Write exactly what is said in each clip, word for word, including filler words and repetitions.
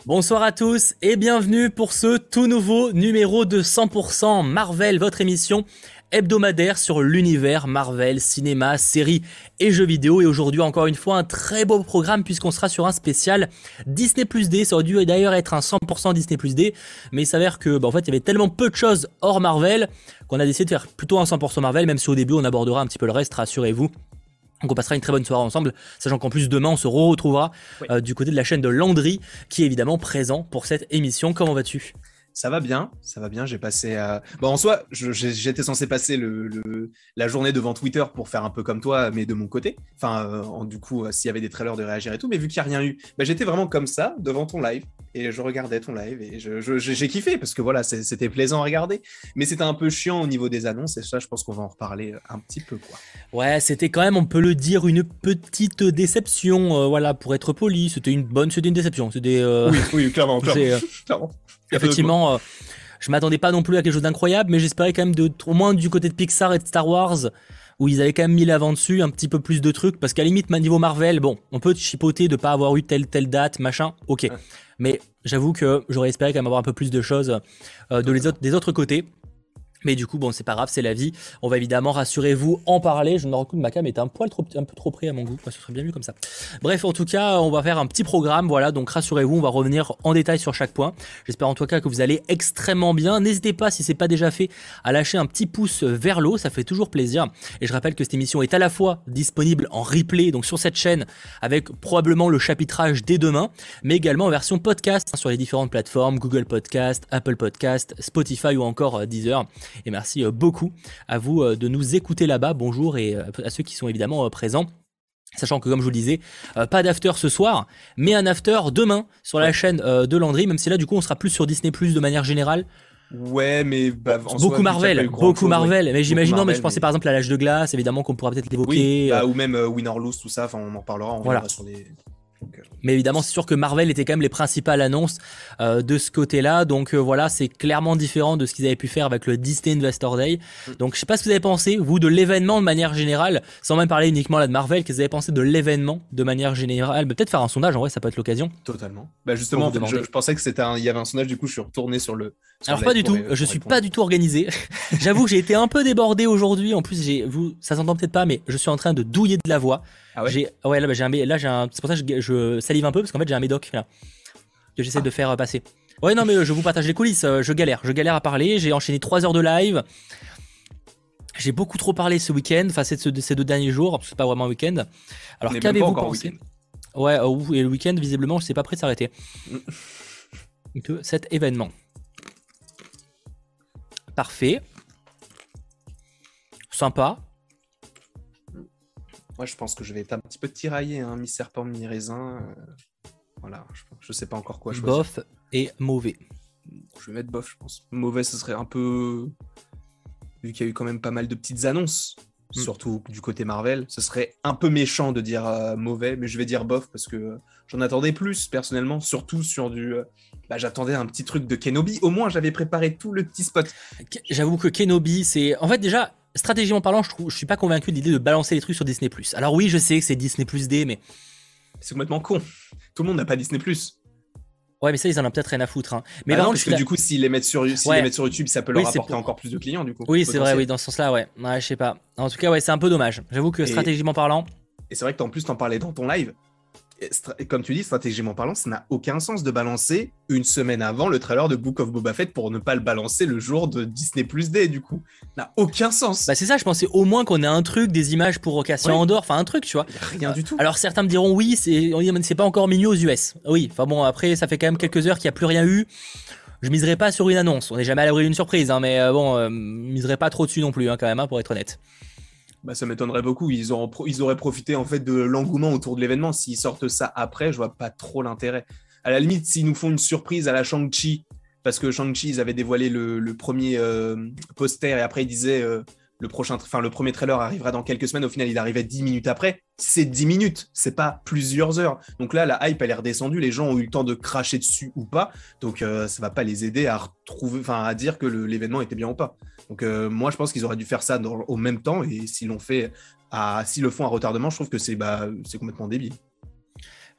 Bonsoir à tous et bienvenue pour ce tout nouveau numéro de cent pour cent Marvel, votre émission hebdomadaire sur l'univers Marvel, cinéma, séries et jeux vidéo. Et aujourd'hui encore une fois un très beau programme puisqu'on sera sur un spécial Disney plus D. Ça aurait dû d'ailleurs être un cent pour cent Disney plus D, mais il s'avère que bah, en fait il y avait tellement peu de choses hors Marvel qu'on a décidé de faire plutôt un cent pour cent Marvel, même si au début on abordera un petit peu le reste, rassurez-vous. Donc on passera une très bonne soirée ensemble, sachant qu'en plus demain on se retrouvera Oui. euh, du côté de la chaîne de Landry, qui est évidemment présent pour cette émission. Comment vas-tu ? Ça va bien, ça va bien. J'ai passé. Euh... Bon, en soi, je- j'ai- j'étais censé passer le, le- la journée devant Twitter pour faire un peu comme toi, mais de mon côté. Enfin, euh, en- du coup, euh, s'il y avait des trailers de réagir et tout, mais vu qu'il n'y a rien eu, bah, j'étais vraiment comme ça devant ton live et je regardais ton live et je- je- j'ai j'ai kiffé parce que voilà, c'est- c'était plaisant à regarder, mais c'était un peu chiant au niveau des annonces et ça, je pense qu'on va en reparler un petit peu, quoi. Ouais, c'était quand même, on peut le dire, une petite déception. euh, voilà, pour être poli, c'était une bonne, c'était une déception. C'était euh, Oui, oui, clairement, clairement. c'est, euh, clairement. Y a pas d'autre mot. effectivement, euh, je m'attendais pas non plus à quelque chose d'incroyable, mais j'espérais quand même de, au moins du côté de Pixar et de Star Wars, où ils avaient quand même mis l'avant dessus, un petit peu plus de trucs, parce qu'à la limite, niveau Marvel, bon, on peut chipoter de pas avoir eu telle telle date, machin, ok. Ouais. Mais j'avoue que j'aurais espéré quand même avoir un peu plus de choses euh, de les autres, des autres côtés. Mais du coup, bon, c'est pas grave, c'est la vie. On va évidemment, rassurez-vous, en parler. Je me rends compte que ma cam est un poil trop, un peu trop près à mon goût. Moi, ce serait bien mieux comme ça. Bref, en tout cas, on va faire un petit programme. Voilà, donc rassurez-vous, on va revenir en détail sur chaque point. J'espère en tout cas que vous allez extrêmement bien. N'hésitez pas, si c'est pas déjà fait, à lâcher un petit pouce vers le haut. Ça fait toujours plaisir. Et je rappelle que cette émission est à la fois disponible en replay, donc sur cette chaîne, avec probablement le chapitrage dès demain, mais également en version podcast hein, sur les différentes plateformes Google Podcast, Apple Podcast, Spotify ou encore euh, Deezer. Et merci euh, beaucoup à vous euh, de nous écouter là-bas. Bonjour et euh, à ceux qui sont évidemment euh, présents. Sachant que comme je vous le disais, euh, pas d'after ce soir, mais un after demain sur la Ouais. chaîne euh, de Landry, même si là du coup on sera plus sur Disney plus de manière générale. Ouais, mais bah, en soi, Beaucoup vu qu'il y a Marvel, pas eu grand beaucoup chose, Marvel. ouais. Mais Beaucoup j'imagine, non, mais Marvel, je pensais mais- par exemple à l'âge de glace, évidemment qu'on pourra peut-être Oui, l'évoquer. bah, euh, ou même euh, Win or Lose, tout ça, enfin, on en reparlera, on Voilà. reviendra sur les... Donc, euh, Mais évidemment, c'est sûr que Marvel était quand même les principales annonces euh, de ce côté-là. Donc euh, voilà, c'est clairement différent de ce qu'ils avaient pu faire avec le Disney Investor Day. Donc je sais pas ce que vous avez pensé, vous, de l'événement de manière générale, sans même parler uniquement là de Marvel, qu'est-ce que vous avez pensé de l'événement de manière générale. Mais peut-être faire un sondage, en vrai, ça peut être l'occasion. totalement. Bah, justement, Pour en vous fait, je, demander. je pensais que c'était un... il y avait un sondage, du coup, je suis retourné sur le... sur Alors le pas live du pour, tout, euh, je pour suis répondre. pas du tout organisé. J'avoue que j'ai été un peu débordé aujourd'hui. En plus, j'ai, vous, ça s'entend peut-être pas, mais je suis en train de douiller de la voix. Ah ouais J'ai, ouais, là, bah, j'ai un, là, j'ai un, c'est pour ça que je, je salive un peu parce qu'en fait, j'ai un médoc là que j'essaie Ah. de faire euh, passer. Ouais, non, mais euh, je vous partage les coulisses. euh, Je galère, je galère à parler. J'ai enchaîné trois heures de live. J'ai beaucoup trop parlé ce week-end, enfin ces, ces deux derniers jours, parce que c'est pas vraiment un week-end. Alors On est même qu'avez-vous pas encore au pensé? week-end. Ouais, euh, ouh, et le week-end, visiblement, c'est pas prêt de s'arrêter. De cet événement. Parfait. Sympa. Moi, je pense que je vais être un petit peu tiraillé, hein, mi-serpent, mi-raisin. euh, Voilà, je, je sais pas encore quoi choisir. Bof et mauvais. Je vais mettre bof, je pense. Mauvais, ce serait un peu... Vu qu'il y a eu quand même pas mal de petites annonces, Mm. surtout du côté Marvel, ce serait un peu méchant de dire euh, mauvais, mais je vais dire bof parce que euh, j'en attendais plus, personnellement, surtout sur du... euh, bah, j'attendais un petit truc de Kenobi. Au moins, j'avais préparé tout le petit spot. J'avoue que Kenobi, c'est. En fait, déjà, stratégiquement parlant, je, trouve, je suis pas convaincu de l'idée de balancer les trucs sur Disney plus. Alors, oui, je sais que c'est Disney plus D, mais. C'est complètement con. Tout le monde n'a pas Disney+. Ouais, mais ça, ils en ont peut-être rien à foutre. Hein. Mais Mais par non, contre, parce je que suis du coup, s'ils les mettent sur, s'ils Ouais. les mettent sur YouTube, ça peut Oui, leur c'est apporter pour- encore plus de clients, du coup. Oui, c'est vrai, potentiel. oui, dans ce sens-là, ouais. Ouais, je sais pas. En tout cas, ouais, c'est un peu dommage. J'avoue que Et- stratégiquement parlant, Et c'est vrai que en plus, t'en parlais dans ton live. Et stra- et comme tu dis, stratégiquement parlant, ça n'a aucun sens de balancer une semaine avant le trailer de Book of Boba Fett pour ne pas le balancer le jour de Disney Plus Day, du coup. Ça n'a aucun sens. bah c'est ça, je pensais au moins qu'on ait un truc, des images pour Cassian Oui. Andor, enfin un truc, tu vois. Y a rien du tout. Alors certains me diront oui, c'est on dit, mais c'est pas encore minuit aux U S. Oui, enfin bon, après ça fait quand même quelques heures qu'il n'y a plus rien eu. Je miserai pas sur une annonce. On n'est jamais à l'abri d'une surprise, hein, mais euh, bon, euh, miserai pas trop dessus non plus, hein, quand même, hein, pour être honnête. Bah, ça m'étonnerait beaucoup. Ils, auront pro- ils auraient profité en fait de l'engouement autour de l'événement. S'ils sortent ça après, je vois pas trop l'intérêt. À la limite, s'ils nous font une surprise à la Shang-Chi, parce que Shang-Chi, ils avaient dévoilé le, le premier euh, poster et après ils disaient euh, le prochain, enfin le premier trailer arrivera dans quelques semaines. Au final, il arrivait dix minutes après. C'est dix minutes, c'est pas plusieurs heures. Donc là, la hype elle est redescendue. Les gens ont eu le temps de cracher dessus ou pas. Donc euh, ça va pas les aider à retrouver, enfin à dire que le- l'événement était bien ou pas. Donc euh, moi, je pense qu'ils auraient dû faire ça dans- au même temps et s'ils l'ont fait, à, s'ils le font à retardement, je trouve que c'est bah, c'est complètement débile.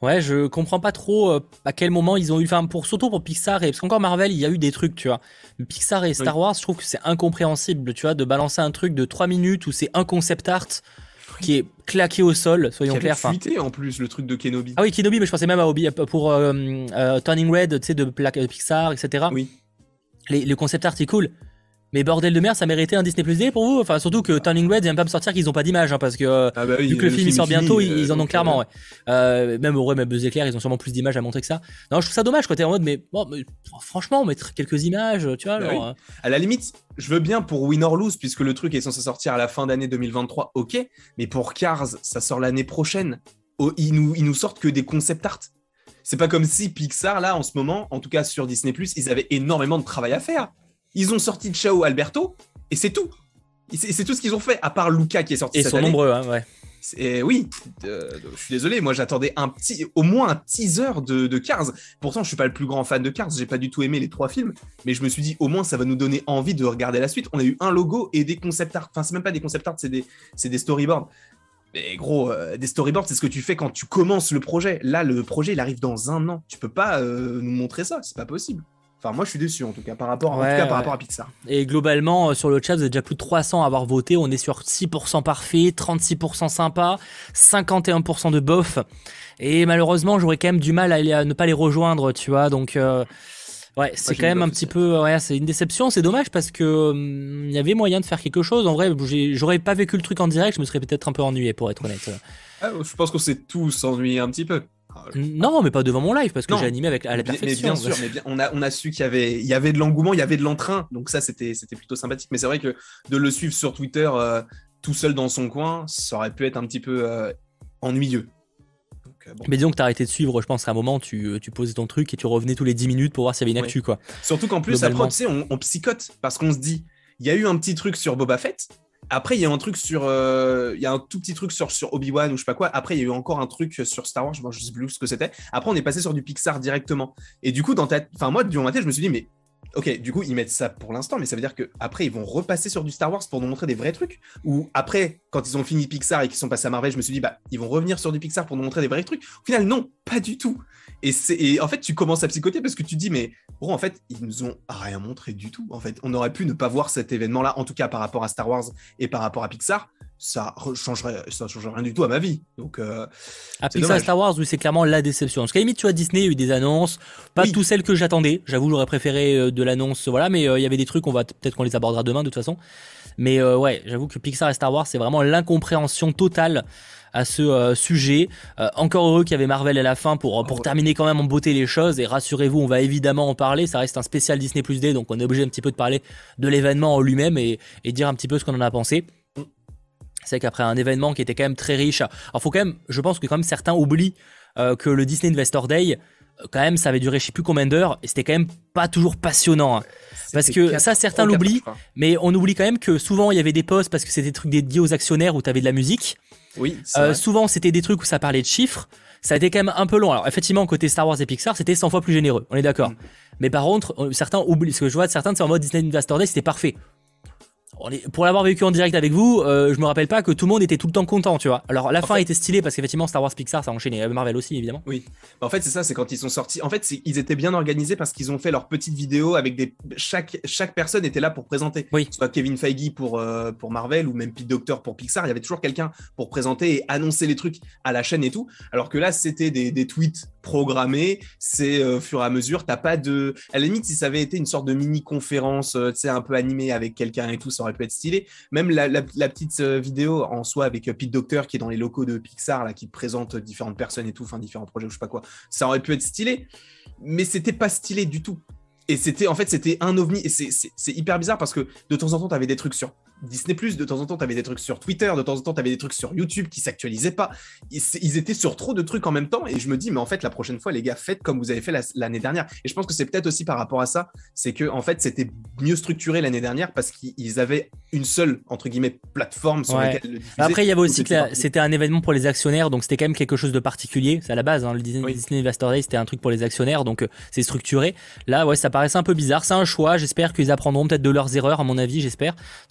Ouais, je comprends pas trop euh, à quel moment ils ont eu, enfin pour surtout pour Pixar et parce qu'encore Marvel, il y a eu des trucs, tu vois. Mais Pixar et Star Oui. Wars, je trouve que c'est incompréhensible, tu vois, de balancer un truc de trois minutes où c'est un concept art qui est claqué au sol, Qui soyons avait clairs. Enfin, fuité en plus le truc de Kenobi. ah oui, Kenobi, mais je pensais même à Obi pour euh, euh, Turning Red, tu sais, de Pla- euh, Pixar, et cetera. Oui. Les, le concept art est cool. Mais bordel de merde, ça méritait un Disney Plus D pour vous? Enfin, surtout que Turning Red vient pas me sortir qu'ils ont pas d'image, hein, parce que euh, Ah bah oui, vu que le, film il sort est fini, bientôt, ils, euh, ils en ont donc, clairement, euh, ouais. Euh, même au vrai, même Buzz Éclair, ils ont sûrement plus d'images à montrer que ça. Non, je trouve ça dommage, quoi. T'es en mode, mais, bon, mais franchement, mettre quelques images, tu vois, bah genre, oui. euh, À la limite, je veux bien pour Win or Lose, puisque le truc est censé sortir à la fin d'année deux mille vingt-trois, ok. Mais pour Cars, ça sort l'année prochaine. Oh, ils, nous, ils nous sortent que des concept art. C'est pas comme si Pixar, là, en ce moment, en tout cas sur Disney plus, ils avaient énormément de travail à faire. Ils ont sorti Ciao Alberto, et c'est tout. C'est c'est tout ce qu'ils ont fait, à part Luca qui est sorti et ils cette sont année. nombreux, hein, ouais. Et oui, euh, je suis désolé, moi j'attendais un petit, au moins un teaser de, de Cars. Pourtant, je suis pas le plus grand fan de Cars, j'ai pas du tout aimé les trois films, mais je me suis dit au moins ça va nous donner envie de regarder la suite. On a eu un logo et des concept art. Enfin, c'est même pas des concept art, c'est des, c'est des storyboards. Mais gros, euh, des storyboards, c'est ce que tu fais quand tu commences le projet. Là, le projet, il arrive dans un an. Tu peux pas euh, nous montrer ça, c'est pas possible. Enfin, moi, je suis déçu en tout cas par rapport, en Ouais, tout cas, par ouais. rapport à Pixar. Et globalement, euh, sur le chat, vous êtes déjà plus de trois cents à avoir voté. On est sur six pour cent parfait, trente-six pour cent sympa, cinquante et un pour cent de bof. Et malheureusement, j'aurais quand même du mal à, les- à ne pas les rejoindre, tu vois. Donc, euh, ouais, c'est j'ai quand mis même bof un petit aussi. peu, ouais, c'est une déception. C'est dommage parce que hum, il y avait moyen de faire quelque chose. En vrai, j'ai- j'aurais pas vécu le truc en direct, je me serais peut-être un peu ennuyé, pour être honnête. Ah, je pense qu'on s'est tous ennuyés un petit peu. Ah, je- Non, mais pas devant mon live parce que Non. j'ai animé avec à la Mais bien- perfection. Mais bien sûr, mais bien, on, a, on a su qu'il y avait, il y avait de l'engouement, il y avait de l'entrain. Donc ça, c'était c'était plutôt sympathique. Mais c'est vrai que de le suivre sur Twitter euh, tout seul dans son coin, ça aurait pu être un petit peu euh, ennuyeux. Donc, euh, bon. Mais disons que t'as arrêté de suivre, je pense qu'à un moment, tu, tu posais ton truc et tu revenais tous les dix minutes pour voir s'il y avait une Ouais. actu, quoi. Surtout qu'en plus, Globalement. après, tu sais, on, on psychote parce qu'on se dit, il y a eu un petit truc sur Boba Fett. Après, il y a un truc sur, euh, il y a un tout petit truc sur, sur Obi-Wan ou je sais pas quoi. Après, il y a eu encore un truc sur Star Wars. Bon, je sais plus ce que c'était. Après, on est passé sur du Pixar directement. Et du coup, dans ta, enfin moi, durant ma tête, je me suis dit, mais ok, du coup, ils mettent ça pour l'instant, mais ça veut dire que après, ils vont repasser sur du Star Wars pour nous montrer des vrais trucs. Ou après, quand ils ont fini Pixar et qu'ils sont passés à Marvel, je me suis dit, bah, ils vont revenir sur du Pixar pour nous montrer des vrais trucs. Au final, non, pas du tout. Et, c'est, et en fait, tu commences à psychoter parce que tu te dis, mais bon, en fait, ils nous ont rien montré du tout. En fait, on aurait pu ne pas voir cet événement-là, en tout cas par rapport à Star Wars et par rapport à Pixar. Ça changerait, ça changerait rien du tout à ma vie. Donc, euh, À c'est Pixar et dommage. Star Wars, oui, c'est clairement la déception. Parce qu'à la limite, tu vois, Disney a eu des annonces, pas Oui. toutes celles que j'attendais. J'avoue, j'aurais préféré euh, de l'annonce, voilà, mais euh, il y avait des trucs, on va peut-être qu'on les abordera demain de toute façon. Mais euh, ouais, j'avoue que Pixar et Star Wars, c'est vraiment l'incompréhension totale à ce euh, sujet. Euh, encore heureux qu'il y avait Marvel à la fin pour, pour Oh, ouais. terminer quand même en beauté les choses. Et rassurez-vous, on va évidemment en parler. Ça reste un spécial Disney Plus D, donc on est obligé un petit peu de parler de l'événement en lui-même et, et dire un petit peu ce qu'on en a pensé. C'est qu'après un événement qui était quand même très riche, alors faut quand même, je pense que quand même certains oublient euh, que le Disney Investor Day, euh, quand même, ça avait duré je sais plus combien d'heures et c'était quand même pas toujours passionnant. Hein. Parce C'était que quatre- ça, certains trois, quatre, l'oublient, je crois. mais on oublie quand même que souvent il y avait des posts parce que c'était des trucs dédiés aux actionnaires où tu avais de la musique. Oui, c'est Euh, vrai. souvent c'était des trucs où ça parlait de chiffres. Ça a été quand même un peu long. Alors effectivement, côté Star Wars et Pixar, c'était cent fois plus généreux. On est d'accord. Mm. Mais par contre, euh, certains oublient. Ce que je vois de certains, c'est en mode Disney Investor Day, c'était parfait. On est- Pour l'avoir vécu en direct avec vous, euh, je me rappelle pas que tout le monde était tout le temps content, tu vois. Alors la En fin fait- était stylée parce qu'effectivement Star Wars Pixar ça a enchaîné, Marvel aussi évidemment. Oui. Bah, en fait, c'est ça, c'est quand ils sont sortis. En fait, c'est- ils étaient bien organisés parce qu'ils ont fait leur petite vidéo avec des. Chaque, chaque personne était là pour présenter. Oui. Soit Kevin Feige pour, euh, pour Marvel ou même Pete Docter pour Pixar. Il y avait toujours quelqu'un pour présenter et annoncer les trucs à la chaîne et tout. Alors que là, c'était des, des tweets programmés. C'est euh, au fur et à mesure. T'as pas de. À la limite, si ça avait été une sorte de mini-conférence, euh, tu sais, un peu animée avec quelqu'un et tout, ça aurait pu être stylé. Même la, la, la petite euh, vidéo en soi avec euh, Pete Docter qui est dans les locaux de Pixar, là, qui présente différentes personnes et tout, enfin différents projets ou je sais pas quoi, ça aurait pu être stylé, mais c'était pas stylé du tout. Et c'était, en fait, c'était un ovni. Et c'est, c'est, c'est hyper bizarre parce que de temps en temps, t'avais des trucs sur Disney plus, de temps en temps, t'avais des trucs sur Twitter, de temps en temps, t'avais des trucs sur YouTube qui s'actualisaient pas. Ils, ils étaient sur trop de trucs en même temps. Et je me dis, mais en fait, la prochaine fois, les gars, faites comme vous avez fait la, l'année dernière. Et je pense que c'est peut-être aussi par rapport à ça, c'est que en fait, c'était mieux structuré l'année dernière parce qu'ils avaient une seule, entre guillemets, plateforme sur Ouais. laquelle le diffuser. Après il y avait aussi Tout que était la- parti. c'était un événement pour les actionnaires donc c'était quand même quelque chose de particulier, c'est à la base hein, le Disney, Oui. Disney Investor Day c'était un truc pour les actionnaires donc euh, c'est structuré. Là ouais ça paraissait un peu bizarre, c'est un choix, j'espère qu'ils apprendront peut-être de leurs erreurs à mon avis, j'espère. Parce qu'effectivement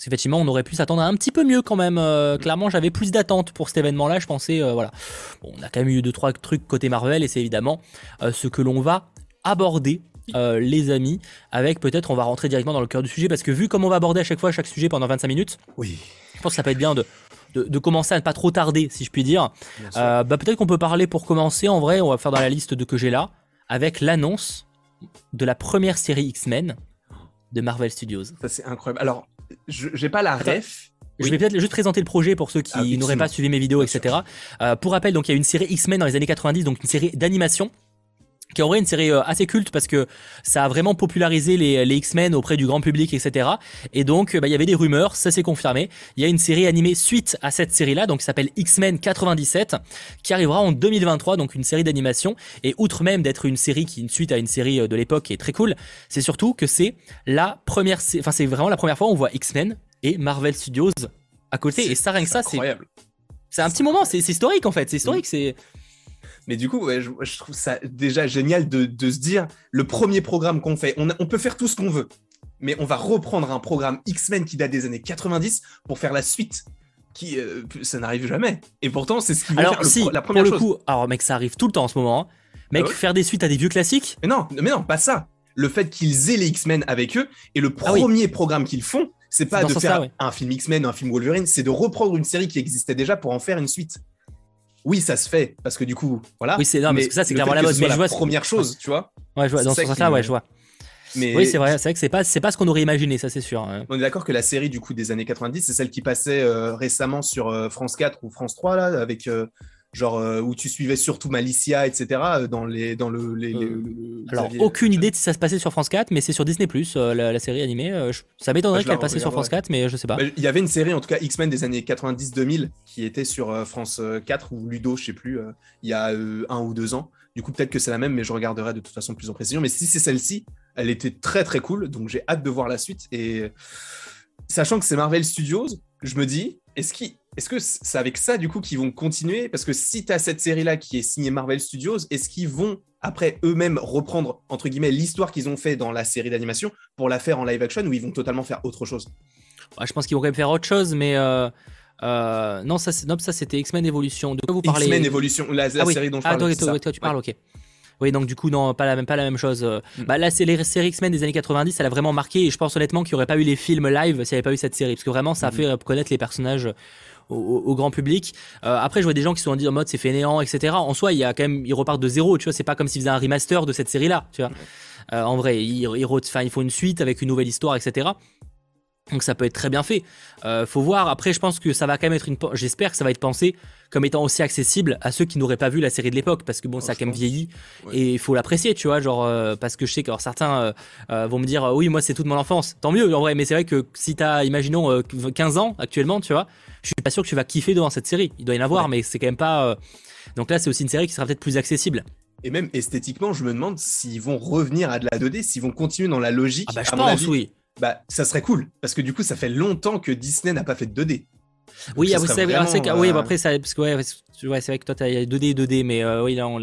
on aurait pu s'attendre à un petit peu mieux quand même. Euh, clairement, j'avais plus d'attentes pour cet événement-là. Je pensais, euh, voilà. Bon, on a quand même eu deux trois trucs côté Marvel et c'est évidemment euh, ce que l'on va aborder. Euh, les amis, avec peut-être on va rentrer directement dans le cœur du sujet parce que vu comme on va aborder à chaque fois chaque sujet pendant vingt-cinq minutes, oui, je pense que ça peut être bien de, de, de commencer à ne pas trop tarder si je puis dire. Euh, bah, peut-être qu'on peut parler pour commencer, en vrai on va faire dans la liste de que j'ai là, avec l'annonce de la première série X-Men de Marvel Studios. Ça c'est incroyable. Alors, je, j'ai pas la ref. Je oui. vais peut-être juste présenter le projet pour ceux qui ah, n'auraient pas suivi mes vidéos, bien et cetera. Euh, pour rappel, donc il y a une série X-Men dans les années quatre-vingt-dix, donc une série d'animation qui est en vrai une série assez culte parce que ça a vraiment popularisé les, les X-Men auprès du grand public, et cetera. Et donc, bah, il y avait des rumeurs, ça s'est confirmé. Il y a une série animée suite à cette série-là, donc qui s'appelle X-Men quatre-vingt-dix-sept, qui arrivera en deux mille vingt-trois, donc une série d'animation. Et outre même d'être une série qui est une suite à une série de l'époque qui est très cool, c'est surtout que c'est la première, enfin c'est vraiment la première fois où on voit X-Men et Marvel Studios à côté. C'est, et ça, rien que ça, c'est incroyable. C'est un petit moment, c'est, c'est historique en fait, c'est historique, mmh. c'est... Mais du coup, ouais, je, je trouve ça déjà génial de, de se dire, le premier programme qu'on fait, on, a, on peut faire tout ce qu'on veut, mais on va reprendre un programme X-Men qui date des années quatre-vingt-dix pour faire la suite. Qui, euh, ça n'arrive jamais. Et pourtant, c'est ce qui va faire si, le, la première pour chose. Le coup, alors mec, ça arrive tout le temps en ce moment. Hein. Mec, ah ouais faire des suites à des vieux classiques. Mais non, mais non, pas ça. Le fait qu'ils aient les X-Men avec eux, et le premier ah oui. programme qu'ils font, c'est pas c'est de faire ça, ouais. un film X-Men, un film Wolverine, c'est de reprendre une série qui existait déjà pour en faire une suite. Oui, ça se fait, parce que du coup, voilà. Oui, c'est non, mais parce que ça, c'est clairement la mode. Mais je vois la première chose, tu vois. Ouais, je vois. Dans ce sens-là, ouais, je vois. Mais oui, c'est vrai, c'est vrai que c'est pas, c'est pas ce qu'on aurait imaginé, ça, c'est sûr. On est d'accord que la série du coup des années quatre-vingt-dix, c'est celle qui passait euh, récemment sur euh, France quatre ou France trois là, avec euh, genre euh, où tu suivais surtout Malicia, et cetera. Dans les, dans le. Les, euh, les, le, alors, aviez, aucune je... idée de si ça se passait sur France quatre, mais c'est sur Disney plus, euh, la, la série animée. Euh, je... Ça m'étonnerait bah, qu'elle passait sur France quatre, mais je sais pas. Il bah, y avait une série, en tout cas X-Men des années quatre-vingt-dix deux mille, qui était sur euh, France quatre ou Ludo, je sais plus, euh, il y a euh, un ou deux ans. Du coup, peut-être que c'est la même, mais je regarderai de toute façon plus en précision. Mais si c'est celle-ci, elle était très très cool, donc j'ai hâte de voir la suite. Et sachant que c'est Marvel Studios, je me dis, est-ce, qu'il, est-ce que c'est avec ça du coup qu'ils vont continuer ? Parce que si tu as cette série-là qui est signée Marvel Studios, est-ce qu'ils vont après eux-mêmes reprendre entre guillemets l'histoire qu'ils ont fait dans la série d'animation pour la faire en live action, ou ils vont totalement faire autre chose ? Ouais, je pense qu'ils vont quand même faire autre chose, mais... Euh... Euh, non, ça, c'est, non, ça c'était X-Men Evolution. De quoi vous parlez ? X-Men Evolution, la, la ah, oui. série dont je ah, parle. Ah, toi, toi, toi, tu parles, ouais. ok. Oui, donc du coup, non, pas la même, pas la même chose. Mm. Bah, là, c'est les séries X-Men des années quatre-vingt-dix, elle a vraiment marqué. Et je pense honnêtement qu'il n'y aurait pas eu les films live s'il n'y avait pas eu cette série. Parce que vraiment, ça a mm. fait connaître les personnages au, au, au grand public. Euh, après, je vois des gens qui sont en disant en mode c'est fainéant, et cetera. En soi, il y a quand même, ils repartent de zéro. Tu vois, c'est pas comme s'ils faisaient un remaster de cette série-là. Tu vois, mm. euh, en vrai, ils, ils, ils font une suite avec une nouvelle histoire, et cetera. Donc ça peut être très bien fait. Euh, faut voir. Après, je pense que ça va quand même être une. J'espère que ça va être pensé comme étant aussi accessible à ceux qui n'auraient pas vu la série de l'époque, parce que bon, oh, ça a quand même vieilli ouais. et il faut l'apprécier, tu vois. Genre euh, parce que je sais que alors, certains euh, euh, vont me dire euh, oui, moi c'est toute mon enfance. Tant mieux en vrai. Mais c'est vrai que si t'as, imaginons euh, quinze ans actuellement, tu vois, je suis pas sûr que tu vas kiffer devant cette série. Il doit y en avoir, ouais. mais c'est quand même pas. Euh... Donc là, c'est aussi une série qui sera peut-être plus accessible. Et même esthétiquement, je me demande s'ils vont revenir à de la deux D, s'ils vont continuer dans la logique. Ah bah je pense avis, oui. Bah, ça serait cool, parce que du coup, ça fait longtemps que Disney n'a pas fait de deux D. Donc, oui, vous savez, vraiment, c'est, euh... oui, bah après, ça, parce que, ouais, ouais, c'est vrai que toi, tu as deux D et deux D, mais euh, oui, là, on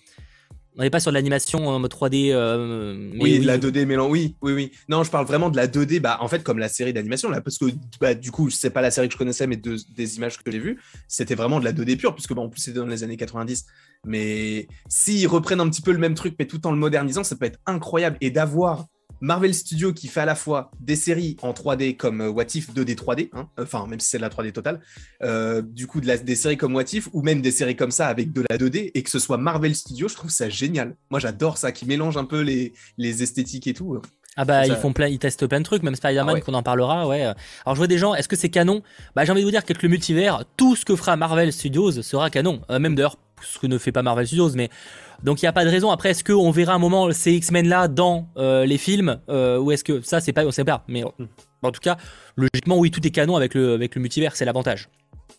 n'est pas sur de l'animation en mode trois D. Euh, mais oui, oui, de la deux D mélange, oui, oui, oui. Non, je parle vraiment de la deux D, bah, en fait, comme la série d'animation, là, parce que bah, du coup, c'est pas la série que je connaissais, mais de, des images que j'ai vues, c'était vraiment de la deux D pure, puisque bah, en plus, c'était dans les années quatre-vingt-dix. Mais s'ils reprennent un petit peu le même truc, mais tout en le modernisant, ça peut être incroyable. Et d'avoir Marvel Studios qui fait à la fois des séries en trois D comme What If deux D trois D, hein, enfin même si c'est de la trois D totale, euh, du coup de la, des séries comme What If ou même des séries comme ça avec de la deux D et que ce soit Marvel Studios, je trouve ça génial. Moi j'adore ça, qui mélange un peu les, les esthétiques et tout. Ah bah ça... ils font plein, ils testent plein de trucs, même Spider-Man ah ouais. qu'on en parlera, ouais. Alors je vois des gens, est-ce que c'est canon ? Bah j'ai envie de vous dire qu'avec le multivers, tout ce que fera Marvel Studios sera canon, euh, même d'ailleurs ce que ne fait pas Marvel Studios, mais donc il n'y a pas de raison. Après, est-ce qu'on verra un moment ces X-Men là dans euh, les films euh, ou est-ce que ça c'est pas, on sait pas. Mais mm. en tout cas, logiquement oui, tout est canon avec le avec le multivers, c'est l'avantage.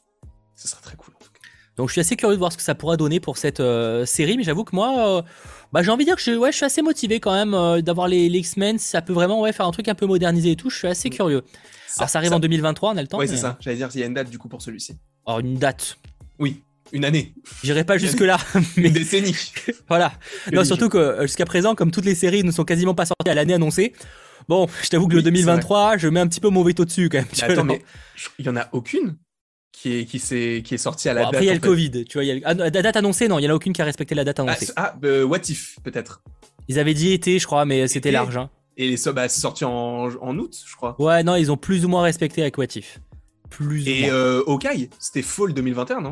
Ça sera très cool. En tout cas. Donc je suis assez curieux de voir ce que ça pourra donner pour cette euh, série, mais j'avoue que moi, euh, bah j'ai envie de dire que je, ouais, je suis assez motivé quand même euh, d'avoir les, les X-Men. Ça peut vraiment ouais faire un truc un peu modernisé et tout. Je suis assez mm. curieux. Ça, Alors ça arrive ça... en deux mille vingt-trois, on a le temps. Oui, c'est mais... ça. J'allais dire s'il y a une date du coup pour celui-ci. Alors une date. Oui. Une année. J'irai pas jusque-là. Mais... Une décennie. Voilà. Une non, surtout que jusqu'à présent, comme toutes les séries ne sont quasiment pas sorties à l'année annoncée, Bon, je t'avoue que Oui, le deux mille vingt-trois, je mets un petit peu mon veto dessus quand même. Mais attends, mais il y en a aucune qui est, qui, s'est, qui est sortie à la bon, date. après, il y a le en fait. Covid, tu vois. Y a... Ah, la date annoncée, non, il n'y en a aucune qui a respecté la date Ah, annoncée. ah euh, What If, peut-être. Ils avaient dit été, je crois, mais c'était Et, large. Hein. et les bah, c'est sorti en, en août, je crois. Ouais, non, ils ont plus ou moins respecté avec What If. Plus ou Et moins. euh, Hawkeye, c'était fall deux mille vingt et un, non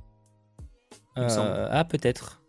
euh, Ah, peut-être.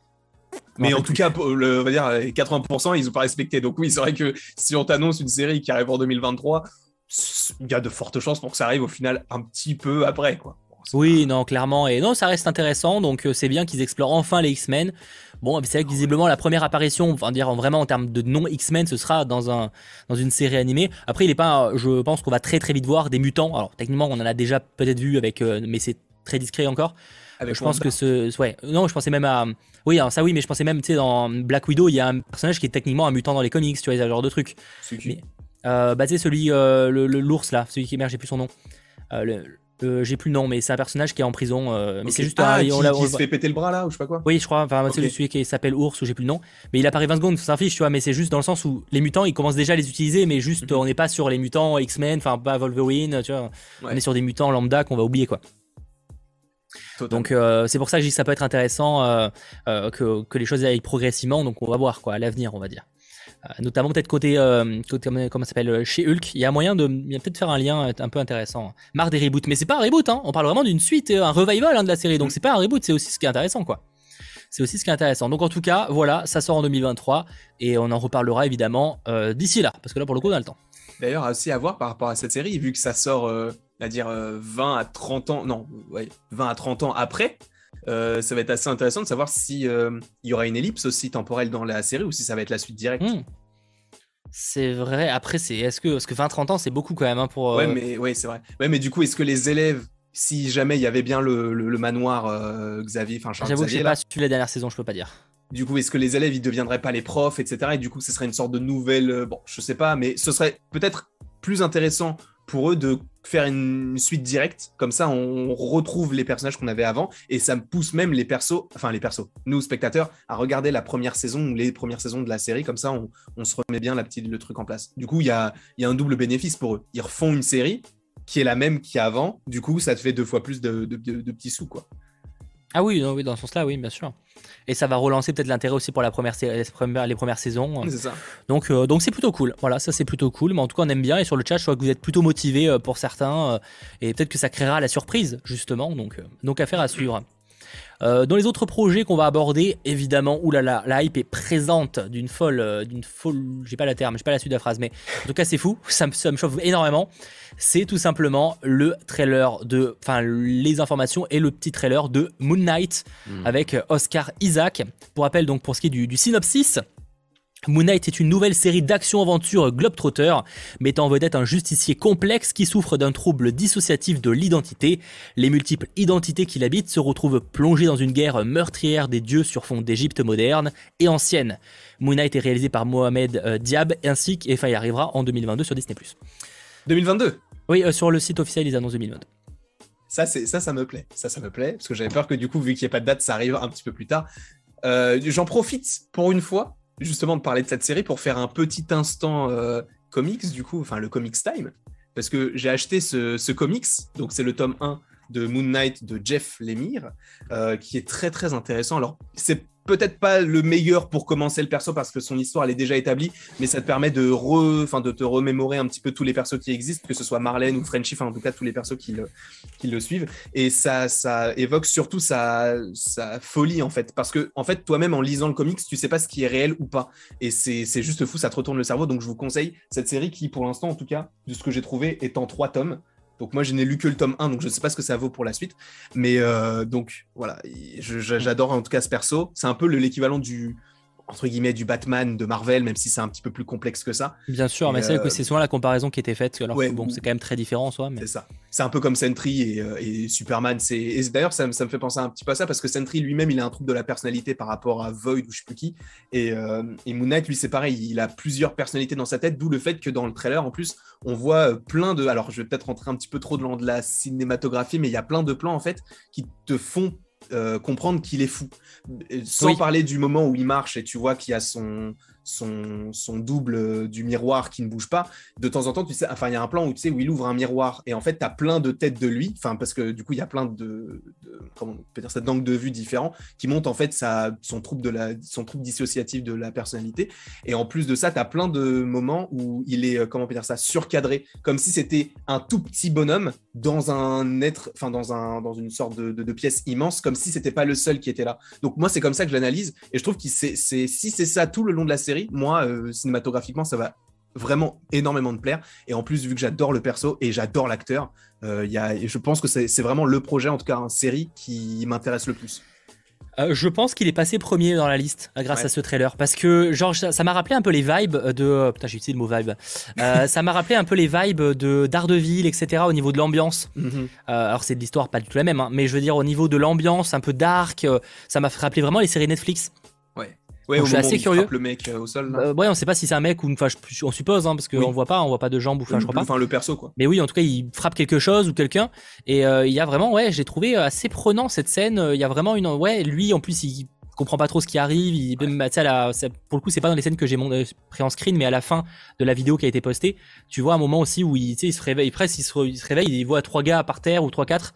Mais en tout cas, le, on va dire quatre-vingts pour cent, ils n'ont pas respecté. Donc oui, c'est vrai que si on t'annonce une série qui arrive en deux mille vingt-trois, il y a de fortes chances pour que ça arrive au final un petit peu après, quoi. Bon, oui, pas... non, clairement. Et non, ça reste intéressant. Donc euh, c'est bien qu'ils explorent enfin les X-Men. Bon, c'est vrai que visiblement la première apparition, enfin dire vraiment en termes de non X-Men, ce sera dans un dans une série animée. Après, il est pas, je pense qu'on va très très vite voir des mutants. Alors techniquement, on en a déjà peut-être vu avec, euh, mais c'est très discret encore. Avec je pense que ce, ouais, non, je pensais même à, oui, alors ça oui, mais je pensais même, tu sais, dans Black Widow, il y a un personnage qui est techniquement un mutant dans les comics, tu vois, ce genre de truc. C'est qui? Mais, euh, bah tu sais, celui, euh, le, le l'ours là, celui qui émerge, j'ai plus son nom. Euh, le, Euh, j'ai plus le nom, mais c'est un personnage qui est en prison. Euh, mais okay. c'est juste ah, un, qui, on qui on se fait péter le bras là ou je sais pas quoi. Oui, je crois. Enfin, okay. c'est celui qui s'appelle Ours ou j'ai plus le nom. Mais il apparaît vingt secondes, ça s'en fiche, tu vois. Mais c'est juste dans le sens où les mutants, ils commencent déjà à les utiliser, mais juste mm-hmm. on n'est pas sur les mutants X-Men, enfin pas Wolverine, tu vois. Ouais. On est sur des mutants lambda qu'on va oublier quoi. Totalement. Donc euh, c'est pour ça que je dis que ça peut être intéressant euh, euh, que, que les choses aillent progressivement. Donc on va voir quoi à l'avenir, on va dire. Euh, notamment peut-être côté, euh, côté comment ça s'appelle chez Hulk, il y a moyen de il y a peut-être faire un lien un peu intéressant. Marre des reboots, mais c'est pas un reboot, hein. On parle vraiment d'une suite, un revival hein, de la série, donc mm. c'est pas un reboot, c'est aussi ce qui est intéressant quoi. C'est aussi ce qui est intéressant. Donc en tout cas, voilà, ça sort en deux mille vingt-trois et on en reparlera évidemment euh, d'ici là, parce que là pour le coup on a le temps. D'ailleurs aussi à voir par rapport à cette série, vu que ça sort, euh, à dire euh, vingt à trente ans, non, ouais, vingt à trente ans après. Euh, ça va être assez intéressant de savoir si euh, il y aura une ellipse aussi temporelle dans la série ou si ça va être la suite directe. Mmh. C'est vrai. Après, c'est est-ce que parce que vingt trente ans, c'est beaucoup quand même hein, pour. Euh... Ouais, mais ouais, c'est vrai. Ouais, mais du coup, est-ce que les élèves, si jamais il y avait bien le, le, le manoir euh, Xavier, enfin Charles J'avoue Xavier, que je sais pas suivi la dernière saison, je peux pas dire. Du coup, est-ce que les élèves ils deviendraient pas les profs, et cetera. Et du coup, ce serait une sorte de nouvelle. Euh, bon, je sais pas, mais ce serait peut-être plus intéressant pour eux de faire une suite directe, comme ça on retrouve les personnages qu'on avait avant et ça me pousse même les persos, enfin les persos, nous spectateurs, à regarder la première saison ou les premières saisons de la série, comme ça on, on se remet bien la petite, le truc en place. Du coup, il y a, y a un double bénéfice pour eux. Ils refont une série qui est la même qu'avant, du coup ça te fait deux fois plus de, de, de, de petits sous quoi. Ah oui, non, oui, dans ce sens-là, oui, bien sûr. Et ça va relancer peut-être l'intérêt aussi pour la première sé- les, premières, les premières saisons. C'est ça. Donc, euh, donc c'est plutôt cool. Voilà, ça c'est plutôt cool. Mais en tout cas, on aime bien. Et sur le chat, je vois que vous êtes plutôt motivés euh, pour certains. Euh, et peut-être que ça créera la surprise, justement. Donc, euh, donc affaire à suivre. Euh, dans les autres projets qu'on va aborder, évidemment, oulala, la hype est présente d'une folle, euh, d'une folle, j'ai pas la terme, j'ai pas la suite de la phrase, mais en tout cas c'est fou, ça me, ça me chauffe énormément. C'est tout simplement le trailer de, enfin les informations et le petit trailer de Moon Knight mmh. avec Oscar Isaac. Pour rappel donc pour ce qui est du, du synopsis. Moon Knight est une nouvelle série d'action-aventure globetrotter mettant en vedette un justicier complexe qui souffre d'un trouble dissociatif de l'identité. Les multiples identités qu'il habite se retrouvent plongées dans une guerre meurtrière des dieux sur fond d'Égypte moderne et ancienne. Moon Knight est réalisé par Mohamed euh, Diab ainsi que, enfin il arrivera en deux mille vingt-deux sur Disney plus. deux mille vingt-deux Oui, euh, sur le site officiel ils annoncent deux mille vingt-deux. Ça, c'est, ça, ça me plaît. Ça, ça me plaît parce que j'avais peur que du coup, vu qu'il n'y ait pas de date, ça arrive un petit peu plus tard. Euh, j'en profite pour une fois justement de parler de cette série pour faire un petit instant euh, comics du coup, enfin le comics time, parce que j'ai acheté ce, ce comics, donc c'est le tome un de Moon Knight de Jeff Lemire, euh, qui est très très intéressant. Alors c'est peut-être pas le meilleur pour commencer le perso parce que son histoire elle est déjà établie, mais ça te permet de, re, enfin, de te remémorer un petit peu tous les persos qui existent, que ce soit Marlène ou Frenchie, enfin en tout cas tous les persos qui le, qui le suivent, et ça, ça évoque surtout sa, sa folie en fait, parce que en fait toi-même en lisant le comics tu sais pas ce qui est réel ou pas, et c'est, c'est juste fou, ça te retourne le cerveau, donc je vous conseille cette série qui pour l'instant en tout cas de ce que j'ai trouvé est en trois tomes. Donc moi je n'ai lu que le tome un, donc je ne sais pas ce que ça vaut pour la suite, mais euh, donc voilà, je, je, j'adore en tout cas ce perso. C'est un peu le, l'équivalent du, entre guillemets, du Batman de Marvel, même si c'est un petit peu plus complexe que ça. Bien sûr, et mais euh... c'est vrai que c'est souvent la comparaison qui était faite, alors ouais, que bon, c'est quand même très différent en soi. Mais... C'est ça. C'est un peu comme Sentry et, et Superman. C'est... Et d'ailleurs, ça, ça me fait penser un petit peu à ça, parce que Sentry lui-même, il a un trouble de la personnalité par rapport à Void ou je sais plus qui. Et, euh, et Moon Knight, lui, c'est pareil, il a plusieurs personnalités dans sa tête, d'où le fait que dans le trailer, en plus, on voit plein de... Alors, je vais peut-être rentrer un petit peu trop dans de la cinématographie, mais il y a plein de plans, en fait, qui te font Euh, comprendre qu'il est fou, sans oui. parler du moment où il marche et tu vois qu'il y a son, son, son double du miroir qui ne bouge pas, de temps en temps, tu sais, enfin, il y a un plan où tu sais où il ouvre un miroir et en fait, tu as plein de têtes de lui, enfin, parce que du coup, il y a plein de, de comment on peut dire ça, d'angles de vue différents qui montrent en fait sa, son trouble de la, son trouble dissociatif de la personnalité. Et en plus de ça, tu as plein de moments où il est, comment on peut dire ça, surcadré, comme si c'était un tout petit bonhomme dans un être, enfin, dans un, dans une sorte de, de, de pièce immense, comme si c'était pas le seul qui était là. Donc moi, c'est comme ça que je l'analyse et je trouve que c'est, c'est, si c'est ça tout le long de la série, moi, euh, cinématographiquement, ça va vraiment énormément me plaire. Et en plus, vu que j'adore le perso et j'adore l'acteur, euh, y a, et je pense que c'est, c'est vraiment le projet, en tout cas, une série qui m'intéresse le plus. Euh, je pense qu'il est passé premier dans la liste euh, grâce Ouais. à ce trailer parce que genre ça, ça m'a rappelé un peu les vibes de euh, putain j'ai utilisé le mot vibe euh, ça m'a rappelé un peu les vibes de Daredevil etc au niveau de l'ambiance. Mm-hmm. euh, alors c'est de l'histoire pas du tout la même hein, mais je veux dire au niveau de l'ambiance un peu dark euh, ça m'a fait rappeler vraiment les séries Netflix. Ouais. Ouais, Donc, au je suis moment assez où il curieux. frappe le mec euh, au sol. Là. Euh, ouais on sait pas si c'est un mec ou une enfin je- on suppose hein, parce qu'on Oui. voit pas on voit pas de jambes ou enfin je crois pas. Enfin, le perso, quoi. Mais oui, en tout cas, il frappe quelque chose ou quelqu'un. Et euh, il y a vraiment, ouais, j'ai trouvé assez prenant cette scène. Il y a vraiment une, ouais, lui en plus, il comprend pas trop ce qui arrive. Il, Ouais. même, tu sais, à la- ça- pour le coup, c'est pas dans les scènes que j'ai mon- euh, pris en screen, mais à la fin de la vidéo qui a été postée, tu vois un moment aussi où il, tu sais, il se réveille, presque, il se, re- il se réveille, il voit trois gars par terre ou trois quatre.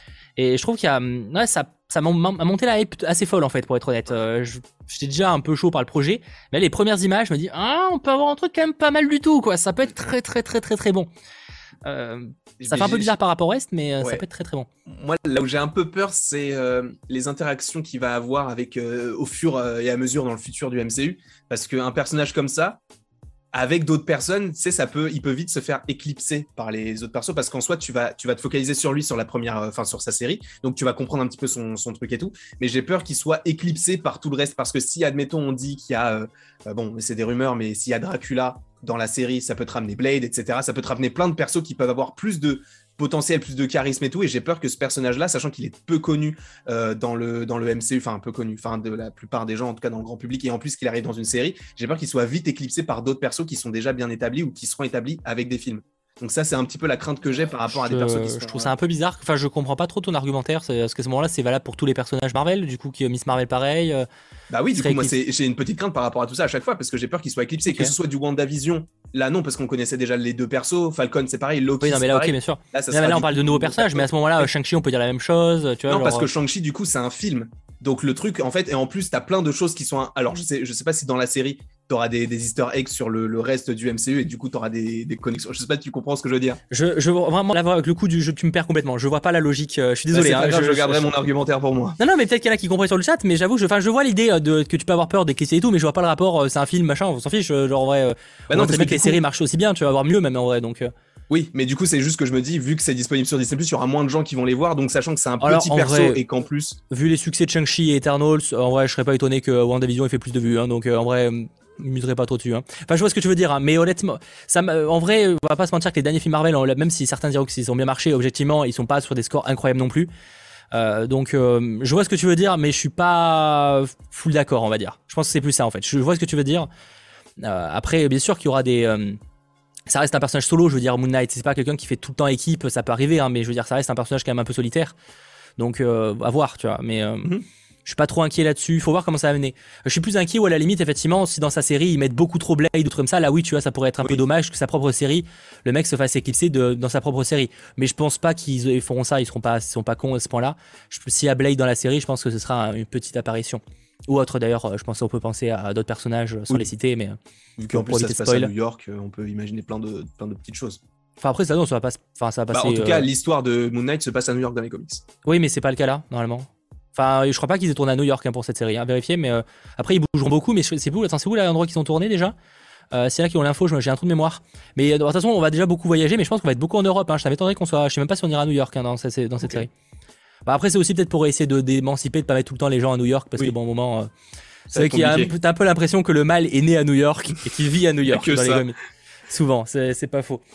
Et je trouve qu'il y a, ouais, ça, ça m'a m'a monté la hype assez folle en fait, pour être honnête. Euh, je- J'étais déjà un peu chaud par le projet, mais les premières images, je me dis, ah, on peut avoir un truc quand même pas mal du tout, quoi. Ça peut être très, très, très, très, très bon. Euh, ça Mais fait un peu j'ai- bizarre par rapport au reste, mais euh, Ouais. ça peut être très, très bon. Moi, là où j'ai un peu peur, c'est euh, les interactions qu'il va avoir avec, euh, au fur euh, et à mesure dans le futur du M C U. Parce qu'un personnage comme ça, avec d'autres personnes, tu sais, ça peut, il peut vite se faire éclipser par les autres persos parce qu'en soi, tu vas, tu vas te focaliser sur lui, sur la première, enfin, sur sa série. Donc, tu vas comprendre un petit peu son, son truc et tout. Mais j'ai peur qu'il soit éclipsé par tout le reste parce que si, admettons, on dit qu'il y a, euh, euh, bon, c'est des rumeurs, mais s'il y a Dracula dans la série, ça peut te ramener Blade, et cetera. Ça peut te ramener plein de persos qui peuvent avoir plus de potentiel, plus de charisme et tout. Et j'ai peur que ce personnage-là, sachant qu'il est peu connu euh, dans, le, dans le M C U, enfin, peu connu, enfin, de la plupart des gens, en tout cas dans le grand public, et en plus qu'il arrive dans une série, j'ai peur qu'il soit vite éclipsé par d'autres persos qui sont déjà bien établis ou qui seront établis avec des films. Donc ça, c'est un petit peu la crainte que j'ai par rapport à des Je- persos qui sont... Je trouve ça un peu bizarre. Enfin, je comprends pas trop ton argumentaire. c'est- Parce que à ce moment-là, c'est valable pour tous les personnages Marvel. Du coup, qui Miss Marvel pareil. euh, Bah oui, il du serait coup, moi, éclipsé. c'est- j'ai une petite crainte par rapport à tout ça à chaque fois parce que j'ai peur qu'il soit éclipsé. Ok. Que ce soit du WandaVision, là non, parce qu'on connaissait déjà les deux persos. Falcon, c'est pareil. Loki, Oui, non, mais c'est là, ok, pareil. bien sûr. Là, ça Là, sera là, on du parle coup de nouveaux nouveau personnages, mais à ce moment-là, Ouais. euh, Shang-Chi, on peut dire la même chose. Tu vois, Non, genre, parce que euh, Shang-Chi, du coup, c'est un film. Donc le truc, en fait, et en plus, t'as plein de choses qui sont. Alors, je sais, je sais pas si dans la série, t'auras des, des Easter eggs sur le, le reste du M C U et du coup, t'auras des, des connexions. Je sais pas si tu comprends ce que je veux dire. je, je vois vraiment, là, avec le coup du jeu, tu me perds complètement. Je vois pas la logique. euh, Je suis Bah, désolé. c'est pas hein, grave, je, je garderai je- mon argumentaire pour moi. Non, non, mais peut-être qu'il y en a qui comprennent sur le chat, mais j'avoue, je, enfin, je vois l'idée euh, de que tu peux avoir peur des clichés et tout, mais je vois pas le rapport. euh, C'est un film, machin, on s'en fiche. euh, Genre, en vrai, euh, Bah on non, voit parce très bien que que les du coup- séries marchent aussi bien. Tu vas avoir mieux, même en vrai. Donc, euh, Oui, mais du coup, c'est juste que je me dis, vu que c'est disponible sur Disney+, il y aura moins de gens qui vont les voir, donc sachant que c'est un Alors, petit en perso vrai- et qu'en plus, vu les succès de Shang-Chi et Eternals, en vrai, je serais pas étonné que WandaVision ait fait plus de vues. Hein, donc, euh, en vrai, euh, je m'userais pas trop dessus. Hein. Enfin, je vois ce que tu veux dire, hein, mais honnêtement, ça, m'a- en vrai, on va pas se mentir que les derniers films Marvel, même si certains diront qu'ils ont bien marché, objectivement, ils sont pas sur des scores incroyables non plus. Euh, donc, euh, je vois ce que tu veux dire, mais je suis pas full d'accord, on va dire. Je pense que c'est plus ça en fait. Je vois ce que tu veux dire. Euh, après, bien sûr qu'il y aura des. Euh, ça reste un personnage solo, je veux dire, Moon Knight, c'est pas quelqu'un qui fait tout le temps équipe, ça peut arriver, hein, mais je veux dire, ça reste un personnage quand même un peu solitaire. Donc, euh, à voir, tu vois. Mais euh, Mhm. je suis pas trop inquiet là-dessus. Faut voir comment ça va mener. Je suis plus inquiet ou à la limite, effectivement, si dans sa série ils mettent beaucoup trop Blade ou trucs comme ça, là oui, tu vois, ça pourrait être un Oui. peu dommage que sa propre série, le mec se fasse éclipser de, dans sa propre série. Mais je pense pas qu'ils ils feront ça, ils seront pas, ils seront pas cons à ce point-là. Je- S'il y a Blade dans la série, je pense que ce sera un- une petite apparition. Ou autre d'ailleurs, euh, je pense qu'on peut penser à d'autres personnages euh, sans Oui. les citer, mais. euh, vu qu'en pour plus ça éviter se passe spoil. à New York, euh, on peut imaginer plein de, plein de petites choses. Enfin après ça non, ça va pas, se- enfin ça va Bah, passer. en tout cas, euh, l'histoire de Moon Knight se passe à New York dans les comics. Oui, mais c'est pas le cas là, normalement. Enfin, je crois pas qu'ils aient tourné à New York hein, pour cette série, hein, vérifier, mais euh, après ils bougeront beaucoup, mais je- c'est où, attends, c'est où l'endroit qu'ils ont tourné déjà euh, C'est là qui ont l'info, je- j'ai un trou de mémoire. Mais euh, de toute façon, on va déjà beaucoup voyager, mais je pense qu'on va être beaucoup en Europe. Hein. Je m'étonnerais qu'on soit, je sais même pas si on ira à New York hein, dans cette, dans cette Ok. série. Bah, après, c'est aussi peut-être pour essayer de d'émanciper, de pas mettre tout le temps les gens à New York, parce Oui. que bon, au moment, euh, Ça c'est va vrai être qu'il y a un, compliqué. t'as un peu l'impression que le mal est né à New York et qu'il vit à New York que dans les ça. comics. Souvent, c'est c'est pas faux.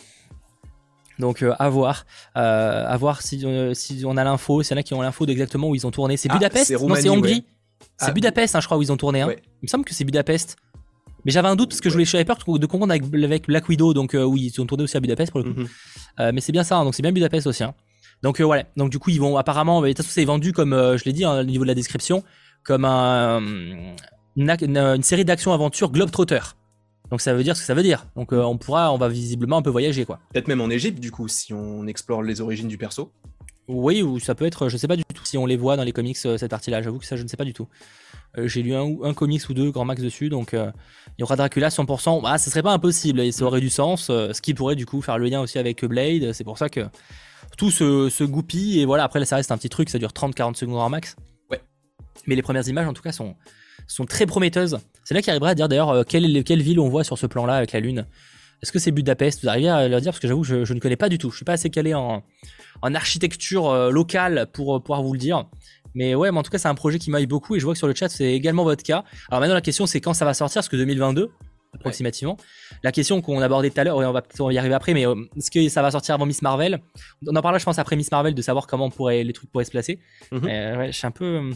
Donc euh, à voir, euh, à voir si, euh, si on a l'info, s'il y en a qui ont l'info d'exactement où ils ont tourné. C'est Ah, Budapest c'est Non, Roumanie, c'est Hongrie. ouais. C'est Ah, Budapest, hein, je crois, où ils ont tourné. Hein. Ouais. Il me semble que c'est Budapest. Mais j'avais un doute parce que je voulais, j'avais peur de confondre avec, avec Black Widow. Donc euh, oui, ils ont tourné aussi à Budapest pour le coup. Mhm. Euh, mais c'est bien ça, hein, donc c'est bien Budapest aussi. Hein. Donc euh, voilà, donc du coup ils vont apparemment, de toute façon c'est vendu comme, euh, je l'ai dit hein, au niveau de la description, comme un, une, une, une série d'action-aventure Globetrotter. Donc ça veut dire ce que ça veut dire. Donc euh, on pourra, on va visiblement un peu voyager, quoi. Peut-être même en Égypte, du coup, si on explore les origines du perso. Oui, ou ça peut être, je sais pas du tout si on les voit dans les comics, euh, cette partie-là. J'avoue que ça, je ne sais pas du tout. Euh, j'ai lu un, un comics ou deux, grand max dessus, donc euh, il y aura Dracula cent pour cent. Ah, ce serait pas impossible, et ça aurait du sens, euh, ce qui pourrait du coup faire le lien aussi avec Blade. C'est pour ça que tout se, se goupille, et voilà, après là, ça reste un petit truc, ça dure trente à quarante secondes grand max. Ouais. Mais les premières images, en tout cas, sont, sont très prometteuses. C'est là qu'il arrivera à dire d'ailleurs euh, quelle, quelle ville on voit sur ce plan-là avec la Lune. Est-ce que c'est Budapest? Vous arrivez à le dire? Parce que j'avoue que je, je ne connais pas du tout. Je suis pas assez calé en, en architecture euh, locale pour euh, pouvoir vous le dire. Mais ouais, mais en tout cas, c'est un projet qui m'aille beaucoup et je vois que sur le chat, c'est également votre cas. Alors maintenant, la question, c'est quand ça va sortir, parce que deux mille vingt-deux, approximativement. Ouais. La question qu'on abordait tout à l'heure, et on va peut-être y arriver après, mais euh, est-ce que ça va sortir avant Miss Marvel? On en parlera, je pense, après Miss Marvel, de savoir comment pourrait, les trucs pourraient se placer. Mm-hmm. euh, ouais, je suis un peu... Euh...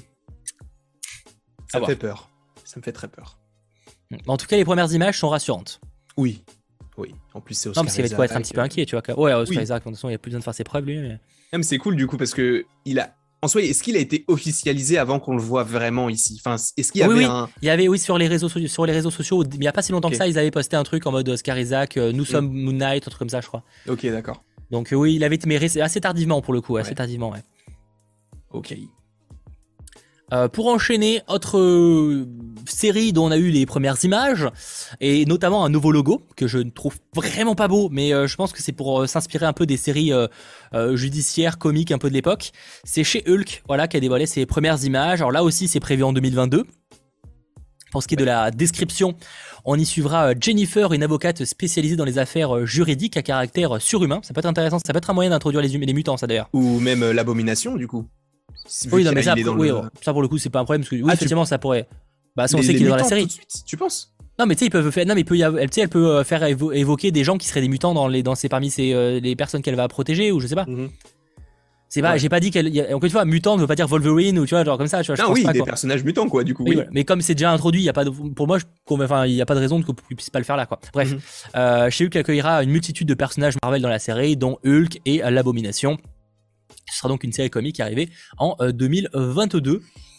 Ça me fait peur. Ça me fait très peur. En tout cas, les premières images sont rassurantes. Oui. Oui, en plus c'est Oscar Non, parce qu'il va être, quoi, être un petit peu inquiet, tu vois. Ouais, Oscar oui. Isaac, de toute façon, il a plus besoin de faire ses preuves, lui. Mais... Non, mais c'est cool, du coup, parce que il a... En soi, est-ce qu'il a été officialisé avant qu'on le voit vraiment ici? Enfin, est-ce qu'il y avait oui, oui. un... Il y avait, oui, sur les réseaux, sur les réseaux sociaux, il n'y a pas si longtemps okay. que ça, ils avaient posté un truc en mode Oscar Isaac, euh, nous mm. sommes Moon Knight, un truc comme ça, je crois. Ok, d'accord. Donc euh, oui, il avait été, mais assez tardivement, pour le coup, assez ouais. tardivement, ouais. Ok. Euh, pour enchaîner, autre euh, série dont on a eu les premières images, et notamment un nouveau logo, que je ne trouve vraiment pas beau, mais euh, je pense que c'est pour euh, s'inspirer un peu des séries euh, euh, judiciaires, comiques un peu de l'époque. C'est chez Hulk, voilà, qui a dévoilé ses premières images. Alors là aussi, c'est prévu en deux mille vingt-deux. Pour ce qui est de la description, on y suivra Jennifer, une avocate spécialisée dans les affaires juridiques à caractère surhumain. Ça peut être intéressant, ça peut être un moyen d'introduire les, hum- les mutants, ça d'ailleurs. Ou même euh, l'abomination, du coup. Oui, non, mais ça, oui, le... ça pour le coup c'est pas un problème parce que oui, ah, effectivement tu... ça pourrait. Bah ça on les, sait qu'il est dans la série. Tout de suite, tu penses? Non mais tu sais ils peuvent faire, non mais il peut y avoir... elle, tu sais, elle peut faire évo... évoquer des gens qui seraient des mutants dans les, dans ces parmi ces euh, les personnes qu'elle va protéger ou je sais pas. Mm-hmm. C'est pas, ouais. j'ai pas dit qu'elle, encore une fois, mutant ne veut pas dire Wolverine ou tu vois genre comme ça, tu vois. Non je pense oui, pas, des quoi. personnages mutants quoi, du coup. Oui, oui. Voilà. Mais comme c'est déjà introduit, il y a pas de, pour moi, je... enfin il y a pas de raison qu'on puisse pas le faire là quoi. Bref, mm-hmm. euh, chez Hulk accueillera une multitude de personnages Marvel dans la série, dont Hulk et l'Abomination. Ce sera donc une série comique arrivée en euh, deux mille vingt-deux.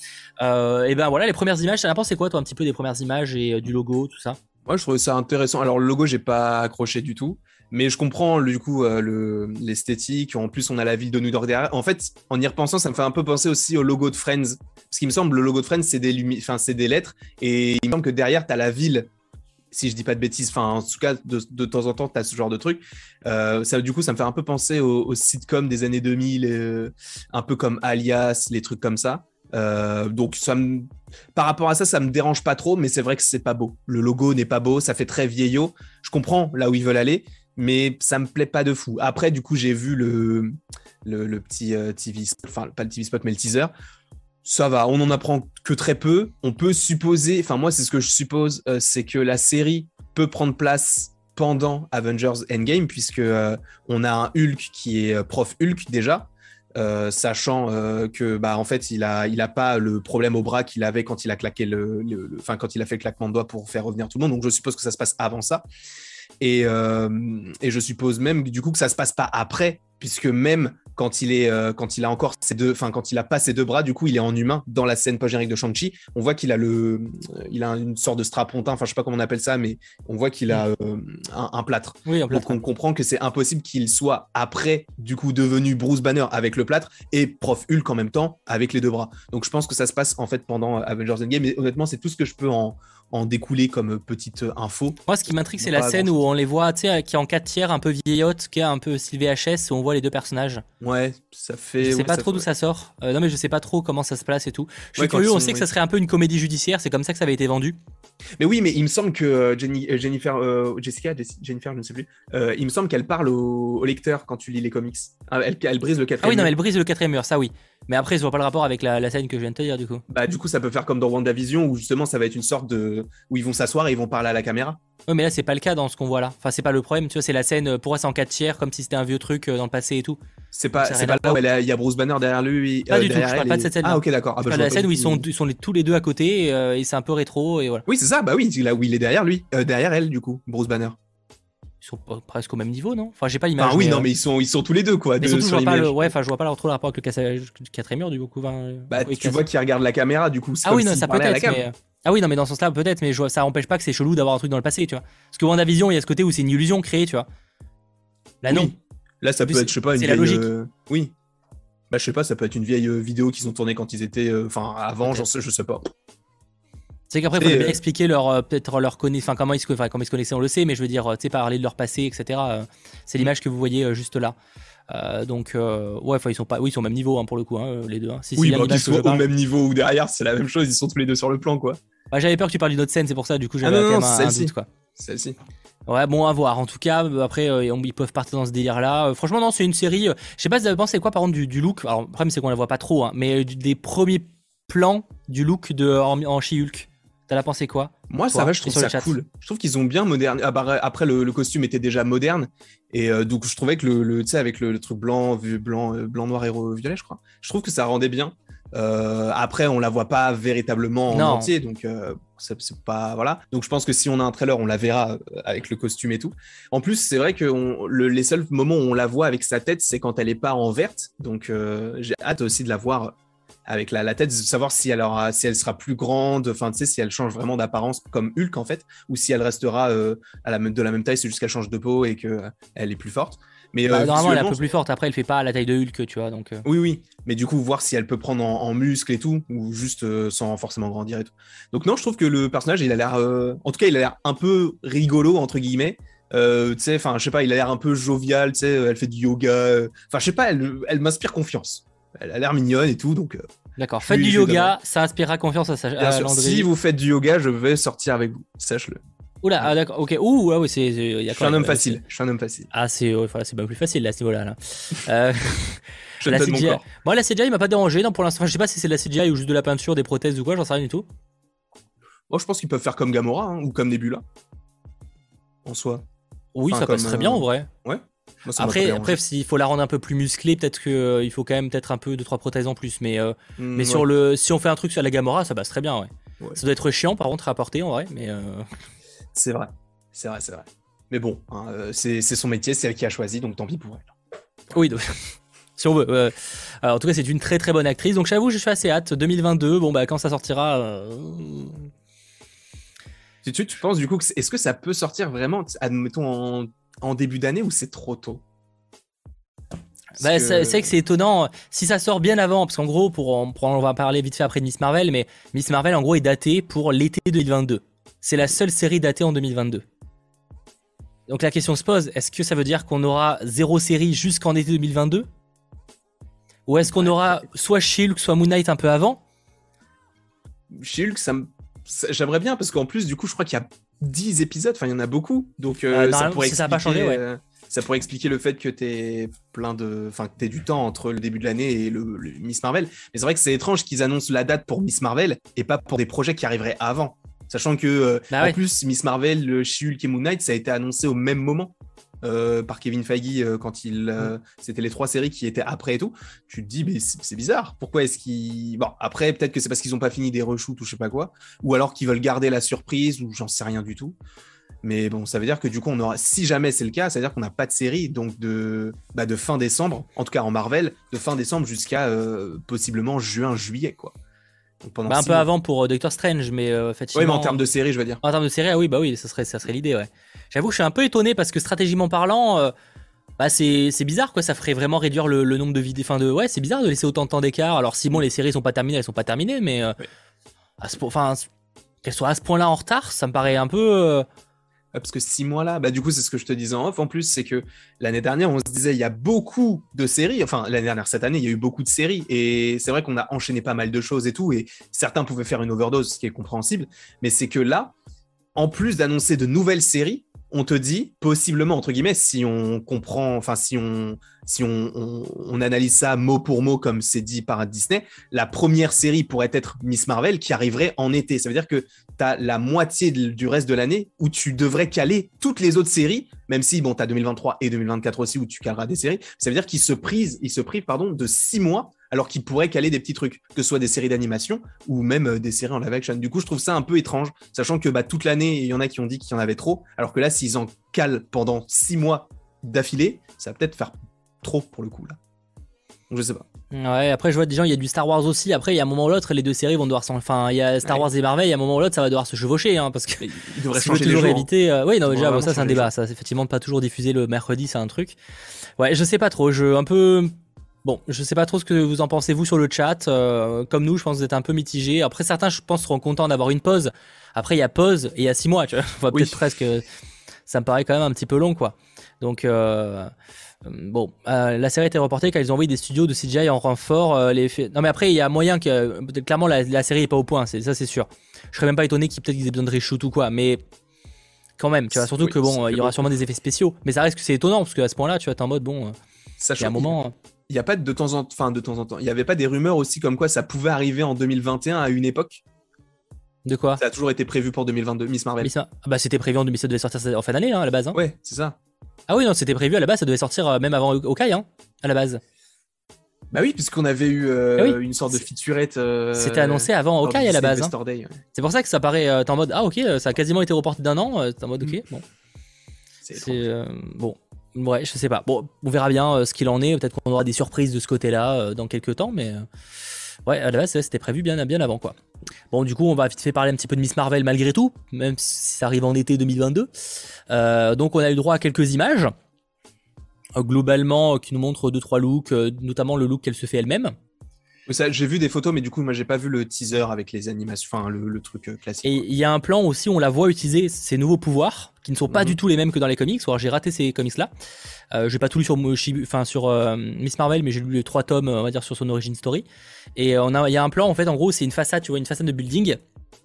Euh, et ben voilà, les premières images, ça c'est quoi toi un petit peu des premières images et euh, du logo, tout ça? Moi je trouvais ça intéressant. Alors le logo j'ai pas accroché du tout, mais je comprends du coup euh, le, l'esthétique. En plus on a la ville de New York derrière. En fait en y repensant ça me fait un peu penser aussi au logo de Friends. Parce qu'il me semble le logo de Friends c'est des, lumi- enfin, c'est des lettres et il me semble que derrière t'as la ville. Si je dis pas de bêtises, enfin en tout cas de, de temps en temps t'as ce genre de truc. Euh, ça du coup ça me fait un peu penser aux, aux sitcoms des années deux mille, euh, un peu comme Alias, les trucs comme ça. Euh, donc ça me, par rapport à ça, ça me dérange pas trop, mais c'est vrai que c'est pas beau. Le logo n'est pas beau, ça fait très vieillot. Je comprends là où ils veulent aller, mais ça me plaît pas de fou. Après du coup j'ai vu le le, le petit euh, T V, enfin pas le T V spot mais le teaser. Ça va, on en apprend que très peu. On peut supposer, enfin moi c'est ce que je suppose, euh, c'est que la série peut prendre place pendant Avengers Endgame puisque euh, on a un Hulk qui est prof Hulk déjà, euh, sachant euh, que bah en fait il a il a pas le problème au bras qu'il avait quand il a claqué le, le, le, enfin quand il a fait le claquement de doigts pour faire revenir tout le monde. Donc je suppose que ça se passe avant ça. Et, euh, et je suppose même du coup que ça se passe pas après, puisque même quand il est euh, quand il a encore ses deux, enfin quand il a pas ses deux bras, du coup il est en humain dans la scène post-générique de Shang-Chi. On voit qu'il a le, il a une sorte de strapontin, enfin je sais pas comment on appelle ça, mais on voit qu'il a euh, un, un plâtre. Oui, un plâtre. Donc on comprend que c'est impossible qu'il soit après du coup devenu Bruce Banner avec le plâtre et Prof Hulk en même temps avec les deux bras. Donc je pense que ça se passe en fait pendant Avengers Endgame. Mais honnêtement c'est tout ce que je peux en en découler comme petite info. Moi, ce qui m'intrigue, c'est la scène où on les voit, tu sais, qui est en quatre tiers, un peu vieillotte, qui est un peu style V H S, où on voit les deux personnages. Ouais, ça fait. Je sais ouais, pas ça trop fait... d'où ça sort. Euh, non, mais je sais pas trop comment ça se place et tout. Je suis ouais, curieux, sont, on sait oui. que ça serait un peu une comédie judiciaire, c'est comme ça que ça avait été vendu. Mais oui, mais il me semble que euh, Jenny, euh, Jennifer, euh, Jessica, Jess, Jennifer, je ne sais plus, euh, il me semble qu'elle parle au, au lecteur quand tu lis les comics. Elle, elle brise le quatrième Ah oui, non, mur. elle brise le quatrième mur, ça oui. Mais après, je vois pas le rapport avec la, la scène que je viens de te dire, du coup. Bah, du coup, ça peut faire comme dans WandaVision, où justement, ça va être une sorte de. Où ils vont s'asseoir et ils vont parler à la caméra. Oui, mais là, c'est pas le cas dans ce qu'on voit là. Enfin, c'est pas le problème, tu vois, c'est la scène, pour moi, c'est en quatre tiers, comme si c'était un vieux truc dans le passé et tout. C'est pas, c'est pas là où il y a Bruce Banner derrière lui. Pas euh, du tout, je parle pas et... de cette scène. Ah, ok, d'accord. Ah, bah, je parle de la scène où ils sont, ils sont les, tous les deux à côté et, euh, et c'est un peu rétro et voilà. Oui, c'est ça, bah oui, là où il est derrière lui, euh, derrière elle, du coup, Bruce Banner. Ils sont presque au même niveau, non? Enfin, j'ai pas l'image. Ah oui, mais, non, euh... mais ils sont, ils sont tous les deux, quoi. Mais de, surtout, je vois pas le, ouais, ouais, enfin, je vois pas trop le rapport avec le quatrième mur, du coup. Enfin, bah, oui, tu vois qu'il regarde la caméra, du coup. Ah oui, non, ça peut être, mais... Ah oui, non, mais dans ce sens-là, peut-être, mais je vois- ça empêche pas que c'est chelou d'avoir un truc dans le passé, tu vois. Parce que WandaVision, il y a ce côté où c'est une illusion créée, tu vois. Là, non. Oui. Là, ça En peut plus, être, je sais pas, une c'est la vieille. logique. euh, Oui. Bah, je sais pas, ça peut être une vieille euh, vidéo qu'ils ont tournée quand ils étaient. euh, Enfin, avant, j'en Peut-être. sais, je sais pas. C'est qu'après, il Tu faudrait sais, bien euh, expliquer leur, euh, peut-être leur connaît, enfin, comment ils se, enfin, comment ils se connaissaient, on le sait, mais je veux dire, euh, tu sais, parler de leur passé, et cetera. euh, c'est Mm. l'image que vous voyez euh, juste là. Euh, donc, euh, ouais, enfin, ils sont pas, oui, ils sont au même niveau hein, pour le coup, hein, euh, les deux. hein. Si c'est Oui, bien bah, qu'ils l'image que je soient au parle. même niveau ou derrière, c'est la même chose, ils sont tous les deux sur le plan, quoi. Bah, j'avais peur que tu parles d'une autre scène, c'est pour ça, du coup, Ah j'avais non, quand non, non, même c'est un, un celle-ci. doute, quoi. Celle-ci. Ouais, bon, à voir. En tout cas, euh, après, euh, on- ils peuvent partir dans ce délire-là. Euh, franchement, non, c'est une série. euh, je sais pas si vous avez pensé quoi, par contre, du, du look. Alors, le problème, c'est qu'on la voit pas trop, hein, mais euh, du- des premiers plans du look de, en, en She-Hulk. T'as la pensé quoi, Moi, ça toi, va, je et trouve sur le ça chat? cool. Je trouve qu'ils ont bien moderne. Ah, bah, après, le, le costume était déjà moderne. Et euh, donc, je trouvais que le, le- tu sais, avec le, le truc blanc, vu- blanc, euh, blanc, noir et ro- violet, je crois, je trouve que ça rendait bien. Euh, après, on la voit pas véritablement en Non. entier. Donc, euh, c'est c'est pas. Voilà. Donc, je pense que si on a un trailer, on la verra euh, avec le costume et tout. En plus, c'est vrai que on- le- les seuls moments où on la voit avec sa tête, c'est quand elle est pas en verte. Donc, euh, j'ai hâte aussi de la voir avec la, la tête, de savoir si elle, aura, si elle sera plus grande, enfin, tu sais, si elle change vraiment d'apparence comme Hulk, en fait, ou si elle restera euh, à la, même- de la même taille, c'est juste qu'elle change de peau et qu'elle est plus forte. Mais Bah, euh, normalement, elle est un visuellement, peu plus forte. Après, elle fait pas la taille de Hulk, tu vois. Donc, euh, oui, oui. Mais du coup, voir si elle peut prendre en, en muscle et tout, ou juste euh, sans forcément grandir et tout. Donc non, je trouve que le personnage, il a l'air... euh, En tout cas, il a l'air un peu rigolo, entre guillemets. Euh, tu sais, enfin, je sais pas, il a l'air un peu jovial, tu sais, elle fait du yoga. euh, Enfin, je sais pas, elle, elle m'inspire confiance. Elle a l'air mignonne et tout, donc... euh, d'accord. je Faites lui- du je lui donnerai. yoga, ça inspirera confiance à, sa- Bien à sûr, si Landry. vous faites du yoga, je vais sortir avec vous, sache-le. Oula, Voilà. ah, d'accord. Ok. Ouh, ah, oui, c'est, c'est- il y a Je suis quand un même. homme euh, c'est- facile, je suis un homme facile. Ah, c'est, ouais, enfin, c'est pas plus facile là, à ce niveau-là. Là. Euh, Je la te donne mon C G I. corps. Moi, la C G I, il m'a pas dérangé. Non, pour l'instant, enfin, je sais pas si c'est de la C G I ou juste de la peinture, des prothèses ou quoi, j'en sais rien du tout. Moi, je pense qu'ils peuvent faire comme Gamora hein, ou comme Nebula, en soi. Oui, Enfin, ça passe comme, très bien euh, en vrai. Ouais. Moi, ça m'a pas Après, dérangé. après s'il faut la rendre un peu plus musclée, peut-être qu'il faut quand même peut-être un peu deux trois prothèses en plus. Mais, euh, Hmm, mais sur ouais. le, si on fait un truc sur la Gamora, ça passe très bien, ouais. Ouais. Ça doit être chiant par contre à apporter en vrai, mais. euh, C'est vrai, c'est vrai, c'est vrai. Mais bon, hein, euh, c'est c'est son métier, c'est elle qui a choisi, donc tant pis pour elle. Oui, donc, si on veut. euh, alors, en tout cas, c'est une très très bonne actrice. Donc j'avoue, je suis assez hâte. deux mille vingt-deux, bon bah quand ça sortira. euh, Tu, tu, tu penses du coup, que c'est- est-ce que ça peut sortir vraiment, admettons, en, en début d'année ou c'est trop tôt? Parce Bah, que- c'est c'est vrai que c'est étonnant si ça sort bien avant, parce qu'en gros, pour, en- pour- on va parler vite fait après de Miss Marvel, mais Miss Marvel en gros est datée pour l'été deux mille vingt-deux. C'est la seule série datée en deux mille vingt-deux. Donc la question se pose, est-ce que ça veut dire qu'on aura zéro série jusqu'en été deux mille vingt-deux? Ou est-ce qu'on Ouais, aura soit She-Hulk, soit Moon Knight un peu avant? She-Hulk, ça me- ça- j'aimerais bien parce qu'en plus, du coup, je crois qu'il y a dix épisodes, enfin, il y en a beaucoup. Donc, euh, Euh, ça normalement, pourrait si ça a expliquer, pas changé, ouais. euh, ça pourrait expliquer le fait que t'aies plein de, enfin, que t'aies du temps entre le début de l'année et le, le Miss Marvel. Mais c'est vrai que c'est étrange qu'ils annoncent la date pour Miss Marvel et pas pour des projets qui arriveraient avant. Sachant que, euh, Bah en ouais. plus, Miss Marvel, le She-Hulk et Moon Knight, ça a été annoncé au même moment. euh, par Kevin Feige euh, quand il euh, c'était les trois séries qui étaient après et tout, tu te dis mais c'est c'est bizarre, pourquoi est-ce qu'ils bon après peut-être que c'est parce qu'ils ont pas fini des reshoots ou je sais pas quoi, ou alors qu'ils veulent garder la surprise ou j'en sais rien du tout, mais bon ça veut dire que du coup on aura, si jamais c'est le cas, ça veut dire qu'on n'a pas de série donc de bah, de fin décembre, en tout cas en Marvel, de fin décembre jusqu'à euh, possiblement juin juillet quoi. Donc pendant Bah, un six peu mois. avant pour euh, Doctor Strange, mais euh, effectivement. Ouais mais en termes de série je veux dire. En termes de série, ah oui, bah oui, ça serait, ça serait l'idée, ouais. J'avoue, je suis un peu étonné parce que stratégiquement parlant, euh, bah c'est, c'est bizarre, quoi. Ça ferait vraiment réduire le, le nombre de vidéos. Enfin, de, ouais, c'est bizarre de laisser autant de temps d'écart. Alors, si bon, les séries sont pas terminées, elles sont pas terminées, mais euh, Ouais. à ce, po- enfin, qu'elles soient à ce point-là en retard, ça me paraît un peu. euh, Ah, parce que six mois là, bah du coup c'est ce que je te disais en off en plus, c'est que l'année dernière on se disait il y a beaucoup de séries, enfin l'année dernière, cette année il y a eu beaucoup de séries et c'est vrai qu'on a enchaîné pas mal de choses et tout et certains pouvaient faire une overdose, ce qui est compréhensible, mais c'est que là, en plus d'annoncer de nouvelles séries, on te dit possiblement entre guillemets si on comprend, enfin si on si on, on, on analyse ça mot pour mot comme c'est dit par Disney, la première série pourrait être Miss Marvel qui arriverait en été. Ça veut dire que tu as la moitié de- du reste de l'année où tu devrais caler toutes les autres séries, même si bon, tu as deux mille vingt-trois et deux mille vingt-quatre aussi où tu caleras des séries. Ça veut dire qu'ils se privent, ils se privent pardon, de six mois alors qu'ils pourraient caler des petits trucs, que ce soit des séries d'animation ou même euh, des séries en live action. Du coup, je trouve ça un peu étrange, sachant que bah, toute l'année, il y en a qui ont dit qu'il y en avait trop, alors que là, s'ils en calent pendant six mois d'affilée, ça va peut-être faire trop pour le coup là. Donc, je sais pas. Ouais, après je vois des gens, il y a du Star Wars aussi. Après, il y a un moment ou l'autre, les deux séries vont devoir s'en. Enfin, il y a Star Ouais. Wars et Marvel, il y a un moment ou l'autre, ça va devoir se chevaucher, hein, parce que Ils devraient si tu veux changer les toujours jours. hein. éviter. euh, Oui, non, Ils déjà, devraient bon, ça c'est un vraiment changer les débat. Ça, c'est effectivement de pas toujours diffuser le mercredi, c'est un truc. Ouais, je sais pas trop. Je un peu. Bon, je sais pas trop ce que vous en pensez vous sur le chat. Euh, comme nous, je pense que vous êtes un peu mitigés. Après, certains, je pense, seront contents d'avoir une pause. Après, il y a pause et il y a six mois. Tu vois, enfin, Oui. peut-être presque. Ça me paraît quand même un petit peu long, quoi. Donc, euh, bon, euh, la série a été reportée quand ils ont envoyé des studios de C G I en renfort. Euh, les faits- Non, mais après, il y a moyen que. peut-être Clairement, la, la série est pas au point. C'est ça, c'est sûr. Je serais même pas étonné qu'ils peut-être qu'ils aient besoin de reshoot ou quoi. Mais quand même, tu vois. Surtout Oui, que bon, ça il y fait aura beaucoup. sûrement des effets spéciaux. Mais ça reste que c'est étonnant parce qu'à ce point-là, tu vois, t'es en mode bon. euh, Il y a Sachant un qu'il moment. n'y a pas de temps en enfin de temps en temps. Il n'y avait pas des rumeurs aussi comme quoi ça pouvait arriver en deux mille vingt et un à une époque. De quoi? Ça a toujours été prévu pour deux mille vingt-deux, Miss Marvel. Miss Mar- ah bah c'était prévu en deux mille sept, ça devait sortir en fin d'année hein, à la base. Hein. Ouais, c'est ça. Ah oui, non, c'était prévu à la base, ça devait sortir euh, même avant Hawkeye, hein, à la base. Bah oui, puisqu'on avait eu Ah euh, oui. une sorte de C'est- featurette. euh, C'était annoncé avant lors du Hawkeye à la Disney base. Hein. Investor Day, ouais. C'est pour ça que ça paraît, euh, t'es en mode, ah ok, euh, ça a quasiment été reporté d'un an, euh, t'es en mode, ok, bon. C'est C'est, étrange. euh, bon, ouais, je sais pas. Bon, on verra bien euh, ce qu'il en est, peut-être qu'on aura des surprises de ce côté-là euh, dans quelques temps, mais... euh, Ouais, à la base, c'était prévu bien, bien avant, quoi. Bon, du coup, on va vite fait parler un petit peu de Miss Marvel malgré tout, même si ça arrive en été deux mille vingt-deux. Euh, donc, on a eu droit à quelques images, euh, globalement, euh, qui nous montrent deux trois looks, euh, notamment le look qu'elle se fait elle-même. Oui, ça, j'ai vu des photos, mais du coup, moi, j'ai pas vu le teaser avec les animations, enfin, le, le truc euh, classique. Et quoi. il y a un plan aussi où on la voit utiliser ses nouveaux pouvoirs, qui ne sont pas Mhm. du tout les mêmes que dans les comics. Alors, j'ai raté ces comics-là. Euh, j'ai pas tout lu sur, Mo- Shibu- enfin, sur euh, Miss Marvel, mais j'ai lu les trois tomes, on va dire, sur son origin story. Et euh, on a, il y a un plan, en fait, en gros, c'est une façade, tu vois, une façade de building.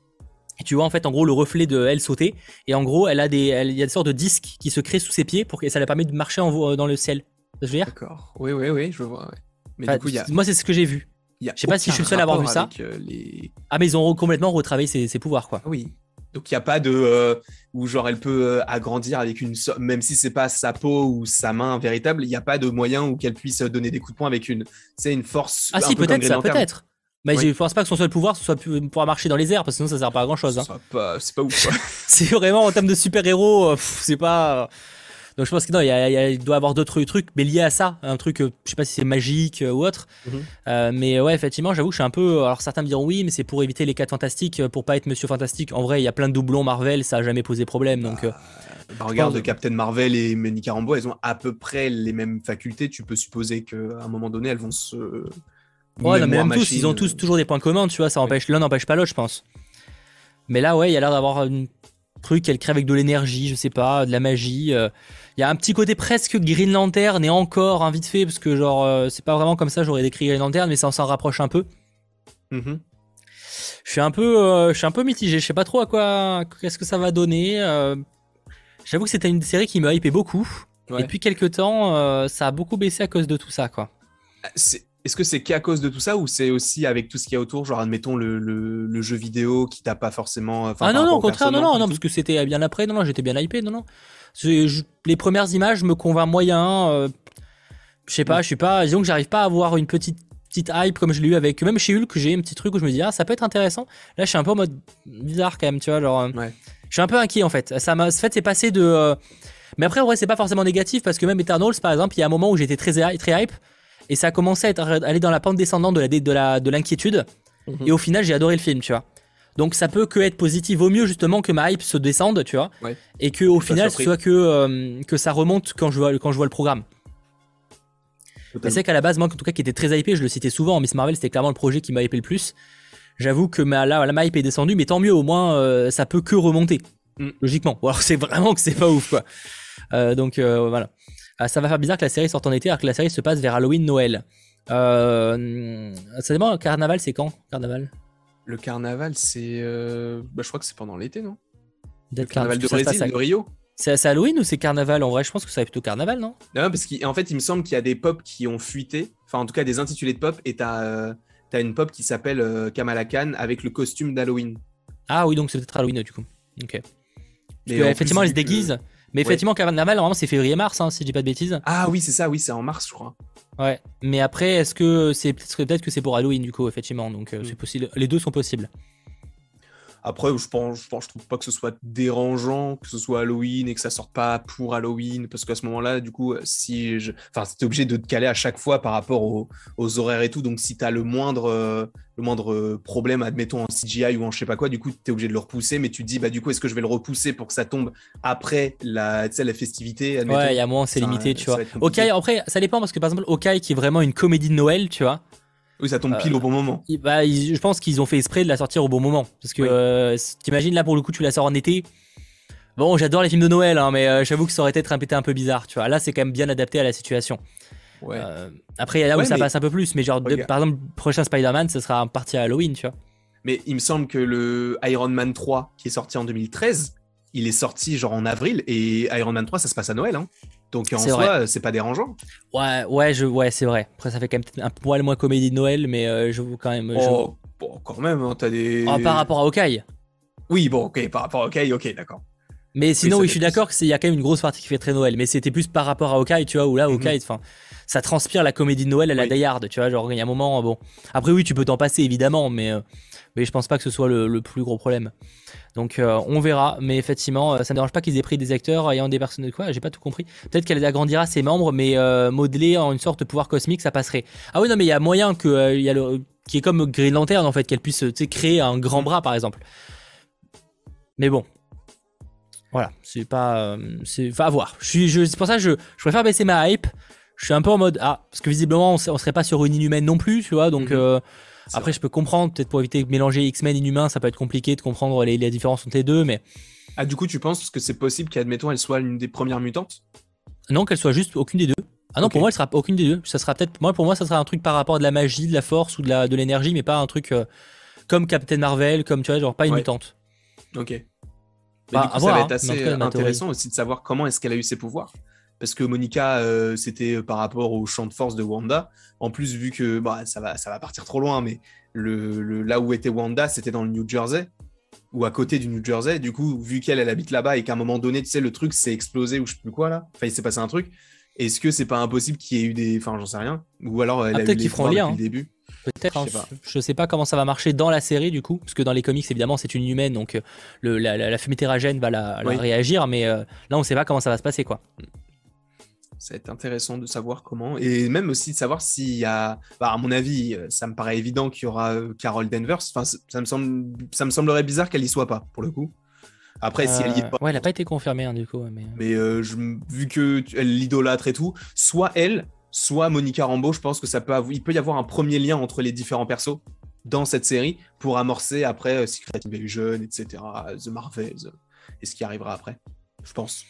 Et tu vois, en fait, en gros, le reflet de elle sauter. Et en gros, elle a des, elle- il y a des sortes de disques qui se créent sous ses pieds pour que ça la permet de marcher en, vo- dans le ciel. Tu vois ce que je veux dire? D'accord. Oui, oui, oui, je vois. Ouais. Mais Enfin, du coup, il y a. moi, c'est ce que j'ai vu. il Y a Je sais pas si je suis le aucun seul à avoir vu rapport ça. avec, euh, les... Ah, mais ils ont complètement retravaillé ses, ses pouvoirs, quoi. Ah oui. Donc il n'y a pas de euh, où genre elle peut euh, agrandir avec une so- même si c'est pas sa peau ou sa main véritable, il n'y a pas de moyen où qu'elle puisse donner des coups de poing avec une c'est une force Ah un si, peu comme peut-être Green ça, Lantern. peut-être. Mais Oui. je pense pas que son seul pouvoir ce soit pu- pouvoir marcher dans les airs, parce que sinon ça sert pas à grand chose. Hein. Ça pas c'est pas ouf quoi. C'est vraiment en termes de super-héros, euh, pff, c'est pas. Donc je pense que non, il y a- il y a- il doit y avoir d'autres trucs, mais liés à ça, un truc, euh, je sais pas si c'est magique euh, ou autre. Mhm. Euh, mais ouais, effectivement, j'avoue que je suis un peu. Alors certains me diront oui, mais c'est pour éviter les quatre fantastiques, euh, pour pas être Monsieur Fantastique. En vrai, il y a plein de doublons Marvel, ça a jamais posé problème. Donc euh, Bah, regarde pense- Captain Marvel et Monica Rambeau, elles ont à peu près les mêmes facultés, tu peux supposer qu'à un moment donné elles vont se ouais, non, mais War même tous, Machine, ils ont tous euh, toujours des points communs, tu vois. Ça empêche, l'un n'empêche pas l'autre, je pense. Mais là, ouais, il y a l'air d'avoir un truc, elle crée avec de l'énergie, je sais pas, de la magie. euh. Il y a un petit côté presque Green Lantern et encore, hein, vite fait, parce que genre, euh, c'est pas vraiment comme ça, j'aurais décrit Green Lantern, mais ça s'en rapproche un peu. mhm. Je suis un peu, euh, je suis un peu mitigé, je sais pas trop à quoi, qu'est-ce que ça va donner. euh. J'avoue que c'était une série qui me hypait beaucoup. Ouais. Et depuis quelques temps, euh, ça a beaucoup baissé à cause de tout ça, quoi. C'est- Est-ce que c'est qu'à cause de tout ça ou c'est aussi avec tout ce qu'il y a autour, genre admettons le, le, le jeu vidéo qui t'a pas forcément. Enfin, Ah par non, non, rapport au aux contraire, non, personnes, non, pas non, du parce tout que c'était bien après, non, non, j'étais bien hypé, non, non. C'est- je- les premières images me convainquent moyen. euh, je sais pas, Mm. je suis pas, disons que j'arrive pas à avoir une petite petite hype comme je l'ai eu avec, même chez Hulk, j'ai un petit truc où je me dis ah ça peut être intéressant. Là, je suis un peu en mode bizarre quand même, tu vois, genre. euh, Ouais. Je suis un peu inquiet en fait. Ça m'a, en fait, c'est passé de. euh, Mais après, en vrai, c'est pas forcément négatif parce que même Eternals, par exemple, il y a un moment où j'étais très très hype et ça a commencé à être, aller dans la pente descendante de la de la de l'inquiétude. Mhm. Et au final, j'ai adoré le film, tu vois. Donc ça peut que être positif. Vaut mieux justement que ma hype se descende, tu vois. Ouais. Et que au Que tu sois final, ce surpris. soit que, euh, que ça remonte quand je vois, quand je vois le programme. Mais c'est qu'à la base, moi, en tout cas, qui était très hypé, je le citais souvent, Miss Marvel, c'était clairement le projet qui m'a hypé le plus. J'avoue que ma, là, la ma hype est descendue, mais tant mieux, au moins, euh, ça peut que remonter. Mm. Logiquement. Ou alors c'est vraiment que c'est pas ouf, quoi. Euh, donc euh, voilà. Ah, ça va faire bizarre que la série sorte en été alors que la série se passe vers Halloween-Noël. Euh, ça dépend, Carnaval, c'est quand Carnaval Le carnaval, c'est. euh, Bah, je crois que c'est pendant l'été, non Le D'être carnaval de parce que ça se Brésil, passe à- de Rio. C'est c'est Halloween ou c'est Carnaval? En vrai, je pense que ça va plutôt Carnaval, non? Non, parce qu'en fait, il me semble qu'il y a des pop qui ont fuité, enfin, en tout cas, des intitulés de pop, et t'as euh, t'as une pop qui s'appelle euh, Kamala Khan avec le costume d'Halloween. Ah oui, donc c'est peut-être Halloween, du coup. Ok. Parce Mais que, en effectivement, plus, elle se vu que- déguise. Mais Ouais. effectivement, Carnaval, normalement, c'est février-mars, hein, si je dis pas de bêtises. Ah oui, c'est ça, oui, c'est en mars, je crois. Ouais. Mais après, est-ce que c'est peut-être que c'est pour Halloween, du coup, effectivement. Donc, euh, Mm. c'est possible. Les deux sont possibles. Après, je pense, je pense, je trouve pas que ce soit dérangeant, que ce soit Halloween et que ça sorte pas pour Halloween, parce qu'à ce moment-là, du coup, si je, enfin, t'es obligé de te caler à chaque fois par rapport aux, aux horaires et tout. Donc, si t'as le moindre, euh, le moindre euh, problème, admettons en C G I ou en je sais pas quoi, du coup, t'es obligé de le repousser, mais tu te dis, bah, du coup, est-ce que je vais le repousser pour que ça tombe après la, tu sais, la festivité, admettons. Ouais, il y a moins, c'est Ça, limité, tu ça vois. va être Ok, compliqué. après, ça dépend parce que par exemple, Ok, qui est vraiment une comédie de Noël, tu vois. Oui, ça tombe euh, pile au bon moment. il- bah, il- je pense qu'ils ont fait exprès de la sortir au bon moment. Parce que Oui. euh, si- t'imagines là pour le coup, tu la sors en été. Bon, j'adore les films de Noël, hein, mais euh, j'avoue que ça aurait été un pété un peu bizarre, tu vois. Là, c'est quand même bien adapté à la situation. Ouais. Euh, après, il y a là où Ouais, ça mais passe un peu plus, mais genre, de- regarde. par exemple, prochain Spider-Man, ce sera parti à Halloween, tu vois. Mais il me semble que le Iron Man trois, qui est sorti en deux mille treize, il est sorti genre en avril, et Iron Man trois, ça se passe à Noël. Hein. Donc en C'est vrai. soi, c'est pas dérangeant. Ouais, ouais, je, ouais, c'est vrai. Après, ça fait quand même peut-être un poil moins comédie de Noël, mais euh, je vous quand même. Je... Oh, bon, quand même, hein, t'as Oh, par des. rapport à Hawkeye. Oui, bon, ok, par rapport à OK, ok, d'accord. Mais Oui, sinon, ça oui, je fait suis plus. d'accord qu'il y a quand même une grosse partie qui fait très Noël. Mais c'était plus par rapport à Hawkeye, tu vois, où là, Mhm. Hawkeye, enfin, ça transpire la comédie de Noël à la Oui. Die Hard, tu vois. Genre, il y a un moment, bon. Après, oui, tu peux t'en passer, évidemment, mais, euh, mais je pense pas que ce soit le, le plus gros problème. Donc, euh, on verra. Mais effectivement, euh, ça ne dérange pas qu'ils aient pris des acteurs ayant des personnes. Quoi, j'ai pas tout compris. Peut-être qu'elle agrandira ses membres, mais euh, modelé en une sorte de pouvoir cosmique, ça passerait. Ah oui, non, mais il y a moyen que. euh, il y a le. Qui est comme Green Lantern, en fait, qu'elle puisse tu sais, créer un grand Mhm. bras, par exemple. Mais bon. Voilà, c'est pas. euh, c'est enfin, à voir. Je suis, je, c'est pour ça que je, je préfère baisser ma hype. Je suis un peu en mode. Ah, parce que visiblement, on, on serait pas sur une inhumaine non plus, tu vois. Donc, Mhm. euh, C'est après, vrai. je peux comprendre, peut-être pour éviter de mélanger X-Men et Inhumains, ça peut être compliqué de comprendre les, les différences entre les deux, mais Ah, du coup, tu penses que c'est possible qu'admettons, elle soit l'une des premières mutantes? non, qu'elle soit juste aucune des deux. Ah non, Ok. pour moi, elle sera aucune des deux. Ça sera peut-être. Moi, pour moi, ça sera un truc par rapport à de la magie, de la force ou de la de l'énergie, mais pas un truc euh, comme Captain Marvel, comme tu vois, genre pas une Ouais. mutante. Ok. Mais Enfin, du à coup, ça va voir, être hein, mais en tout assez cas, euh, ma théorie. intéressant aussi de savoir comment est-ce qu'elle a eu ses pouvoirs. Parce que Monica, euh, c'était euh, par rapport au champ de force de Wanda. En plus, vu que bah, ça, va, ça va partir trop loin, mais le, le- là où était Wanda, c'était dans le New Jersey, ou à côté du New Jersey. Du coup, vu qu'elle, elle habite là-bas et qu'à un moment donné, tu sais, le truc s'est explosé ou je sais plus quoi là. Enfin, il s'est passé un truc. Est-ce que c'est pas impossible qu'il y ait eu des. Enfin, j'en sais rien. Ou alors elle Ah, a eu peut-être les qu'ils feront pouvoirs le lien, depuis hein. le début. Peut-être, Je hein. sais pas. Je sais pas comment ça va marcher dans la série du coup, parce que dans les comics évidemment c'est une humaine, donc euh, le, la, la, la fumée terragène va la, la Oui. réagir, mais euh, là on sait pas comment ça va se passer quoi. Ça va être intéressant de savoir comment. Et même aussi de savoir s'il y a. Bah, à mon avis, euh, ça me paraît évident qu'il y aura euh, Carol Danvers. Enfin, c- ça me, semble... ça me semblerait bizarre qu'elle y soit pas, pour le coup. Après, si elle y est Euh, pas. ouais, elle a pas été confirmée hein, du coup, mais Mais euh, je... vu que tu- elle l'idolâtre et tout, soit elle, soit Monica Rambeau, je pense que ça peut avoir... il peut y avoir un premier lien entre les différents persos dans cette série pour amorcer après euh, Secret Invasion, et cetera, The Marvels, euh, et ce qui arrivera après, je pense.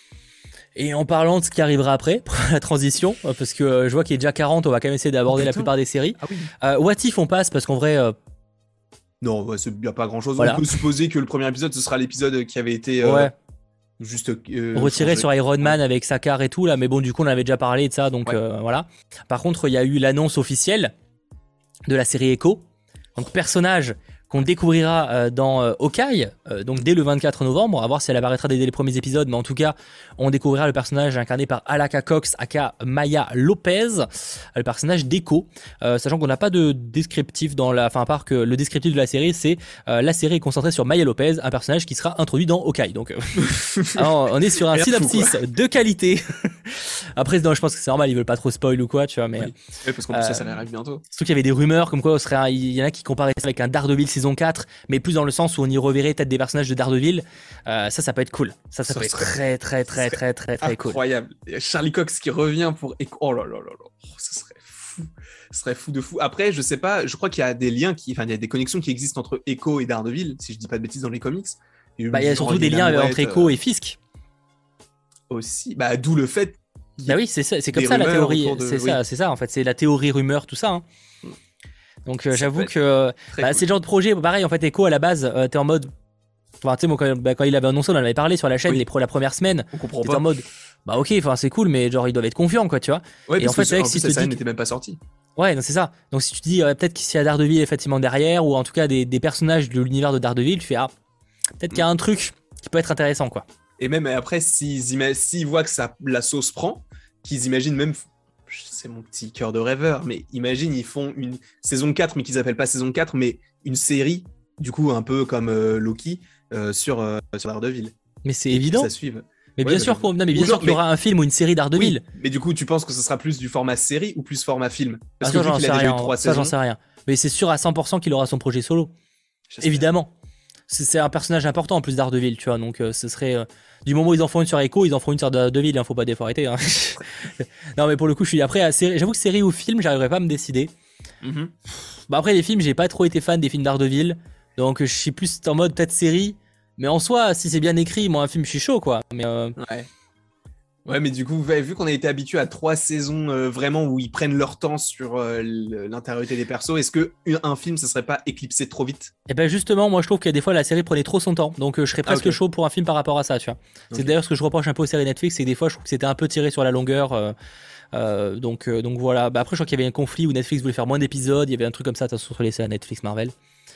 et en parlant de ce qui arrivera après, pour la transition, euh, parce que euh, je vois qu'il est déjà quarante, on va quand même essayer d'aborder Oh, la putain. plupart des séries. Ah oui. Euh, What If on passe parce qu'en vrai, euh, Non, il n'y a pas grand-chose. voilà, On peut supposer que le premier épisode, ce sera l'épisode qui avait été euh, ouais, juste euh, retiré changé. sur Iron Man Ouais. avec Sakar et tout là, mais bon du coup on avait déjà parlé de ça, donc Ouais. euh, voilà. Par contre, il y a eu l'annonce officielle de la série Echo, donc personnage qu'on découvrira euh, dans euh, Hawkeye, euh, donc dès le vingt-quatre novembre, à voir si elle apparaîtra dès les premiers épisodes, mais en tout cas, on découvrira le personnage incarné par Alaka Cox, aka Maya Lopez, euh, le personnage d'Echo, euh, sachant qu'on n'a pas de descriptif dans la, enfin à part que le descriptif de la série, c'est euh, la série est concentrée sur Maya Lopez, un personnage qui sera introduit dans Hawkeye. Donc, euh, alors, on est sur un Rien de fou, synopsis de qualité. Après, non, je pense que c'est normal, ils veulent pas trop spoil ou quoi, tu vois, mais. Oui. Ouais, parce qu'en plus, ça, ça Euh, arrive bientôt. Surtout qu'il y avait des rumeurs comme quoi on serait un- il y en a qui comparaient ça avec un Daredevil saison quatre, mais plus dans le sens où on y reverrait peut-être des personnages de Daredevil. Euh, ça, ça peut être cool. Ça, ça, Ça peut être serait- très, très, très, serait très, très, très cool. Incroyable. Et Charlie Cox qui revient pour. Echo- Oh là là là là. Oh, ça serait fou. Ce serait fou de fou. Après, je sais pas, je crois qu'il y a des liens, qui... enfin, il y a des connexions qui existent entre Echo et Daredevil, si je dis pas de bêtises dans les comics. Et Bah, il y a genre, surtout des une liens amourette, entre Echo euh, et Fisk. aussi. Bah, d'où le fait. qu'il y Bah ait oui, c'est ça, c'est comme des ça la rumeurs théorie. autour de- C'est oui. ça, c'est ça en fait. C'est la théorie rumeur, tout ça. hein. Donc euh, Ça j'avoue peut être que très bah, cool. c'est le genre de projet. Pareil, en fait, Echo à la base, euh, t'es en mode. Enfin, tu sais, moi, quand, bah, quand il avait annoncé, on en avait parlé sur la chaîne Oui. les pro- la première semaine. On comprend T'étais pas. en mode. Bah ok, enfin c'est cool, mais genre ils doivent être confiants, quoi, tu vois. Ouais, Et parce en fait, que c'est vrai en que si plus, tu la te série dis n'était même pas sortie. Ouais, non, c'est ça. Donc si tu te dis euh, peut-être qu'il y a Daredevil effectivement derrière, ou en tout cas des, des personnages de l'univers de Daredevil, tu fais ah, peut-être qu'il y a un truc qui peut être intéressant, quoi. Et même après, s'ils, ima- s'ils voient que ça, la sauce prend, qu'ils imaginent même, c'est mon petit cœur de rêveur, mais imagine, ils font une saison quatre, mais qu'ils appellent pas saison quatre, mais une série Du coup, un peu comme euh, Loki euh, sur, euh, sur Daredevil. Mais c'est Et que évident. ça suive. Mais Ouais, bien bah, sûr je- qu'on, non, mais bien Ou sûr genre, qu'il y aura un film ou une série Daredevil. Oui, mais du coup, tu penses que ce sera plus du format série ou plus format film? Parce Ah, que ça, vu j'en qu'il a sais déjà rien. eu trois Ça, j'en saisons, sais rien. Mais c'est sûr à cent pour cent qu'il aura son projet solo. j'espère. Évidemment. C'est c'est un personnage important en plus d'Ardeville, tu vois. Donc, euh, ce serait. euh, du moment où ils en font une sur Echo, ils en font une sur Daredevil. Hein, faut pas des fois arrêter. Hein. Non, mais pour le coup, je suis après à série. J'avoue que série ou film, j'arriverai pas à me décider. Mhm. Bah, après, les films, j'ai pas trop été fan des films d'Ardeville. Donc, je suis plus en mode peut-être série. Mais en soi, si c'est bien écrit, moi, un film, je suis chaud, quoi. Mais. euh, Ouais. Ouais, mais du coup, ouais, vu qu'on a été habitué à trois saisons euh, vraiment où ils prennent leur temps sur euh, l- l'intériorité des persos, est-ce que un un film, ça serait pas éclipsé trop vite? Et ben justement, moi je trouve que des fois la série prenait trop son temps, donc euh, je serais Ah, presque ok. chaud pour un film par rapport à ça, tu vois. C'est Ok. d'ailleurs ce que je reproche un peu aux séries Netflix, c'est que des fois je trouve que c'était un peu tiré sur la longueur. euh, euh, donc, euh, donc voilà. Bah, après je crois qu'il y avait un conflit où Netflix voulait faire moins d'épisodes, il y avait un truc comme ça, de toute façon, sur les séries Netflix Marvel.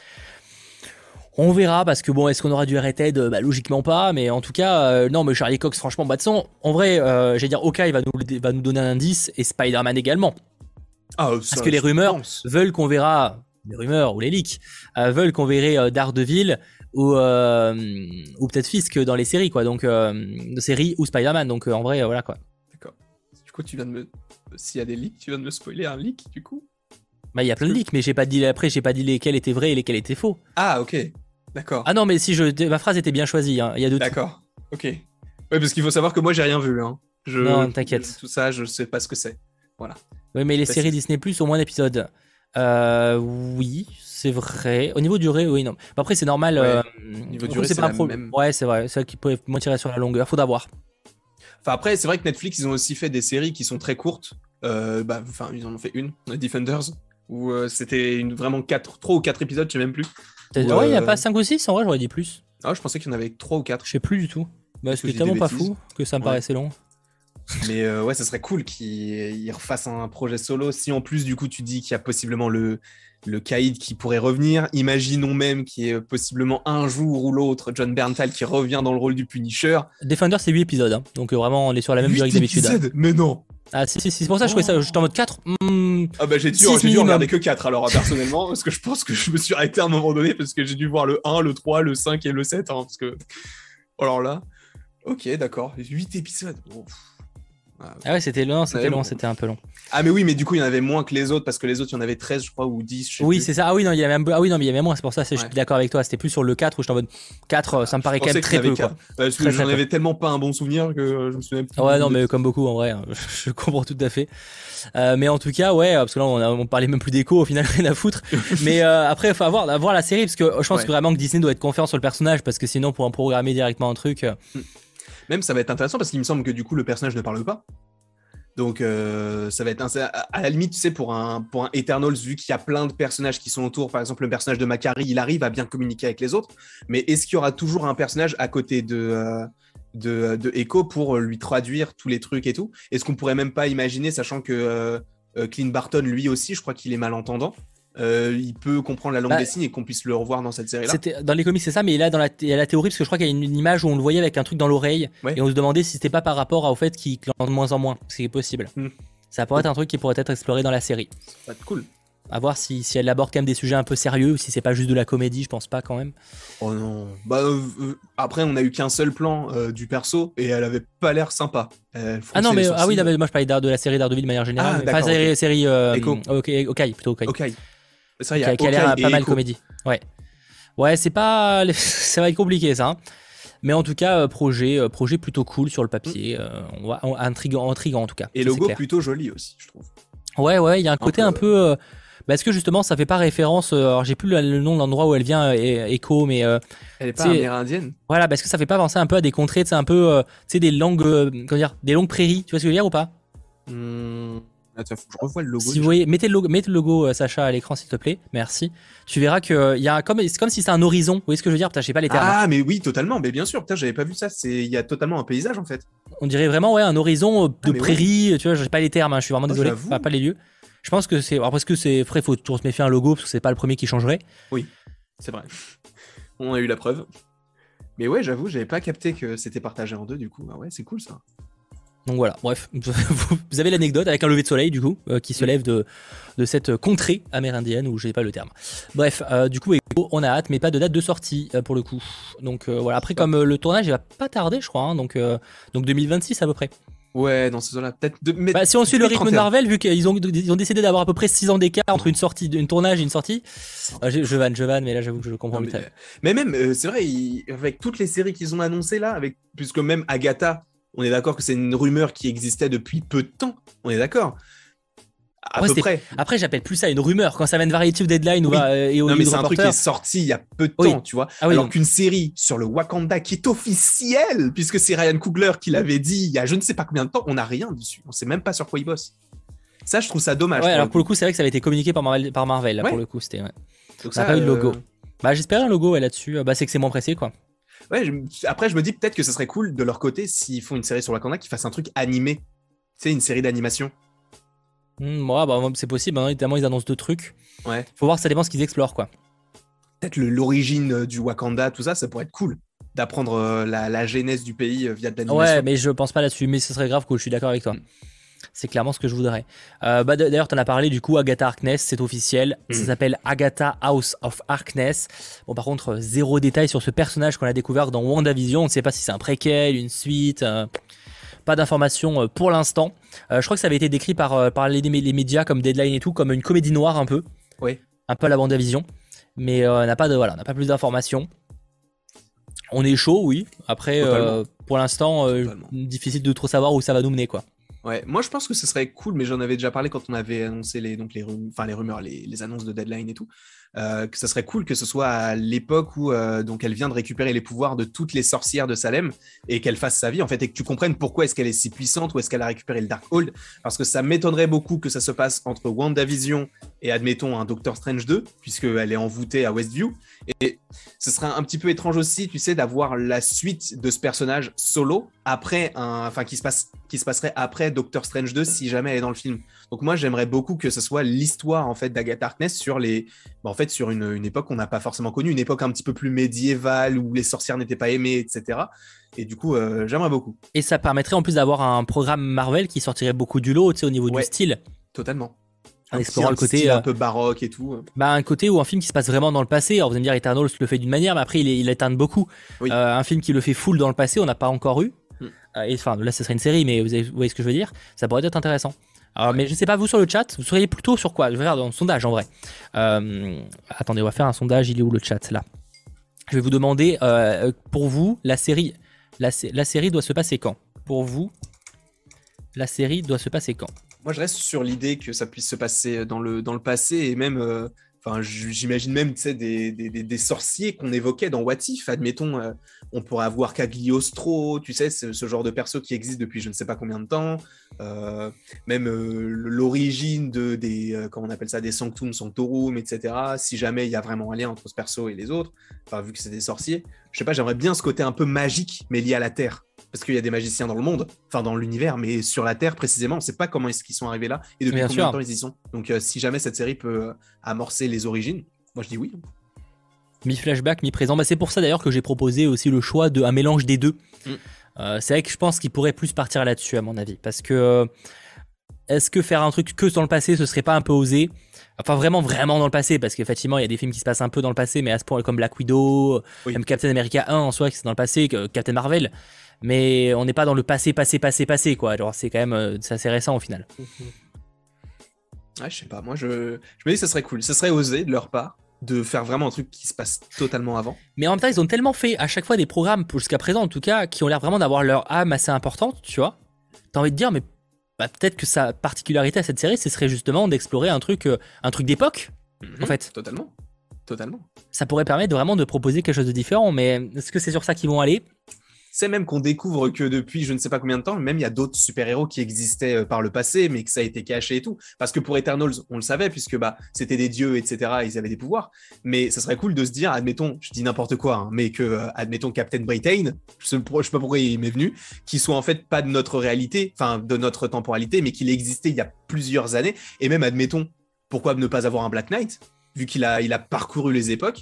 On verra parce que bon, est-ce qu'on aura du Rated? Bah logiquement pas, mais en tout cas, euh, non, mais Charlie Cox, franchement, bah de toute façon, en vrai, euh, j'allais dire, Hawkeye va nous, va nous donner un indice et Spider-Man également. Ah, euh, Parce ça, que les je rumeurs pense. veulent qu'on verra, les rumeurs ou les leaks, euh, veulent qu'on verrait euh, Daredevil ou, euh, ou peut-être Fisk dans les séries, quoi. Donc, euh, de séries ou Spider-Man. Donc, euh, en vrai, euh, voilà, quoi. D'accord. Du coup, tu viens de me. S'il y a des leaks, tu viens de me spoiler un leak, du coup? Bah, il y a plein de que- leaks, mais j'ai pas dit, après, j'ai pas dit lesquels étaient vrais et lesquels étaient faux. Ah, ok. D'accord. Ah non, mais si je, ma phrase était bien choisie, hein. Il y a de tout. D'accord. Ok. Ouais, parce qu'il faut savoir que moi, j'ai rien vu. Hein. Je... Non, t'inquiète. Tout ça, je sais pas ce que c'est. Voilà. Oui, mais les Bah, séries c'est- Disney Plus ont moins d'épisodes. Euh, oui, c'est vrai. Au niveau durée, oui, non. Bah, après, c'est normal. Ouais, euh, niveau après, durée, c'est c'est pas un la problème. même. Ouais, c'est vrai. C'est vrai qu'ils peuvent moins tirer sur la longueur. Faudra voir. Enfin, après, c'est vrai que Netflix, ils ont aussi fait des séries qui sont très courtes. Euh, bah, enfin, ils en ont fait une, Defenders, où euh, c'était une, vraiment quatre, trois ou quatre épisodes, je sais même plus. Peut-être- Où, Ouais, il n'y a euh, pas cinq ou six, en vrai, j'aurais dit plus. Ah, je pensais qu'il y en avait trois ou quatre. Je sais plus du tout. Bah, Est-ce que c'était j'ai des tellement pas bêtises fou que ça me Ouais. paraissait long. Mais euh, ouais, ça serait cool qu'ils ils refassent un projet solo. Si en plus, du coup, tu dis qu'il y a possiblement le, le Caïd qui pourrait revenir, imaginons même qu'il y ait possiblement un jour ou l'autre John Bernthal qui revient dans le rôle du Punisher. Defender, c'est huit épisodes. Hein. Donc, euh, vraiment, on est sur la même durée Huit que d'habitude. hein. épisodes Mais non. Ah, si, si, si, c'est pour ça que je trouvais ça. J'étais en mode quatre. Hmm, Ah bah j'ai dû, Six j'ai dû minimum. regarder que quatre alors hein, personnellement parce que je pense que je me suis arrêté à un moment donné parce que j'ai dû voir le un, le trois, le cinq et le sept hein, parce que alors là ok d'accord huit épisodes bon. Ah, Ah ouais, c'était long, c'était Ouais, long, bon. c'était un peu long. ah mais oui mais du coup il y en avait moins que les autres parce que les autres il y en avait treize je crois ou dix je sais Oui, plus. c'est ça. Ah oui, non, il y avait même, ah oui, non, mais il y avait moins. C'est pour ça que je Ouais. suis d'accord avec toi. C'était plus sur le quatre où j'étais en mode quatre, euh, ça me paraît Je quand même pensais qu'il y très en peu, avait quoi. quatre. Parce que Très, j'en très peu. avais tellement pas un bon souvenir que euh, je me souviens plus. Ouais, du non, nombre mais de- comme beaucoup en vrai, hein, je comprends tout à fait. Euh, mais en tout cas, ouais, parce que là, on, a, on parlait même plus d'écho, au final, rien à foutre. Mais euh, après, il faut avoir, avoir la série, parce que je pense Ouais. vraiment que Disney doit être confiant sur le personnage, parce que sinon, pour en programmer directement un truc. euh, Même ça va être intéressant parce qu'il me semble que du coup le personnage ne parle pas. Donc euh, ça va être un- à la limite, tu sais, pour un, pour un Eternals, vu qu'il y a plein de personnages qui sont autour, par exemple le personnage de Macari, il arrive à bien communiquer avec les autres, mais est-ce qu'il y aura toujours un personnage à côté de, euh, de, de Echo pour lui traduire tous les trucs et tout? Est-ce qu'on pourrait même pas imaginer, sachant que euh, euh, Clint Barton, lui aussi, je crois qu'il est malentendant, euh, il peut comprendre la langue Bah, des signes et qu'on puisse le revoir dans cette série-là? C'était dans les comics, c'est ça, mais là, dans la, il y a la théorie, parce que je crois qu'il y a une, une image où on le voyait avec un truc dans l'oreille, Ouais. et on se demandait si c'était pas par rapport au fait qu'il clame de moins en moins, ce qui est possible. Hmm. Ça pourrait être un truc qui pourrait être exploré dans la série. Ça va être cool. À voir si, si elle aborde quand même des sujets un peu sérieux, ou si c'est pas juste de la comédie, je pense pas quand même. Oh non. Bah, euh, euh, après, on a eu qu'un seul plan euh, du perso et elle avait pas l'air sympa. Elle Ah non, fronçait mais les ah oui, sourcils. non, mais moi je parlais d'Ar- de la série Daredevil de manière générale. Ah, mais- enfin, d'accord, série, ok. série euh, Echo. ok, ok, plutôt ok. Ok. C'est vrai, il y Qui a a, qui a l'air Hawkeye pas et mal Echo. comédie. Ouais. Ouais, c'est pas. Ça va être compliqué ça. hein. Mais en tout cas, euh, projet, euh, projet plutôt cool sur le papier. euh, on va- on- intriguant, intriguant en tout cas. Et ça, logo c'est clair. plutôt joli aussi, je trouve. Ouais, ouais, il y a un côté peu, un peu. euh, bah, est-ce que justement ça fait pas référence. euh, alors j'ai plus le, le nom de l'endroit où elle vient, euh, Echo, mais. euh, Elle est pas C'est- amérindienne? voilà, parce que ça fait pas penser un peu à des contrées, tu sais, un peu. euh, tu sais, des langues. euh, comment dire Des longues prairies. Tu vois ce que je veux dire ou pas Hmm. Attends, faut que je revoie le logo. Si vous déjà. voyez, mettez le logo, mettez le logo euh, Sacha à l'écran s'il te plaît, merci. Tu verras que euh, il y a comme c'est comme si c'était un horizon. Vous voyez ce que je veux dire Putain, je sais pas les termes. hein. Ah, mais oui, totalement. Mais bien sûr, putain, j'avais pas vu ça. C'est, il y a totalement un paysage en fait. On dirait vraiment ouais un horizon euh, de Ah, mais prairie. Tu vois, je sais pas les termes. hein, je suis vraiment Oh, désolé. j'avoue. Enfin, pas les lieux. Je pense que c'est. Alors parce que c'est vrai, faut toujours se méfier un logo parce que c'est pas le premier qui changerait. C'est vrai. On a eu la preuve. Mais ouais, j'avoue, j'avais pas capté que c'était partagé en deux du coup. Ah ouais, c'est cool ça. Donc voilà, bref, vous avez l'anecdote avec un lever de soleil du coup, euh, qui se lève de, de cette contrée amérindienne, où je n'ai pas le terme. Bref, euh, du coup, on a hâte, mais pas de date de sortie euh, pour le coup. Donc euh, voilà, après comme euh, le tournage il va pas tarder je crois, hein, donc, euh, donc deux mille vingt-six à peu près. Ouais, dans ce zone-là, peut-être. De... Mais bah, si on suit le rythme de trente et un. Marvel, vu qu'ils ont, ils ont décidé d'avoir à peu près six ans d'écart entre une sortie, une tournage et une sortie. Euh, je, je vanne, je vanne, mais là j'avoue que je le comprends Non, vite. mais, mais même, euh, c'est vrai, il... avec toutes les séries qu'ils ont annoncées là, avec... puisque même Agatha, on est d'accord que c'est une rumeur qui existait depuis peu de temps. On est d'accord. À Ouais, peu près. Après, j'appelle plus ça une rumeur. Quand ça vient de Variety ou Deadline oui. ou, euh, et au Non, mais c'est Reporter, un truc qui est sorti il y a peu de oui. temps, tu vois. Ah, oui, Alors donc... qu'une série sur le Wakanda qui est officielle, puisque c'est Ryan Coogler qui l'avait dit il y a je ne sais pas combien de temps, on n'a rien dessus. On sait même pas sur quoi il bosse. Ça, je trouve ça dommage. Ouais, pour alors le pour le coup, c'est vrai que ça avait été communiqué par Marvel, par Marvel là, ouais. pour le coup. C'était. Ouais. Donc on ça, n'a pas euh... eu de logo. Bah, j'espère un logo ouais, là-dessus. Bah, c'est que c'est moins pressé, quoi. Ouais, je... après, je me dis peut-être que ce serait cool de leur côté s'ils font une série sur Wakanda qu'ils fassent un truc animé. Tu sais, une série d'animation. Mmh, ouais, bah, c'est possible. Hein, évidemment, ils annoncent deux trucs. Ouais. Faut voir, ça dépend ce qu'ils explorent, quoi. Peut-être le, l'origine du Wakanda, tout ça, ça pourrait être cool d'apprendre euh, la, la genèse du pays euh, via de l'animation. Ouais, mais je pense pas là-dessus. Mais ce serait grave, cool. Je suis d'accord avec toi. Mm. C'est clairement ce que je voudrais. Euh, bah, d'ailleurs, tu en as parlé, du coup, Agatha Harkness, c'est officiel. Mm. Ça s'appelle Agatha House of Harkness. Bon, par contre, zéro détail sur ce personnage qu'on a découvert dans WandaVision. On ne sait pas si c'est un préquel, une suite. Euh, pas d'informations euh, pour l'instant. Euh, je crois que ça avait été décrit par, euh, par les, les médias comme Deadline et tout, comme une comédie noire un peu. Oui. Un peu à la WandaVision. Mais euh, on n'a pas, de, voilà, on n'a pas plus d'informations. On est chaud, oui. Après, euh, pour l'instant, euh, difficile de trop savoir où ça va nous mener, quoi. Ouais, moi je pense que ce serait cool, mais j'en avais déjà parlé quand on avait annoncé les, donc les, rum- enfin, les rumeurs, les, les annonces de Deadline et tout, euh, que ce serait cool que ce soit à l'époque où euh, donc elle vient de récupérer les pouvoirs de toutes les sorcières de Salem et qu'elle fasse sa vie en fait, et que tu comprennes pourquoi est-ce qu'elle est si puissante, ou est-ce qu'elle a récupéré le Darkhold, parce que ça m'étonnerait beaucoup que ça se passe entre WandaVision et admettons un Doctor Strange deux, puisqu'elle est envoûtée à Westview, et ce serait un petit peu étrange aussi, tu sais, d'avoir la suite de ce personnage solo après un, enfin qui se passe, qui se passerait après Doctor Strange deux si jamais elle est dans le film. Donc moi j'aimerais beaucoup que ce soit l'histoire en fait d'Agatha Harkness sur les, bah, en fait sur une, une époque qu'on n'a pas forcément connue, une époque un petit peu plus médiévale où les sorcières n'étaient pas aimées, et cetera. Et du coup euh, j'aimerais beaucoup. Et ça permettrait en plus d'avoir un programme Marvel qui sortirait beaucoup du lot, tu sais, au niveau ouais, du style. Totalement. En un explorant petit, le côté style euh, un peu baroque et tout. Bah un côté où un film qui se passe vraiment dans le passé. Alors vous allez me dire Eternals le fait d'une manière, mais après il, est, il éteint beaucoup. Oui. Euh, un film qui le fait full dans le passé, on n'a pas encore eu. Mm. Euh, et enfin là ce serait une série, mais vous, avez, vous voyez ce que je veux dire. Ça pourrait être intéressant. Alors, ouais. Mais je sais pas vous sur le chat, vous seriez plutôt sur quoi? Je vais faire un sondage en vrai. Euh, attendez, on va faire un sondage. Il est où le chat là? Je vais vous demander euh, pour vous la série, la, la série doit se passer quand? Pour vous, la série doit se passer quand? Moi, je reste sur l'idée que ça puisse se passer dans le, dans le passé, et même, euh, enfin, j'imagine même, tu sais, des, des, des sorciers qu'on évoquait dans What If. Admettons, euh, on pourrait avoir Cagliostro, tu sais, ce, ce genre de perso qui existe depuis je ne sais pas combien de temps. Euh, même euh, l'origine de, des, euh, comment on appelle ça, des Sanctum, Sanctorum, et cetera. Si jamais il y a vraiment un lien entre ce perso et les autres, enfin, vu que c'est des sorciers, je sais pas, j'aimerais bien ce côté un peu magique, mais lié à la Terre. Parce qu'il y a des magiciens dans le monde, enfin dans l'univers, mais sur la Terre précisément, on ne sait pas comment est-ce qu'ils sont arrivés là et depuis Bien combien sûr. de temps ils y sont. Donc euh, si jamais cette série peut euh, amorcer les origines, moi je dis oui. Mi-flashback, mi-présent. Bah, c'est pour ça d'ailleurs que j'ai proposé aussi le choix d'un mélange des deux. Mm. Euh, c'est vrai que je pense qu'il pourrait plus partir là-dessus à mon avis. Parce que euh, est-ce que faire un truc que dans le passé, ce serait pas un peu osé? Enfin vraiment vraiment dans le passé, parce qu'effectivement il y a des films qui se passent un peu dans le passé, mais à ce point comme Black Widow, oui. Même Captain America un en soi, que c'est dans le passé, que Captain Marvel. Mais on n'est pas dans le passé, passé, passé, passé, quoi. Genre, c'est quand même euh, c'est assez récent au final. Ouais, je sais pas. Moi, je, je me dis que ça serait cool. Ça serait osé de leur part de faire vraiment un truc qui se passe totalement avant. Mais en même temps, ils ont tellement fait à chaque fois des programmes, jusqu'à présent en tout cas, qui ont l'air vraiment d'avoir leur âme assez importante, tu vois. T'as envie de dire, mais bah, peut-être que sa particularité à cette série, ce serait justement d'explorer un truc, euh, un truc d'époque, mmh, en fait. Totalement. Totalement. Ça pourrait permettre vraiment de proposer quelque chose de différent, mais est-ce que c'est sur ça qu'ils vont aller ? C'est même qu'on découvre que depuis je ne sais pas combien de temps, même il y a d'autres super-héros qui existaient par le passé, mais que ça a été caché et tout. Parce que pour Eternals, on le savait, puisque bah, c'était des dieux, et cetera, ils avaient des pouvoirs. Mais ça serait cool de se dire, admettons, je dis n'importe quoi, hein, mais que, euh, admettons, Captain Britain, je ne sais pas pourquoi il m'est venu, qui soit en fait pas de notre réalité, enfin de notre temporalité, mais qu'il existait il y a plusieurs années. Et même, admettons, pourquoi ne pas avoir un Black Knight, vu qu'il a, il a parcouru les époques.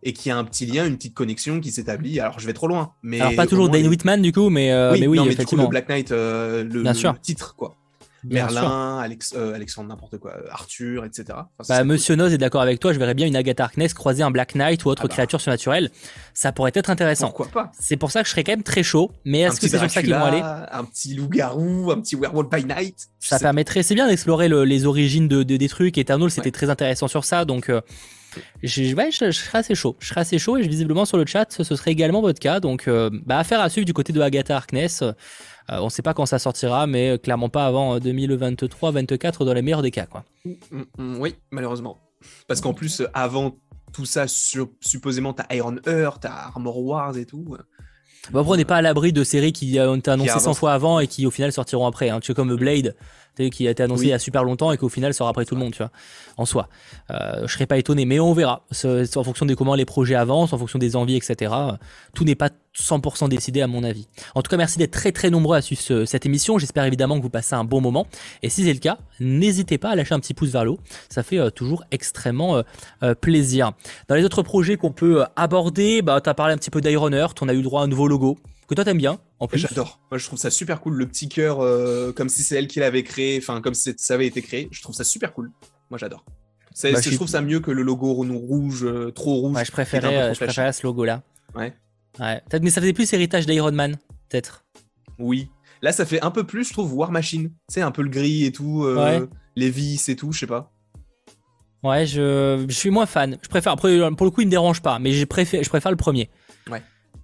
et qu'il y a un petit lien, une petite connexion qui s'établit. Alors je vais trop loin, mais alors pas toujours Dane les... Whitman du coup, mais euh, oui, mais oui, non, mais effectivement. du coup, le Black Knight, euh, le, Bien sûr. le titre quoi. Bien Merlin, Alex, euh, Alexandre, n'importe quoi, Arthur, et cetera. Enfin, bah, Monsieur cool. Noz est d'accord avec toi, je verrais bien une Agatha Harkness croiser un Black Knight ou autre ah bah. créature surnaturelle. Ça pourrait être intéressant. Pourquoi pas? C'est pour ça que je serais quand même très chaud, mais est-ce que c'est sur ça qu'ils vont aller? Un petit loup-garou, un petit werewolf by night. Ça permettrait, c'est bien d'explorer le, les origines de, de, des trucs. Eternal, c'était ouais. très intéressant sur ça, donc euh, je, ouais, je, je serais assez chaud. Je serais assez chaud et visiblement sur le chat, ce serait également votre cas. Donc, euh, bah, affaire à suivre du côté de Agatha Harkness. Euh, on ne sait pas quand ça sortira, mais clairement pas avant deux mille vingt-trois vingt-quatre dans les meilleurs des cas, quoi. Mm, mm, oui, malheureusement. Parce qu'en plus, avant tout ça, sur, supposément, t'as Iron Heart, t'as Armor Wars et tout. Bon, après, on n'est pas à l'abri de séries qui ont été annoncées cent fois avant et qui, au final, sortiront après. Hein. Tu sais, comme Blade, qui a été annoncé oui. il y a super longtemps et qu'au final sort après tout le monde, tu vois, en soi. Euh, je serais pas étonné, mais on verra. C'est en fonction de comment les projets avancent, en fonction des envies, et cetera. Tout n'est pas cent pour cent décidé à mon avis. En tout cas, merci d'être très très nombreux à suivre ce, cette émission. J'espère évidemment que vous passez un bon moment. Et si c'est le cas, n'hésitez pas à lâcher un petit pouce vers le haut. Ça fait euh, toujours extrêmement euh, euh, plaisir. Dans les autres projets qu'on peut euh, aborder, bah, tu as parlé un petit peu d'Iron Heart. On a eu droit à un nouveau logo que toi t'aimes bien. En plus. J'adore. Moi, je trouve ça super cool. Le petit cœur, euh, comme si c'est elle qui l'avait créé, enfin, comme si ça avait été créé. Je trouve ça super cool. Moi, j'adore. Bah, je, je trouve ça mieux que le logo rouge, euh, trop rouge. Ouais, je préférais, euh, je préférais ce logo-là. Ouais. Ouais. Peut-être, mais ça faisait plus héritage d'Iron Man, peut-être. Oui. Là, ça fait un peu plus, je trouve, War Machine. Tu sais, un peu le gris et tout, euh, ouais. les vis et tout, je sais pas. Ouais, je, je suis moins fan. Je préfère. Après, pour le coup, il me dérange pas, mais je préfère, je préfère le premier. Ouais.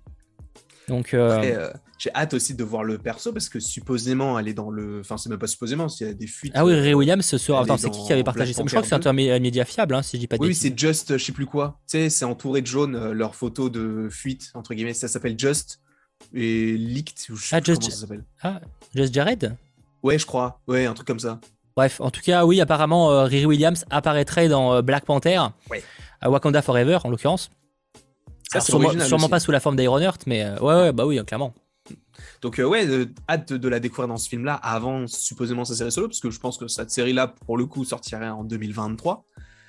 Donc. Euh... Après, euh, j'ai hâte aussi de voir le perso parce que supposément, elle est dans le. Enfin, c'est même pas supposément, s'il y a des fuites. Ah oui, Ray Williams ce soir. Attends, c'est qui qui avait partagé ça? Je crois que c'est un média fiable, hein, si je dis pas de Oui, bêtises. c'est Just, je sais plus quoi. Tu sais, c'est entouré de jaune, euh, leur photo de fuite, entre guillemets. Ça s'appelle Just et Leaked, ou je sais ah, plus Just... comment ça s'appelle. Ah, Just Jared? Ouais, je crois. Ouais, un truc comme ça. Bref, en tout cas, oui, apparemment, euh, Riri Williams apparaîtrait dans euh, Black Panther, ouais. à Wakanda Forever, en l'occurrence. Ça, c'est sûrement sûrement aussi. Pas sous la forme d'Iron Heart, mais euh, ouais, ouais, bah oui, clairement. Donc, euh, ouais, euh, hâte de, de la découvrir dans ce film-là avant, supposément, sa série solo, parce que je pense que cette série-là, pour le coup, sortirait en deux mille vingt-trois.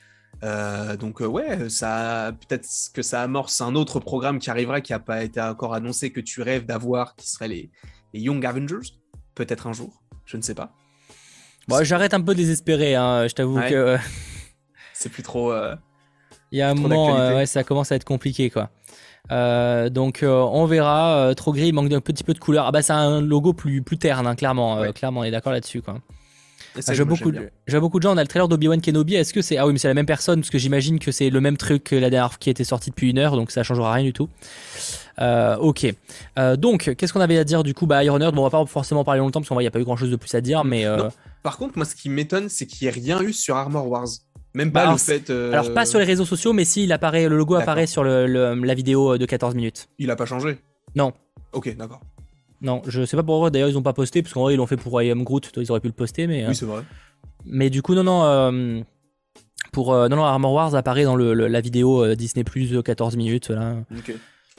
Euh, donc, euh, ouais, ça, peut-être que ça amorce un autre programme qui arrivera, qui n'a pas été encore annoncé, que tu rêves d'avoir, qui serait les, les Young Avengers, peut-être un jour, je ne sais pas. Bon, j'arrête un peu désespéré, hein, je t'avoue ouais. que. C'est plus trop. Euh, Il y a un moment, euh, ouais, ça commence à être compliqué, quoi. Euh, donc euh, on verra. Euh, trop gris, il manque d'un petit peu de couleur. Ah bah c'est un logo plus plus terne, hein, clairement. Ouais. Euh, clairement, on est d'accord là-dessus, quoi. Ah, j'ai beaucoup, de, beaucoup de gens. On a le trailer d'Obi-Wan Kenobi. Est-ce que c'est ah oui, mais c'est la même personne parce que j'imagine que c'est le même truc que la dernière qui était sorti depuis une heure, donc ça changera rien du tout. Euh, ok. Euh, donc qu'est-ce qu'on avait à dire du coup? Bah Iron Heart. Bon, on va pas forcément parler longtemps parce qu'en vrai il y a pas eu grand-chose de plus à dire, mais. Euh... Par contre, moi, ce qui m'étonne, c'est qu'il n'y ait rien eu sur Armor Wars. Même pas bah, alors, le fait. Euh... Alors pas sur les réseaux sociaux, mais si il apparaît, le logo apparaît sur le, le, la vidéo de quatorze minutes. Il a pas changé? Non. Ok, d'accord. Non, je sais pas pourquoi d'ailleurs ils ont pas posté, parce qu'en vrai ils l'ont fait pour I Am Groot, ils auraient pu le poster, mais. Oui, c'est vrai. Mais du coup, non, non. Euh, pour euh, non, non, Armor Wars apparaît dans le, le, la vidéo euh, Disney Plus de quatorze minutes. Là. Ok.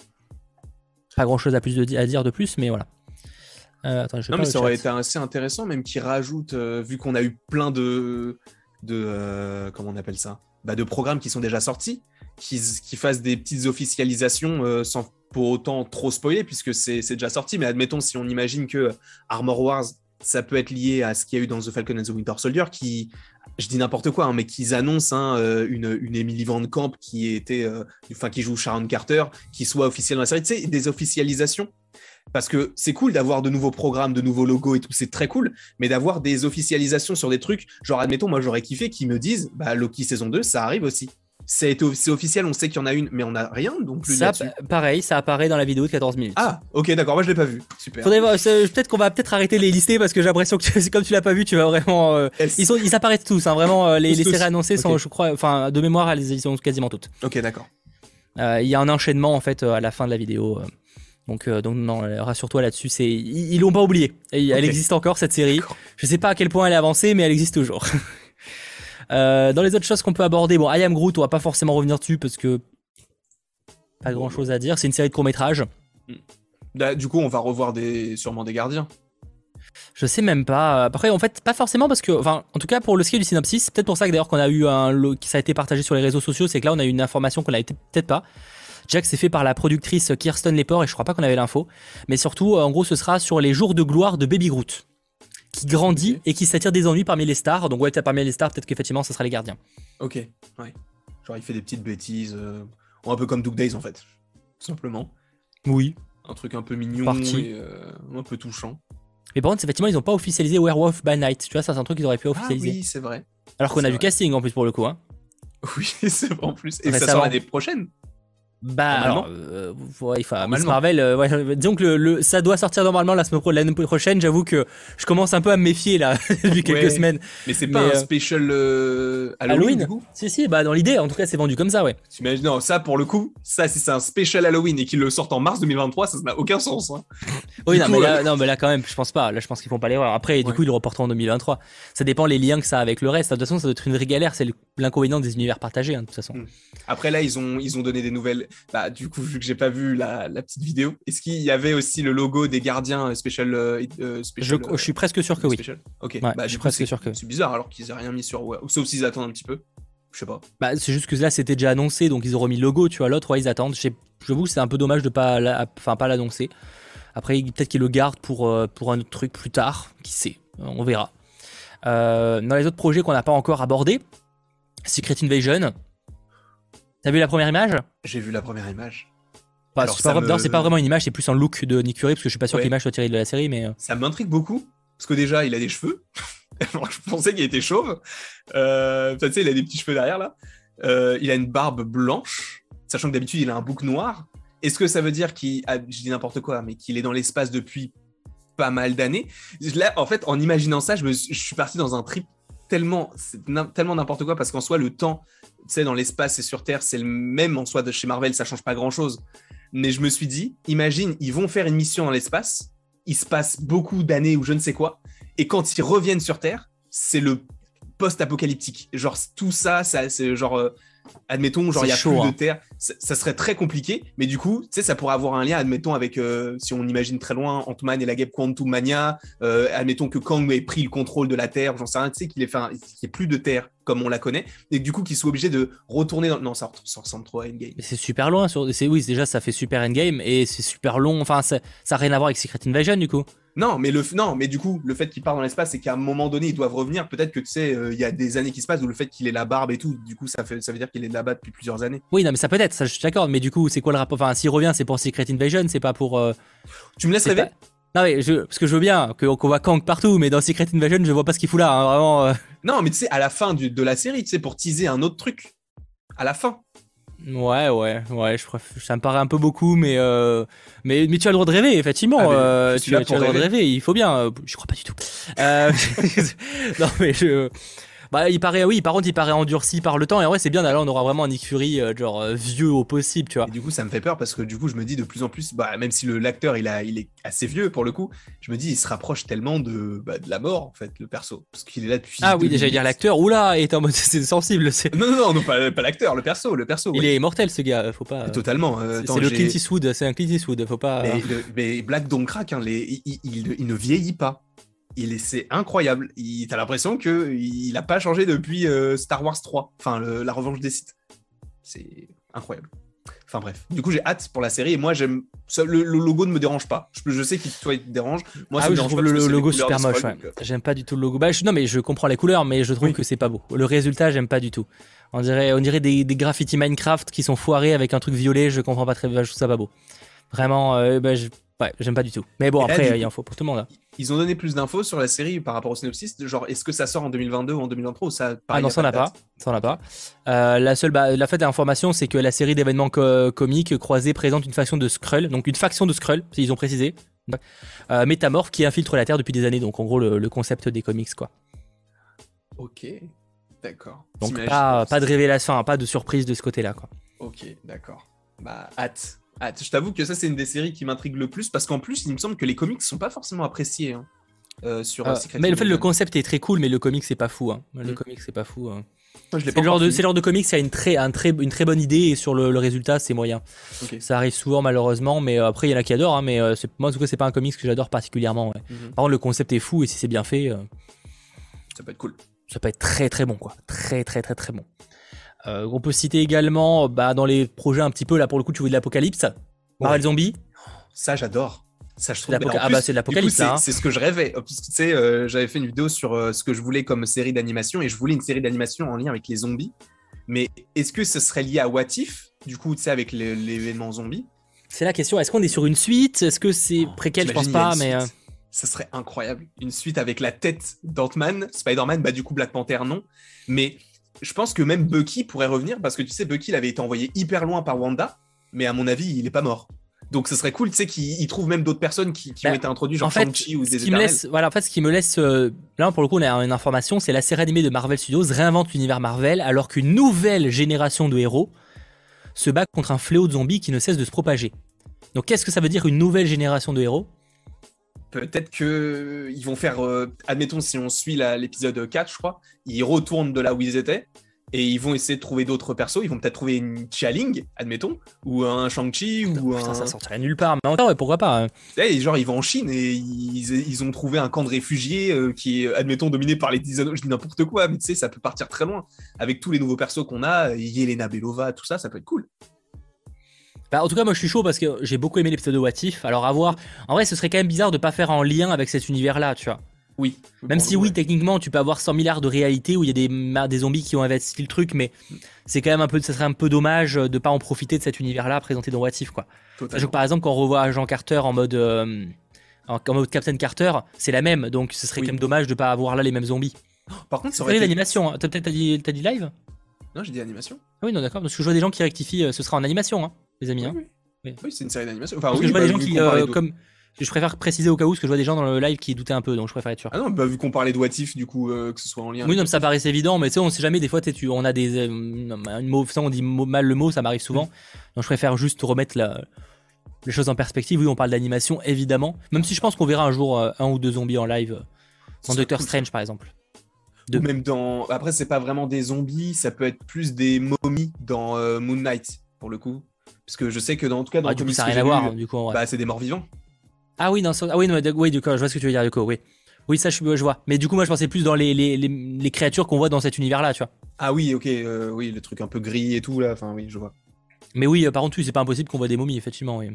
Pas grand chose à, plus de, à dire de plus, mais voilà. Euh, attends, je non, mais ça aurait été assez intéressant, même qu'ils rajoutent, euh, vu qu'on a eu plein de. de euh, comment on appelle ça? Bah, de programmes qui sont déjà sortis, qui, qui fassent des petites officialisations euh, sans pour autant trop spoiler, puisque c'est déjà sorti. Mais admettons, si on imagine que Armor Wars, ça peut être lié à ce qu'il y a eu dans The Falcon and the Winter Soldier, qui, je dis n'importe quoi, hein, mais qu'ils annoncent hein, une, une Emily Van Camp qui, était, euh, enfin, qui joue Sharon Carter, qui soit officielle dans la série. Tu sais, des officialisations. Parce que c'est cool d'avoir de nouveaux programmes, de nouveaux logos et tout, c'est très cool, mais d'avoir des officialisations sur des trucs, genre admettons, moi j'aurais kiffé qu'ils me disent, bah Loki saison deux, ça arrive aussi. C'est officiel, on sait qu'il y en a une, mais on n'a rien donc plus ça, pareil, ça apparaît dans la vidéo de quatorze minutes. Ah, ok, d'accord, moi je l'ai pas vu. Super. Peut-être qu'on va peut-être arrêter de les lister parce que j'ai l'impression que comme tu l'as pas vu, tu vas vraiment. Euh, ils, sont, ils apparaissent tous, hein, vraiment. Euh, les, les séries annoncées okay. sont, je crois, enfin, de mémoire, elles sont quasiment toutes. Ok, d'accord. Il euh, y a un enchaînement en fait à la fin de la vidéo. Euh, donc, euh, donc non, rassure-toi là-dessus, c'est ils, ils l'ont pas oublié. Elle okay. existe encore cette série. Je sais pas à quel point elle est avancée, mais elle existe toujours. Euh, dans les autres choses qu'on peut aborder, bon, I Am Groot, on va pas forcément revenir dessus parce que pas grand chose à dire. C'est une série de courts-métrages. Du coup, on va revoir des, sûrement des gardiens. Je sais même pas. Après, en fait, pas forcément parce que, enfin, en tout cas pour le ski du synopsis, c'est peut-être pour ça que d'ailleurs qu'on a eu un, lo- que ça a été partagé sur les réseaux sociaux, c'est que là on a eu une information qu'on avait peut-être pas. Déjà que c'est fait par la productrice Kirsten Lepore et je crois pas qu'on avait l'info. Mais surtout, en gros, ce sera sur les jours de gloire de Baby Groot, qui grandit Ok. et qui s'attire des ennuis parmi les stars. Donc ouais, peut-être parmi les stars, peut-être qu'effectivement, ce sera les gardiens. Ok, ouais. Genre il fait des petites bêtises, euh, un peu comme Doug Days en fait, tout simplement. Oui. Un truc un peu mignon Parti. et euh, un peu touchant. Mais par contre, effectivement, ils ont pas officialisé Werewolf by Night. Tu vois, ça c'est un truc qu'ils auraient pu Ah officialiser. oui, c'est vrai. Alors qu'on a c'est du vrai. casting en plus pour le coup. Hein. Oui, c'est vrai en plus. Et ça Récemment. sort l'année prochaine. Bah Normalement. alors, euh, ouais, il faut, Miss Normalement. Marvel, euh, ouais, disons que le, le- ça doit sortir normalement la semaine pro- l'année prochaine. J'avoue que je commence un peu à me méfier là depuis quelques Ouais. semaines. Mais c'est Mais, pas un euh, special euh, Halloween, du coup. Si si, bah dans l'idée, en tout cas, c'est vendu comme ça, ouais. T'imagines, non, ça pour le coup, ça si c'est un special Halloween et qu'ils le sortent en mars deux mille vingt-trois, ça n'a aucun sens. Hein. Oui, Du non, coup, mais là, euh, non, mais là quand même, je pense pas. Là, je pense qu'ils font pas l'erreur. Après, du Ouais. coup, ils le reporteront en deux mille vingt-trois. Ça dépend les liens que ça a avec le reste. De toute façon, ça doit être une vraie galère. C'est le- l'inconvénient des univers partagés, hein, de toute façon. Mm. Après là, ils ont, ils ont donné des nouvelles. Bah, du coup, vu que j'ai pas vu la, la petite vidéo, est-ce qu'il y avait aussi le logo des gardiens euh, special, euh, euh, Je, special euh, je suis presque sûr que oui. special Ok, Ouais, bah, je du suis coup, presque c'est sûr que oui. c'est bizarre alors qu'ils aient rien mis sur. Ouais. Sauf s'ils attendent un petit peu. Je sais pas. Bah, c'est juste que là, c'était déjà annoncé, donc ils auront mis le logo. Tu vois, l'autre, ouais, ils attendent. Je J'avoue que c'est un peu dommage de pas, la- enfin, pas l'annoncer. Après, peut-être qu'ils le gardent pour, euh, pour un autre truc plus tard. Qui sait, on verra. Euh, dans les autres projets qu'on n'a pas encore abordés, Secret Invasion. T'as vu la première image? J'ai vu la première image. Enfin, Alors, c'est ça pas, me- d'ailleurs, c'est pas vraiment une image, c'est plus un look de Nick Fury, parce que je suis pas sûr Ouais. que l'image soit tirée de la série, mais. euh, Ça m'intrigue beaucoup parce que déjà, il a des cheveux. Alors, je pensais qu'il était chauve. Euh, tu sais, il a des petits cheveux derrière là. Euh, il a une barbe blanche, sachant que d'habitude, il a un bouc noir. Est-ce que ça veut dire qu'il, a, je dis n'importe quoi, mais qu'il est dans l'espace depuis pas mal d'années? Là, en fait, en imaginant ça, je, me, je suis parti dans un trip tellement, c'est n'im- tellement n'importe quoi parce qu'en soi, le temps, tu sais, dans l'espace et sur Terre, c'est le même en soi de chez Marvel, ça change pas grand-chose. Mais je me suis dit, imagine, ils vont faire une mission dans l'espace, il se passe beaucoup d'années ou je ne sais quoi, et quand ils reviennent sur Terre, c'est le post-apocalyptique. Genre, tout ça, ça c'est genre, euh, admettons, genre, C'est il y a chaud, plus hein. de Terre, ça, ça serait très compliqué, mais du coup, tu sais, ça pourrait avoir un lien, admettons, avec, euh, si on imagine très loin, Ant-Man et la guêpe Quantum Mania, euh, admettons que Kang ait pris le contrôle de la Terre, j'en sais rien, tu sais, qu'il ait fait un- qu'il n'y ait plus de Terre comme on la connaît, et que du coup, qu'il soit obligé de retourner dans... Non, ça, re- ça ressemble trop à Endgame. Mais c'est super loin. Sur... c'est- Oui, déjà, ça fait super endgame et c'est super long. Enfin, ça n'a rien à voir avec Secret Invasion, du coup. Non, mais le, non, mais du coup, le fait qu'il part dans l'espace, c'est qu'à un moment donné, ils doivent revenir. Peut-être que tu sais, euh, il y a des années qui se passent où le fait qu'il ait la barbe et tout, du coup, ça, fait, ça veut dire qu'il est là-bas depuis plusieurs années. Oui, non, mais ça peut être, ça, je suis d'accord. Mais du coup, c'est quoi le rapport? Enfin, s'il revient, c'est pour Secret Invasion, c'est pas pour. euh, Tu me laisses c'est rêver? pas- Non, mais je... parce que je veux bien que- qu'on voit Kang partout, mais dans Secret Invasion, je vois pas ce qu'il fout là. Hein, vraiment. euh. Non, mais tu sais, à la fin du- de la série, tu sais, pour teaser un autre truc. À la fin. Ouais, ouais, ouais. Je préf- Ça me paraît un peu beaucoup, mais euh, mais mais tu as le droit de rêver, effectivement. Ah, mais euh, je suis tu, là tu as pour le droit de rêver. rêver. Il faut bien. euh, Je crois pas du tout. Euh, Non, mais je. Bah, il paraît, oui, par contre, il paraît endurci par le temps. Et en vrai, c'est bien, là, on aura vraiment un Nick Fury, euh, genre, euh, vieux au possible, tu vois. Et du coup, ça me fait peur parce que du coup, je me dis de plus en plus, bah, même si le- l'acteur il, a- il est assez vieux pour le coup, je me dis, il se rapproche tellement de, bah, de la mort, en fait, le perso. Parce qu'il est là depuis. Ah oui, déjà, deux mille huit. dire l'acteur, oula, il est en mode, c'est sensible. c'est- Non, non, non, non, pas, pas l'acteur, le perso, le perso. Il oui. est immortel, ce gars, faut pas. Totalement. euh, C'est attends, c'est le j'ai- Clint Eastwood, c'est un Clint Eastwood, faut pas. Mais, le- mais Black Don't Crack, hein, les, il, il- il- il ne vieillit pas. Il est, c'est incroyable. Il, t'as l'impression que il n'a pas changé depuis euh, Star Wars trois, enfin le- la Revanche des Sith. C'est incroyable. Enfin bref. Du coup, j'ai hâte pour la série et moi j'aime. ça, Le, le logo ne me dérange pas. Je, je sais qu'il toi il te dérange. Moi, Ah ça oui, me je dérange trouve pas parce le que c'est les logo couleurs super de moche, Skrull, ouais. donc, euh, J'aime pas du tout le logo. Bah, je- non, mais je comprends la couleur, mais je trouve Oui. que c'est pas beau. Le résultat, j'aime pas du tout. On dirait, on dirait des, des graffitis Minecraft qui sont foirés avec un truc violet, je comprends pas très bien, je trouve ça pas beau. Vraiment, euh, bah, je- ouais, j'aime pas du tout. Mais bon, Et là, après, du euh, il coup- en faut pour tout le monde. Hein. Ils ont donné plus d'infos sur la série par rapport au synopsis. Genre, est-ce que ça sort en deux mille vingt-deux ou en deux mille vingt-trois ou ça Ah pareil, non, y a ça on n'a de pas. date Ça on n'a pas. Euh, la seule, bah, la fait d'information, c'est que la série d'événements co- comiques croisés présente une faction de Skrull, donc une faction de Skrull, ils ont précisé, euh, métamorphe qui infiltre la Terre depuis des années. Donc en gros, le, le concept des comics, quoi. Ok, d'accord. Donc T'imagines- pas, pas de révélation, hein, pas de surprise de ce côté-là, quoi. Ok, d'accord. Bah, hâte. Hâte. Je t'avoue que ça, c'est une des séries qui m'intrigue le plus parce qu'en plus, il me semble que les comics sont pas forcément appréciés hein, euh, sur Euh, euh, Secret mais le fait, le Invasion. concept est très cool, mais le comic c'est pas fou. Hein. Le Mm. comic c'est pas fou. Hein. Moi, je l'ai C'est pas le, genre encore de, fini. c'est le genre de comics qui a une très, un très, une très bonne idée et sur le, le résultat, c'est moyen. Ok. Ça arrive souvent, malheureusement, mais euh, après, il y en a qui adorent. Hein, mais euh, c'est, moi, en tout cas, c'est pas un comics que j'adore particulièrement. Ouais. Mhm. Par contre, le concept est fou et si c'est bien fait, euh, Ça peut être cool. ça peut être très très bon, quoi. Très très très très bon. Euh, on peut citer également, bah, dans les projets un petit peu, là, pour le coup, tu vois de l'Apocalypse, Marvel Ouais. Zombie. Ça, j'adore. Ça, je trouve. L'apoca- Mais en ah plus, bah, c'est de du coup, l'Apocalypse, c'est là. Hein. c'est ce que je rêvais. Parce que, tu sais, euh, j'avais fait une vidéo sur euh, ce que je voulais comme série d'animation et je voulais une série d'animation en lien avec les zombies. Mais est-ce que ce serait lié à What If, du coup, tu sais, avec le- l'événement zombie? C'est la question. Est-ce qu'on est sur une suite? Est-ce que c'est préquel? Je pense T'imagines, il y a pas, une mais. euh, suite. Ça serait incroyable. Une suite avec la tête d'Ant-Man, Spider-Man, bah du coup Black Panther non. Mais je pense que même Bucky pourrait revenir parce que tu sais, Bucky il avait été envoyé hyper loin par Wanda, mais à mon avis il est pas mort. Donc ce serait cool, tu sais, qu'il il trouve même d'autres personnes qui, qui Bah, ont été introduites, genre en fait, Shang-Chi ou ce des qui me Éternels. laisse, voilà, en fait, ce qui me laisse, euh, là pour le coup, on a une information, c'est la série animée de Marvel Studios réinvente l'univers Marvel alors qu'une nouvelle génération de héros se bat contre un fléau de zombies qui ne cesse de se propager. Donc, qu'est-ce que ça veut dire une nouvelle génération de héros? Peut-être que ils vont faire, euh, admettons, si on suit la- l'épisode quatre, je crois, ils retournent de là où ils étaient et ils vont essayer de trouver d'autres persos. Ils vont peut-être trouver une Chia-Ling, admettons, ou un Shang-Chi, ou Putain, un. ça sortirait nulle part. Mais encore, ouais, pourquoi pas? hein. Et genre, ils vont en Chine et ils, ils ont trouvé un camp de réfugiés euh, qui est, admettons, dominé par les Tisano. Je dis n'importe quoi, mais tu sais, ça peut partir très loin. Avec tous les nouveaux persos qu'on a, Yelena Belova, tout ça, ça peut être cool. Bah, en tout cas, moi je suis chaud parce que j'ai beaucoup aimé l'épisode de What If. Alors, à voir. En vrai, ce serait quand même bizarre de pas faire en lien avec cet univers-là, tu vois. Oui. Même Pour si, le coup, oui, ouais. techniquement, tu peux avoir cent milliards de réalités où il y a des, ma- des zombies qui ont investi le truc, mais c'est quand même un peu, ça serait un peu dommage de pas en profiter de cet univers-là présenté dans What If, quoi. Sachant Totalement. que par exemple, quand on revoit Agent Carter en mode, euh, en, en mode Captain Carter, c'est la même, donc ce serait Oui. quand même dommage de pas avoir là les mêmes zombies. Par contre, ça C'est aurait été... l'animation, hein. T'as peut-être t'as dit, t'as dit live? Non, j'ai dit animation. Ah oui, non, d'accord, parce que je vois des gens qui rectifient, euh, ce sera en animation, hein, les amis. Oui, hein. oui. Oui. Oui, c'est une série d'animation. Enfin, Parce oui, que je vois bah, des gens vu qui, qu'on parlait euh, de- comme, je préfère préciser au cas où, parce que je vois des gens dans le live qui doutaient un peu, donc je préfère être sûr. Ah non, bah, vu qu'on parlait de What If, du coup, euh, que ce soit en lien. Oui, avec non, What mais ça If. paraissait évident, mais tu sais, on sait jamais, des fois, tu sais, tu- on a des. euh, une mot, ça, on dit mot- mal le mot, ça m'arrive souvent. Donc je préfère juste remettre la- les choses en perspective. Oui, on parle d'animation, évidemment. Même si je pense qu'on verra un jour euh, un ou deux zombies en live, euh, Ce dans serait Doctor cool, Strange, par exemple. Ou Deux. même dans. Après, c'est pas vraiment des zombies, ça peut être plus des momies dans euh, Moon Knight, pour le coup. Parce que je sais que dans en tout cas dans Ah, le du coup, comics ça n'a que rien j'ai à voir, lu, hein, du coup, en vrai. bah c'est des morts vivants. Ah oui, non, ça- ah oui, non, d- oui, du coup, je vois ce que tu veux dire, du coup, oui. Oui, ça, je, je vois. Mais du coup, moi, je pensais plus dans les, les, les, les créatures qu'on voit dans cet univers-là, tu vois. Ah oui, ok, euh, oui, le truc un peu gris et tout là. Enfin oui, je vois. Mais oui, euh, par contre, oui, c'est pas impossible qu'on voit des momies, effectivement, oui.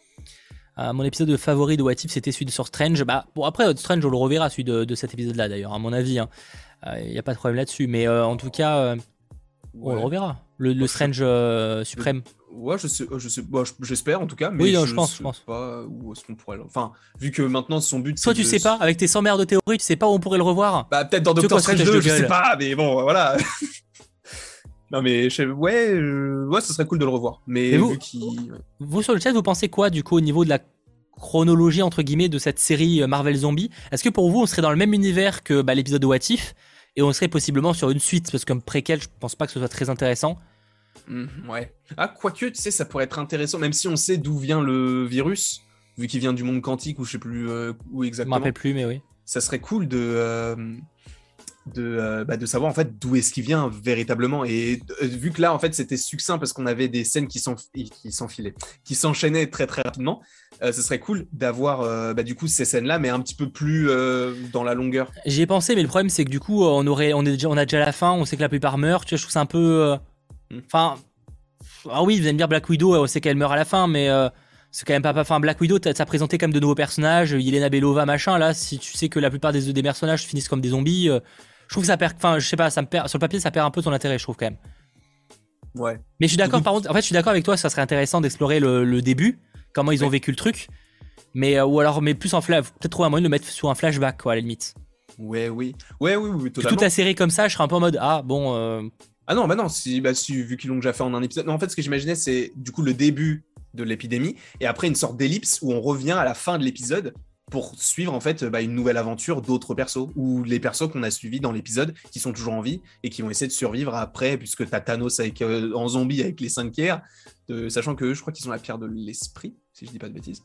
Euh, mon épisode favori de What If, c'était celui de sur Strange. Bah, bon, après, euh, Strange, on le reverra, celui de, de cet épisode-là, d'ailleurs, à mon avis. Il n'y a pas de problème là-dessus. Mais euh, en tout cas, euh, on le Ouais. reverra. Le, le Ouais, je- Strange euh, suprême. Ouais, je sais, je sais, bah, je- j'espère en tout cas, mais Oui, non, je, je pense, sais je pense. pas où est-ce qu'on pourrait. le- Enfin, vu que maintenant son but. Toi, c'est tu de sais se- pas, avec tes cent mers de théorie, tu sais pas où on pourrait le revoir. Bah peut-être dans Tu veux Doctor qu'on se Strange foutage deux, de je sais gueule pas, mais bon, voilà. Non mais je- ouais, euh, ouais, ce serait cool de le revoir. Mais, Mais vous- vu qu'il. ouais. Vous, sur le chat, vous pensez quoi, du coup, au niveau de la chronologie, entre guillemets, de cette série euh, Marvel Zombie? Est-ce que pour vous, on serait dans le même univers que bah, l'épisode de What If et on serait possiblement sur une suite? Parce que comme préquel, je pense pas que ce soit très intéressant. Hmm, ouais. Ah, quoique, tu sais, ça pourrait être intéressant, même si on sait d'où vient le virus, vu qu'il vient du monde quantique ou je sais plus euh, où Je me exactement. rappelle plus, mais oui. Ça serait cool de, euh, de, euh, bah, de savoir en fait d'où est-ce qu'il vient véritablement. Et euh, vu que là, en fait, c'était succinct parce qu'on avait des scènes qui s'enf- qui s'enfilaient, qui s'enchaînaient très très rapidement. Euh, ce serait cool d'avoir euh, bah, du coup ces scènes-là, mais un petit peu plus euh, dans la longueur. J'y ai pensé, mais le problème, c'est que du coup, on, aurait, on, est déjà, on a déjà la fin, on sait que la plupart meurent. Tu vois, je trouve ça un peu. euh, Hmm. Enfin. Ah oui, vous allez me dire Black Widow, on sait qu'elle meurt à la fin, mais euh, c'est quand même pas. Enfin, Black Widow, t'as t'as présenté comme de nouveaux personnages, Yelena Belova, machin. Là, si tu sais que la plupart des, des personnages finissent comme des zombies, euh, je trouve que ça perd. Enfin, je sais pas, ça me perd, sur le papier, ça perd un peu son intérêt, je trouve quand même. Ouais. Mais je suis d'accord, Surtout- par contre, en fait, je suis d'accord avec toi, ça serait intéressant d'explorer le, le début, comment ils ont Ouais. vécu le truc. Mais, euh, ou alors, mais plus en flash, peut-être trouver un moyen de le mettre sur un flashback, quoi, à la limite. Ouais, oui. Ouais, oui, oui, Que totalement. toute la série comme ça, je serais un peu en mode, ah bon, euh, Ah non, bah non, si, bah si, vu qu'ils l'ont déjà fait en un épisode. Non, en fait, ce que j'imaginais, c'est du coup le début de l'épidémie et après une sorte d'ellipse où on revient à la fin de l'épisode pour suivre en fait bah, une nouvelle aventure d'autres persos ou les persos qu'on a suivis dans l'épisode qui sont toujours en vie et qui vont essayer de survivre après, puisque t'as Thanos avec, euh, en zombie avec les cinq pierres, de- sachant que je crois qu'ils ont la pierre de l'esprit, si je dis pas de bêtises.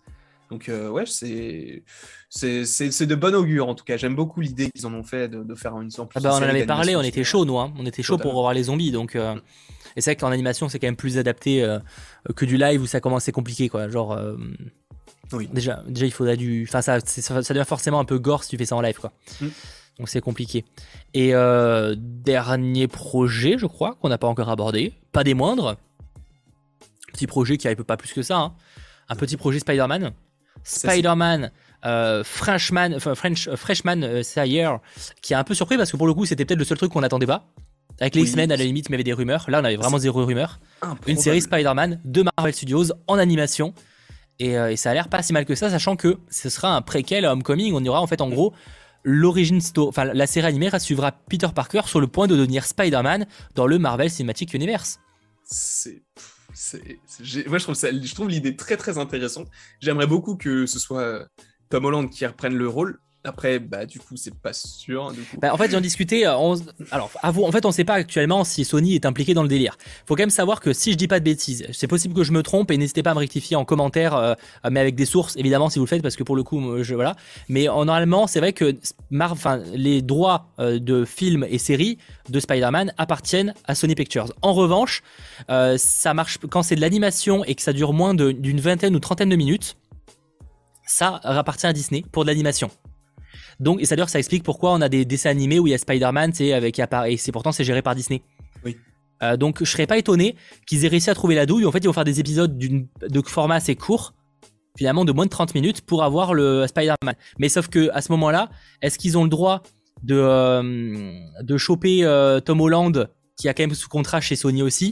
Donc euh, ouais, c'est c'est c'est c'est de bon augure en tout cas. J'aime beaucoup l'idée qu'ils en ont fait de, de faire une en plus Ah bah, une on en série avait parlé, on d'animation était sur- chaud, nous. Hein. On était chaud pour Totalement. revoir les zombies. Donc, euh, Mm. et c'est vrai qu'en animation, c'est quand même plus adapté euh, que du live où ça commence, c'est compliqué, quoi. Genre, euh, Oui. déjà, déjà, il faudra du. Enfin, ça, c'est- ça, ça devient forcément un peu gore si tu fais ça en live, quoi. Mm. Donc, c'est compliqué. Et euh, dernier projet, je crois, qu'on n'a pas encore abordé. Pas des moindres. Petit projet qui arrive pas plus que ça. Hein. Un petit projet Spider-Man. Ça, c'est- Spider-Man. Euh, Frenchman, enfin, French, euh, Freshman euh, Sayer, qui a un peu surpris parce que pour le coup, c'était peut-être le seul truc qu'on n'attendait pas. Avec les Oui. X-Men, à la limite, il y avait des rumeurs. Là, on avait vraiment C'est zéro rumeur. Une improbable. série Spider-Man de Marvel Studios en animation. Et, euh, et ça a l'air pas si mal que ça, sachant que ce sera un préquel à Homecoming. On y aura en fait, en gros, l'origine story. Enfin, la série animée suivra Peter Parker sur le point de devenir Spider-Man dans le Marvel Cinematic Universe. C'est c'est c'est- j'ai- moi je trouve ça je trouve l'idée très très intéressante. J'aimerais beaucoup que ce soit euh, Tom Holland qui reprenne le rôle. Après, bah du coup, c'est pas sûr. Du coup. Bah, en fait, j'en discutais. euh, on... Alors, avoue, en fait, on sait pas actuellement si Sony est impliqué dans le délire. Faut quand même savoir que si je dis pas de bêtises, c'est possible que je me trompe et n'hésitez pas à me rectifier en commentaire, euh, mais avec des sources, évidemment, si vous le faites, parce que pour le coup, moi, je voilà. Mais en, normalement, c'est vrai que Mar... enfin, les droits euh, de films et séries de Spider-Man appartiennent à Sony Pictures. En revanche, euh, ça marche quand c'est de l'animation et que ça dure moins de- d'une vingtaine ou trentaine de minutes. Ça appartient à Disney pour de l'animation. Donc, et ça d'ailleurs, ça explique pourquoi on a des dessins animés où il y a Spider-Man, tu sais, avec et c'est pourtant c'est géré par Disney. Oui. Euh, donc, je serais pas étonné qu'ils aient réussi à trouver la douille. En fait, ils vont faire des épisodes d'une de format assez court, finalement de moins de trente minutes, pour avoir le Spider-Man. Mais sauf que à ce moment-là, est-ce qu'ils ont le droit de euh, de choper euh, Tom Holland, qui a quand même sous contrat chez Sony aussi?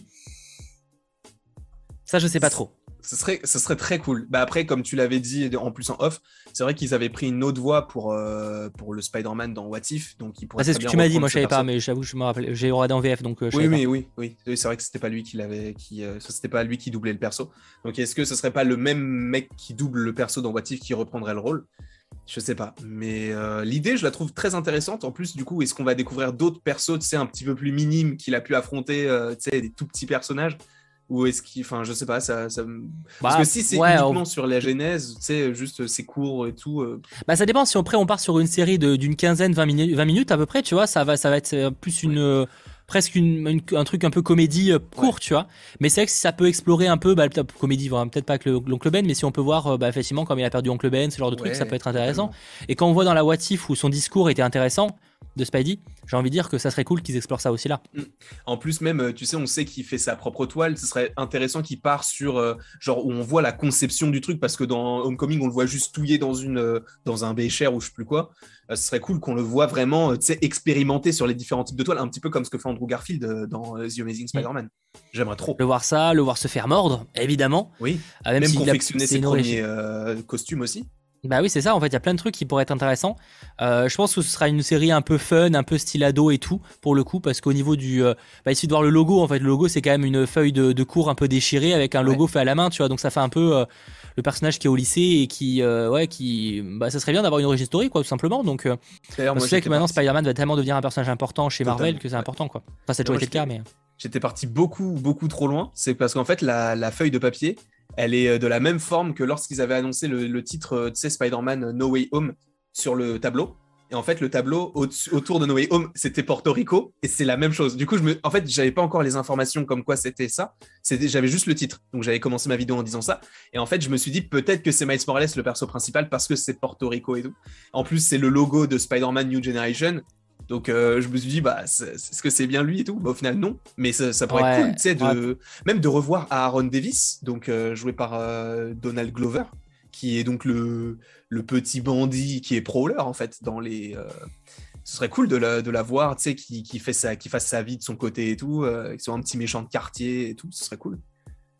Ça, je sais pas trop. Ce serait, ce serait très cool. Bah après, comme tu l'avais dit en plus en off, c'est vrai qu'ils avaient pris une autre voix pour, euh, pour le Spider-Man dans What If. Donc ils pourraient Ah, c'est très ce que bien tu m'as dit, reprendre moi je ce savais pas, perso. mais j'avoue, je me rappelle, j'ai regardé en V F, donc euh, je Oui, savais oui, oui, oui, oui. C'est vrai que c'était pas lui qui l'avait, qui, euh, ça, c'était pas lui qui doublait le perso. Donc est-ce que ce serait pas le même mec qui double le perso dans What If qui reprendrait le rôle? Je sais pas, mais euh, l'idée, je la trouve très intéressante. En plus, du coup, est-ce qu'on va découvrir d'autres persos, tu sais, un petit peu plus minimes qu'il a pu affronter, euh, tu sais, des tout petits personnages? Ou est-ce qu'il, enfin, je sais pas, ça, ça... me- parce Bah, que si c'est ouais, uniquement on- sur la genèse, tu sais, juste c'est court et tout. euh, Bah ça dépend si après on part sur une série de- d'une quinzaine, vingt minutes, vingt minutes à peu près, tu vois, ça va, ça va être euh, plus une, euh, presque une, une- un truc un peu comédie euh, court, Ouais. tu vois. Mais c'est vrai que si ça peut explorer un peu, bah, peut-être comédie, voilà, peut-être pas avec le- l'oncle Ben, mais si on peut voir, euh, bah, effectivement, comme il a perdu oncle Ben, ce genre de truc, ça Ouais, peut être intéressant. totalement. Et quand on voit dans la What If où son discours était intéressant de Spidey, j'ai envie de dire que ça serait cool qu'ils explorent ça aussi là. En plus, même, euh, tu sais, on sait qu'il fait sa propre toile. Ce serait intéressant qu'il part sur, euh, genre, où on voit la conception du truc, parce que dans Homecoming, on le voit juste touiller dans, une, euh, dans un bécher ou je sais plus quoi. Euh, ce serait cool qu'on le voit vraiment, euh, tu sais, expérimenter sur les différents types de toiles, un petit peu comme ce que fait Andrew Garfield euh, dans euh, The Amazing Spider-Man. J'aimerais trop. Le voir ça, le voir se faire mordre, évidemment. Oui. Ah, même Même s'il a- confectionner c'est ses une origine. premiers euh, costumes aussi. Bah oui, c'est ça, en fait, il y a plein de trucs qui pourraient être intéressants. Euh, je pense que ce sera une série un peu fun, un peu style ado et tout, pour le coup, parce qu'au niveau du... Euh, bah, il suffit de voir le logo, en fait, le logo, c'est quand même une feuille de, de cours un peu déchirée, avec un logo Ouais. fait à la main, tu vois, donc ça fait un peu euh, le personnage qui est au lycée et qui... euh, ouais, qui... Bah, ça serait bien d'avoir une origin story, quoi, tout simplement, donc... Euh, D'ailleurs, parce moi, que c'est vrai que j'étais maintenant, parti- Spider-Man va tellement devenir un personnage important chez Marvel Totalement, que c'est ouais. important, quoi. Enfin, ça a toujours Moi, été le cas, mais... J'étais parti beaucoup, beaucoup trop loin. C'est parce qu'en fait, la, la feuille de papier, elle est euh, de la même forme que lorsqu'ils avaient annoncé le, le titre, euh, tu sais, Spider-Man No Way Home sur le tableau. Et en fait, le tableau au-dessus- autour de No Way Home, c'était Porto Rico, et c'est la même chose. Du coup, je me, en fait, j'avais pas encore les informations comme quoi c'était ça. C'était, j'avais juste le titre. Donc, j'avais commencé ma vidéo en disant ça. Et en fait, je me suis dit peut-être que c'est Miles Morales le perso principal parce que c'est Porto Rico et tout. En plus, c'est le logo de Spider-Man New Generation. Donc, euh, je me suis dit, bah, c'est- est-ce que c'est bien lui et tout? Bah, au final, non. Mais ça, ça pourrait être Ouais, cool, tu sais, de, ouais. même de revoir Aaron Davis, donc euh, joué par euh, Donald Glover, qui est donc le, le petit bandit qui est Prowler, en fait, dans les... euh, Ce serait cool de la, de la voir, tu sais, qui, qui, fait sa, qui fasse sa vie de son côté et tout, euh, qui soit un petit méchant de quartier et tout, ce serait cool.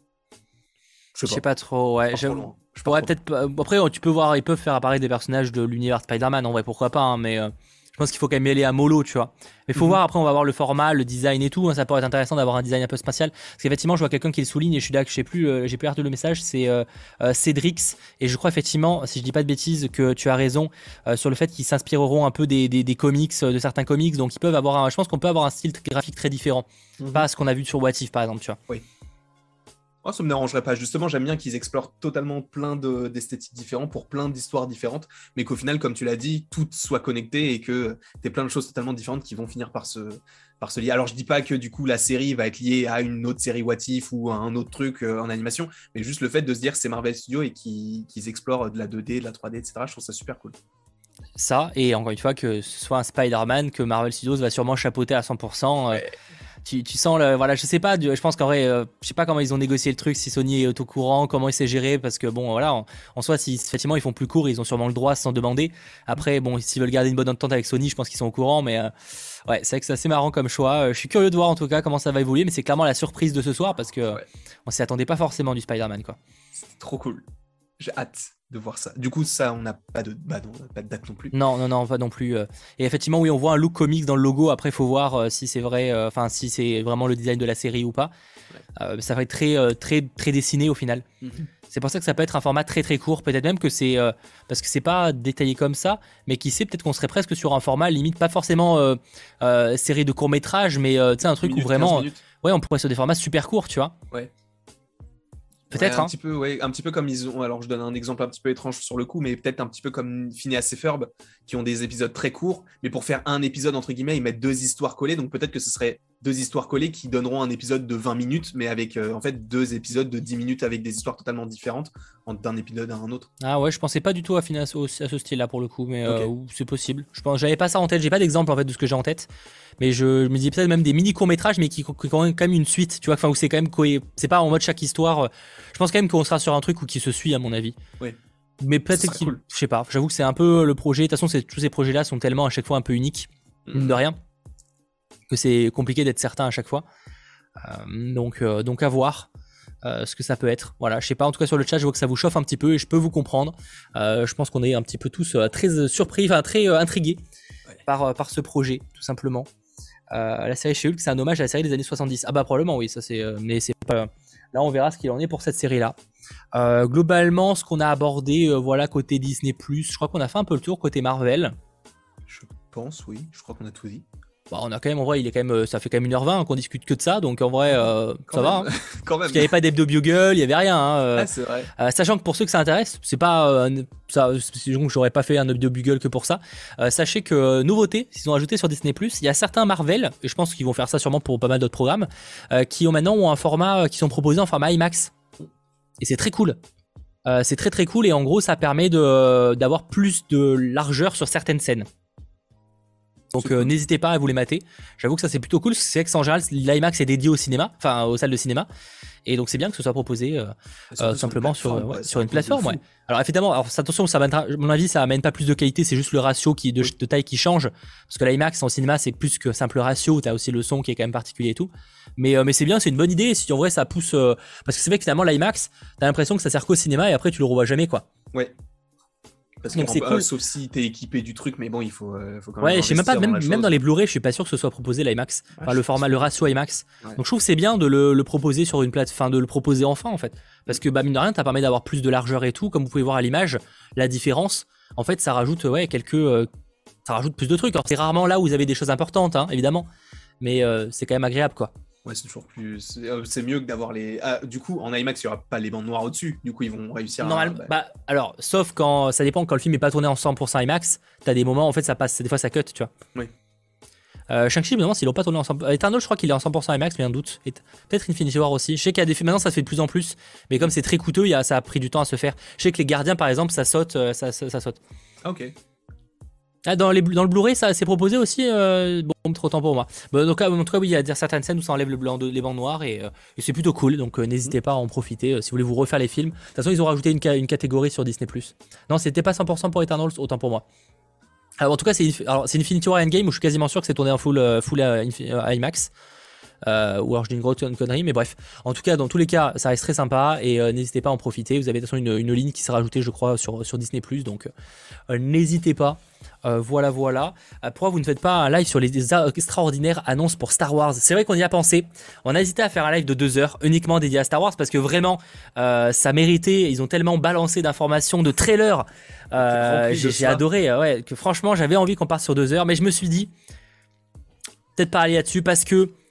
Je sais pas trop, ouais. Je pars Je trop loin. Je je pars pourrais trop peut-être pas- Après, tu peux voir, ils peuvent faire apparaître des personnages de l'univers Spider-Man, en vrai, pourquoi pas, hein, mais euh, je pense qu'il faut quand même y aller à mollo, tu vois. Mais faut Mhm. voir, après, on va voir le format, le design et tout, hein, ça pourrait être intéressant d'avoir un design un peu spatial. Parce qu'effectivement, je vois quelqu'un qui le souligne et je suis là que je sais plus, euh, j'ai plus l'air de le message, c'est euh, euh, Cédrix. Et je crois effectivement, si je dis pas de bêtises, que tu as raison euh, sur le fait qu'ils s'inspireront un peu des, des, des comics, euh, de certains comics, donc ils peuvent avoir un, je pense qu'on peut avoir un style graphique très différent. Mhm. Pas ce qu'on a vu sur What If, par exemple, tu vois. Ouais, Oh, ça me dérangerait pas. Justement, j'aime bien qu'ils explorent totalement plein de- d'esthétiques différentes pour plein d'histoires différentes, mais qu'au final, comme tu l'as dit, tout soit connecté et que tu aies plein de choses totalement différentes qui vont finir par se, par se lier. Alors, je dis pas que du coup, la série va être liée à une autre série What If ou à un autre truc euh, en animation, mais juste le fait de se dire que c'est Marvel Studios et qu'ils qu'ils explorent de la deux D, de la trois D, et cetera. Je trouve ça super cool. Ça, et encore une fois, que ce soit un Spider-Man que Marvel Studios va sûrement chapeauter à cent pour cent. euh, Ouais. Tu, tu sens le, voilà, je sais pas, du- je pense qu'en vrai, euh, je sais pas comment ils ont négocié le truc, si Sony est au courant, comment il s'est géré, parce que bon, voilà, en, en soi, si effectivement ils font plus court, ils ont sûrement le droit sans demander. Après, bon, s'ils veulent garder une bonne entente avec Sony, je pense qu'ils sont au courant, mais euh, ouais, c'est vrai que c'est assez marrant comme choix. Euh, Je suis curieux de voir en tout cas comment ça va évoluer, mais c'est clairement la surprise de ce soir parce que Ouais. on s'y attendait pas forcément du Spider-Man, quoi. C'est trop cool. J'ai hâte de voir ça. Du coup, ça, on n'a pas de, bah non, on n'a pas de date non plus. Non, non, non, pas non plus. euh. Et effectivement, oui, on voit un look comics dans le logo. Après, il faut voir euh, si c'est vrai, euh, enfin, si c'est vraiment le design de la série ou pas. Ouais. Euh, ça va être très, euh, très, très dessiné au final. Mhm. C'est pour ça que ça peut être un format très, très court. Peut-être même que c'est euh, parce que c'est pas détaillé comme ça, mais qui sait, peut-être qu'on serait presque sur un format limite, pas forcément euh, euh, série de court métrage, mais euh, tu sais, un truc Minute, où vraiment, quinze minutes. ouais, on pourrait sur des formats super courts, tu vois. Ouais. Peut-être, Ouais, un hein. petit peu, ouais, un petit peu comme ils ont. Alors, je donne un exemple un petit peu étrange sur le coup, mais peut-être un petit peu comme Phineas et Ferb, qui ont des épisodes très courts, mais pour faire un épisode entre guillemets, ils mettent deux histoires collées. Donc peut-être que ce serait deux histoires collées qui donneront un épisode de vingt minutes, mais avec euh, en fait deux épisodes de dix minutes avec des histoires totalement différentes en- d'un épisode à un autre. Ah ouais, je pensais pas du tout à, Phineas- au- à ce style-là pour le coup, mais euh, Ok. ou- c'est possible. Je pense, j'avais pas ça en tête, j'ai pas d'exemple en fait de ce que j'ai en tête, mais je, je me dis peut-être même des mini courts métrages, mais qui, qui ont quand même quand même une suite, tu vois, enfin où c'est quand même cohé- c'est pas en mode chaque histoire. euh, Je pense quand même qu'on sera sur un truc où qui se suit à mon avis. Ouais. Mais Ce peut-être serait qu'il, cool. je sais pas. J'avoue que c'est un peu le projet. De toute façon, c'est- tous ces projets-là sont tellement à chaque fois un peu uniques, mine Mhm. de rien, que c'est compliqué d'être certain à chaque fois. Euh, donc, euh, donc à voir. euh, ce que ça peut être. Voilà, je sais pas, en tout cas sur le chat, je vois que ça vous chauffe un petit peu et je peux vous comprendre. Euh, je pense qu'on est un petit peu tous euh, très euh, surpris, enfin très euh, intrigués Ouais. par, euh, par ce projet, tout simplement. Euh, la série chez Hulk, c'est un hommage à la série des années soixante-dix. Ah bah probablement, oui, ça c'est. euh, mais c'est pas. Là, on verra ce qu'il en est pour cette série-là. Euh, globalement, ce qu'on a abordé, euh, voilà, côté Disney+, je crois qu'on a fait un peu le tour côté Marvel. Je pense, oui. Je crois qu'on a tout dit. Bah, on a quand même, en vrai, il est quand même, euh, ça fait quand même une heure vingt qu'on discute que de ça, donc en vrai, euh, Quand ça va. même. Hein. Quand même. Parce qu'il n'y avait pas d'hebdo bugle, il y avait rien. Hein, euh, Ah, c'est vrai. Euh, sachant que pour ceux que ça intéresse, c'est pas euh, ça, donc j'aurais pas fait un update Bugle que pour ça. Euh, sachez que euh, nouveauté, ils ont ajouté sur Disney+, il y a certains Marvel, et je pense qu'ils vont faire ça sûrement pour pas mal d'autres programmes, euh, qui ont maintenant ont un format, euh, qui sont proposés en format IMAX. Et c'est très cool. Euh, c'est très très cool et en gros ça permet de d'avoir plus de largeur sur certaines scènes. Donc C'est euh, cool. n'hésitez pas à vous les mater. J'avoue que ça c'est plutôt cool, parce que c'est vrai qu'en général l'IMAX est dédié au cinéma, enfin aux salles de cinéma. Et donc c'est bien que ce soit proposé euh, Surtout euh, sur simplement une sur, plateforme, ouais, quoi. sur C'est un une truc de plateforme. fou. Ouais. Alors évidemment, alors, attention, ça amènera, à mon avis, ça amène pas plus de qualité, c'est juste le ratio qui de, Oui. de taille qui change. Parce que l'IMAX en cinéma, c'est plus que simple ratio, t'as aussi le son qui est quand même particulier et tout. Mais, euh, mais c'est bien, c'est une bonne idée. Si en vrai ça pousse, euh, parce que c'est vrai que finalement l'IMAX, t'as l'impression que ça sert qu'au cinéma et après tu le revois jamais quoi. Ouais. Parce que Donc c'est en- cool. euh, sauf si t'es équipé du truc, mais bon, il faut, euh, faut quand même Ouais, je sais même pas, investir même, dans la même chose. dans les Blu-ray, je suis pas sûr que ce soit proposé l'IMAX. Ah, Enfin, je le suis format, pas le sûr. ratio IMAX. Ouais. Donc je trouve que c'est bien de le, le proposer sur une plate, enfin de le proposer enfin en fait. Parce que bah mine de rien, ça permet d'avoir plus de largeur et tout. Comme vous pouvez voir à l'image, la différence, en fait, ça rajoute ouais quelques, euh, ça rajoute plus de trucs. Alors c'est rarement là où vous avez des choses importantes, hein, évidemment. Mais euh, c'est quand même agréable quoi. Ouais, c'est toujours plus. C'est euh, c'est mieux que d'avoir les. Ah, du coup, en IMAX, il n'y aura pas les bandes noires au-dessus. Du coup, ils vont réussir Normalement, à. bah, alors, sauf quand ça dépend quand le film est pas tourné en cent pour cent IMAX, t'as des moments en fait ça passe, des fois ça cut, tu vois. Oui. Euh, Shang-Chi, je me demande s'ils l'ont pas tourné en cent pour cent. Eternal, je crois qu'il est en cent pour cent IMAX, mais un doute. Et peut-être Infinity War aussi. Je sais qu'il y a des films, maintenant ça se fait de plus en plus, mais comme c'est très coûteux, il y a, ça a pris du temps à se faire. Je sais que les Gardiens, par exemple, ça saute, euh, ça, ça, ça saute. Ah, ok. Ah, dans, les, dans le Blu-ray, ça s'est proposé aussi. Euh, bon, trop temps pour moi. Bon, donc, en tout cas, oui, il y a dire certaines scènes où ça enlève le blanc de, les bandes noires et, euh, et c'est plutôt cool. Donc, euh, n'hésitez pas à en profiter euh, si vous voulez vous refaire les films. De toute façon, ils ont rajouté une, ca- une catégorie sur Disney+. Non, c'était pas cent pour cent pour Eternals, autant pour moi. Alors, en tout cas, c'est alors, c'est Infinity War Endgame où je suis quasiment sûr que c'est tourné en full, euh, full euh, infi- euh, IMAX. Euh, ou alors je dis une grosse connerie, mais bref. En tout cas, dans tous les cas, ça reste très sympa et euh, n'hésitez pas à en profiter. Vous avez de toute façon une, une ligne qui s'est rajoutée, je crois, sur, sur Disney+. Donc, euh, n'hésitez pas. Euh, voilà, voilà. Euh, pourquoi vous ne faites pas un live sur les extraordinaires annonces pour Star Wars? C'est vrai qu'on y a pensé. On a hésité à faire un live de deux heures uniquement dédié à Star Wars parce que vraiment, euh, ça méritait. Ils ont tellement balancé d'informations, de trailers. Euh, Rempli de j'ai j'ai ça. adoré. euh, ouais, que franchement, j'avais envie qu'on parte sur deux heures, mais je me suis dit, peut-être pas aller là-dessus parce que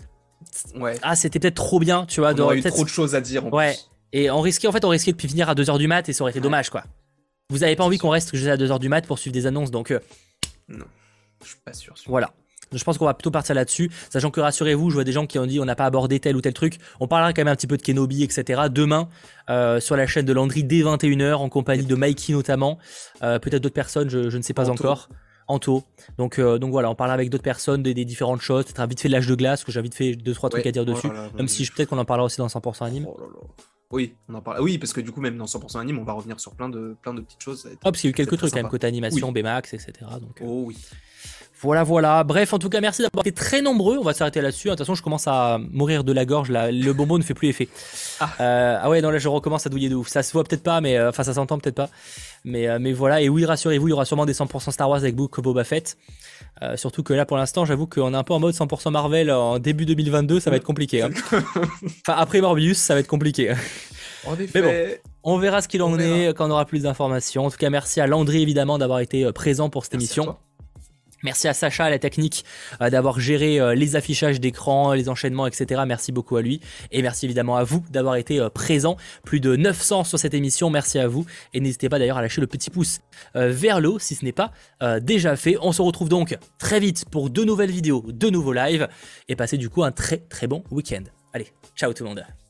Ouais. Ah, c'était peut-être trop bien, tu vois. On aurait eu peut-être- trop de choses à dire en Ouais. plus. Et on risquait, en fait, on risquait de finir à deux heures du mat et ça aurait été Ouais. dommage, quoi. Vous avez pas C'est envie sûr. qu'on reste jusqu'à deux heures du mat pour suivre des annonces, donc euh, Non, je suis pas sûr. sûr. voilà. Je pense qu'on va plutôt partir là-dessus, sachant que rassurez-vous, je vois des gens qui ont dit on n'a pas abordé tel ou tel truc. On parlera quand même un petit peu de Kenobi, et cetera. Demain, euh, sur la chaîne de Landry dès vingt et une heures, en compagnie Yep. de Mikey notamment. Euh, Peut-être d'autres personnes, je, je ne sais pas Anto. encore. Anto. Donc, euh, donc voilà, on parlera avec d'autres personnes des, des différentes choses. Peut-être un vite fait de l'âge de glace, que j'ai vite fait deux, trois trucs Ouais. à dire Oh dessus. là là, même non, si mais- je- peut-être qu'on en parlera aussi dans cent pour cent anime. Oh là là. Oui, on en parle. Oui, parce que du coup, même dans cent pour cent anime, on va revenir sur plein de, plein de petites choses. Ça va être- Oh, parce qu'il y a eu quelques c'est trucs très quand même sympa. côté animation, Oui. B Max, et cetera. Donc, euh, Oh oui. voilà, voilà. Bref, en tout cas, merci d'avoir été très nombreux. On va s'arrêter là-dessus. De toute façon, je commence à mourir de la gorge. Là. Le bonbon ne fait plus effet. Ah. Euh, ah ouais, non, là, je recommence à douiller de ouf. Ça se voit peut-être pas, mais euh, enfin, ça s'entend peut-être pas. Mais, euh, mais voilà. Et oui, rassurez-vous, il y aura sûrement des cent pour cent Star Wars avec Book of Boba Fett. Euh, surtout que là, pour l'instant, j'avoue qu'on est un peu en mode cent pour cent Marvel en début deux mille vingt-deux. Ça va être compliqué. Hein. Enfin, après Morbius, ça va être compliqué. En effet. On verra ce qu'il en On est verra. quand on aura plus d'informations. En tout cas, merci à Landry évidemment d'avoir été euh, présent pour cette Merci à émission. toi. Merci à Sacha à la technique euh, d'avoir géré euh, les affichages d'écran, les enchaînements, et cetera. Merci beaucoup à lui. Et merci évidemment à vous d'avoir été euh, présent. Plus de neuf cents sur cette émission. Merci à vous. Et n'hésitez pas d'ailleurs à lâcher le petit pouce euh, vers le haut si ce n'est pas euh, déjà fait. On se retrouve donc très vite pour de nouvelles vidéos, de nouveaux lives. Et passez du coup un très très bon week-end. Allez, ciao tout le monde.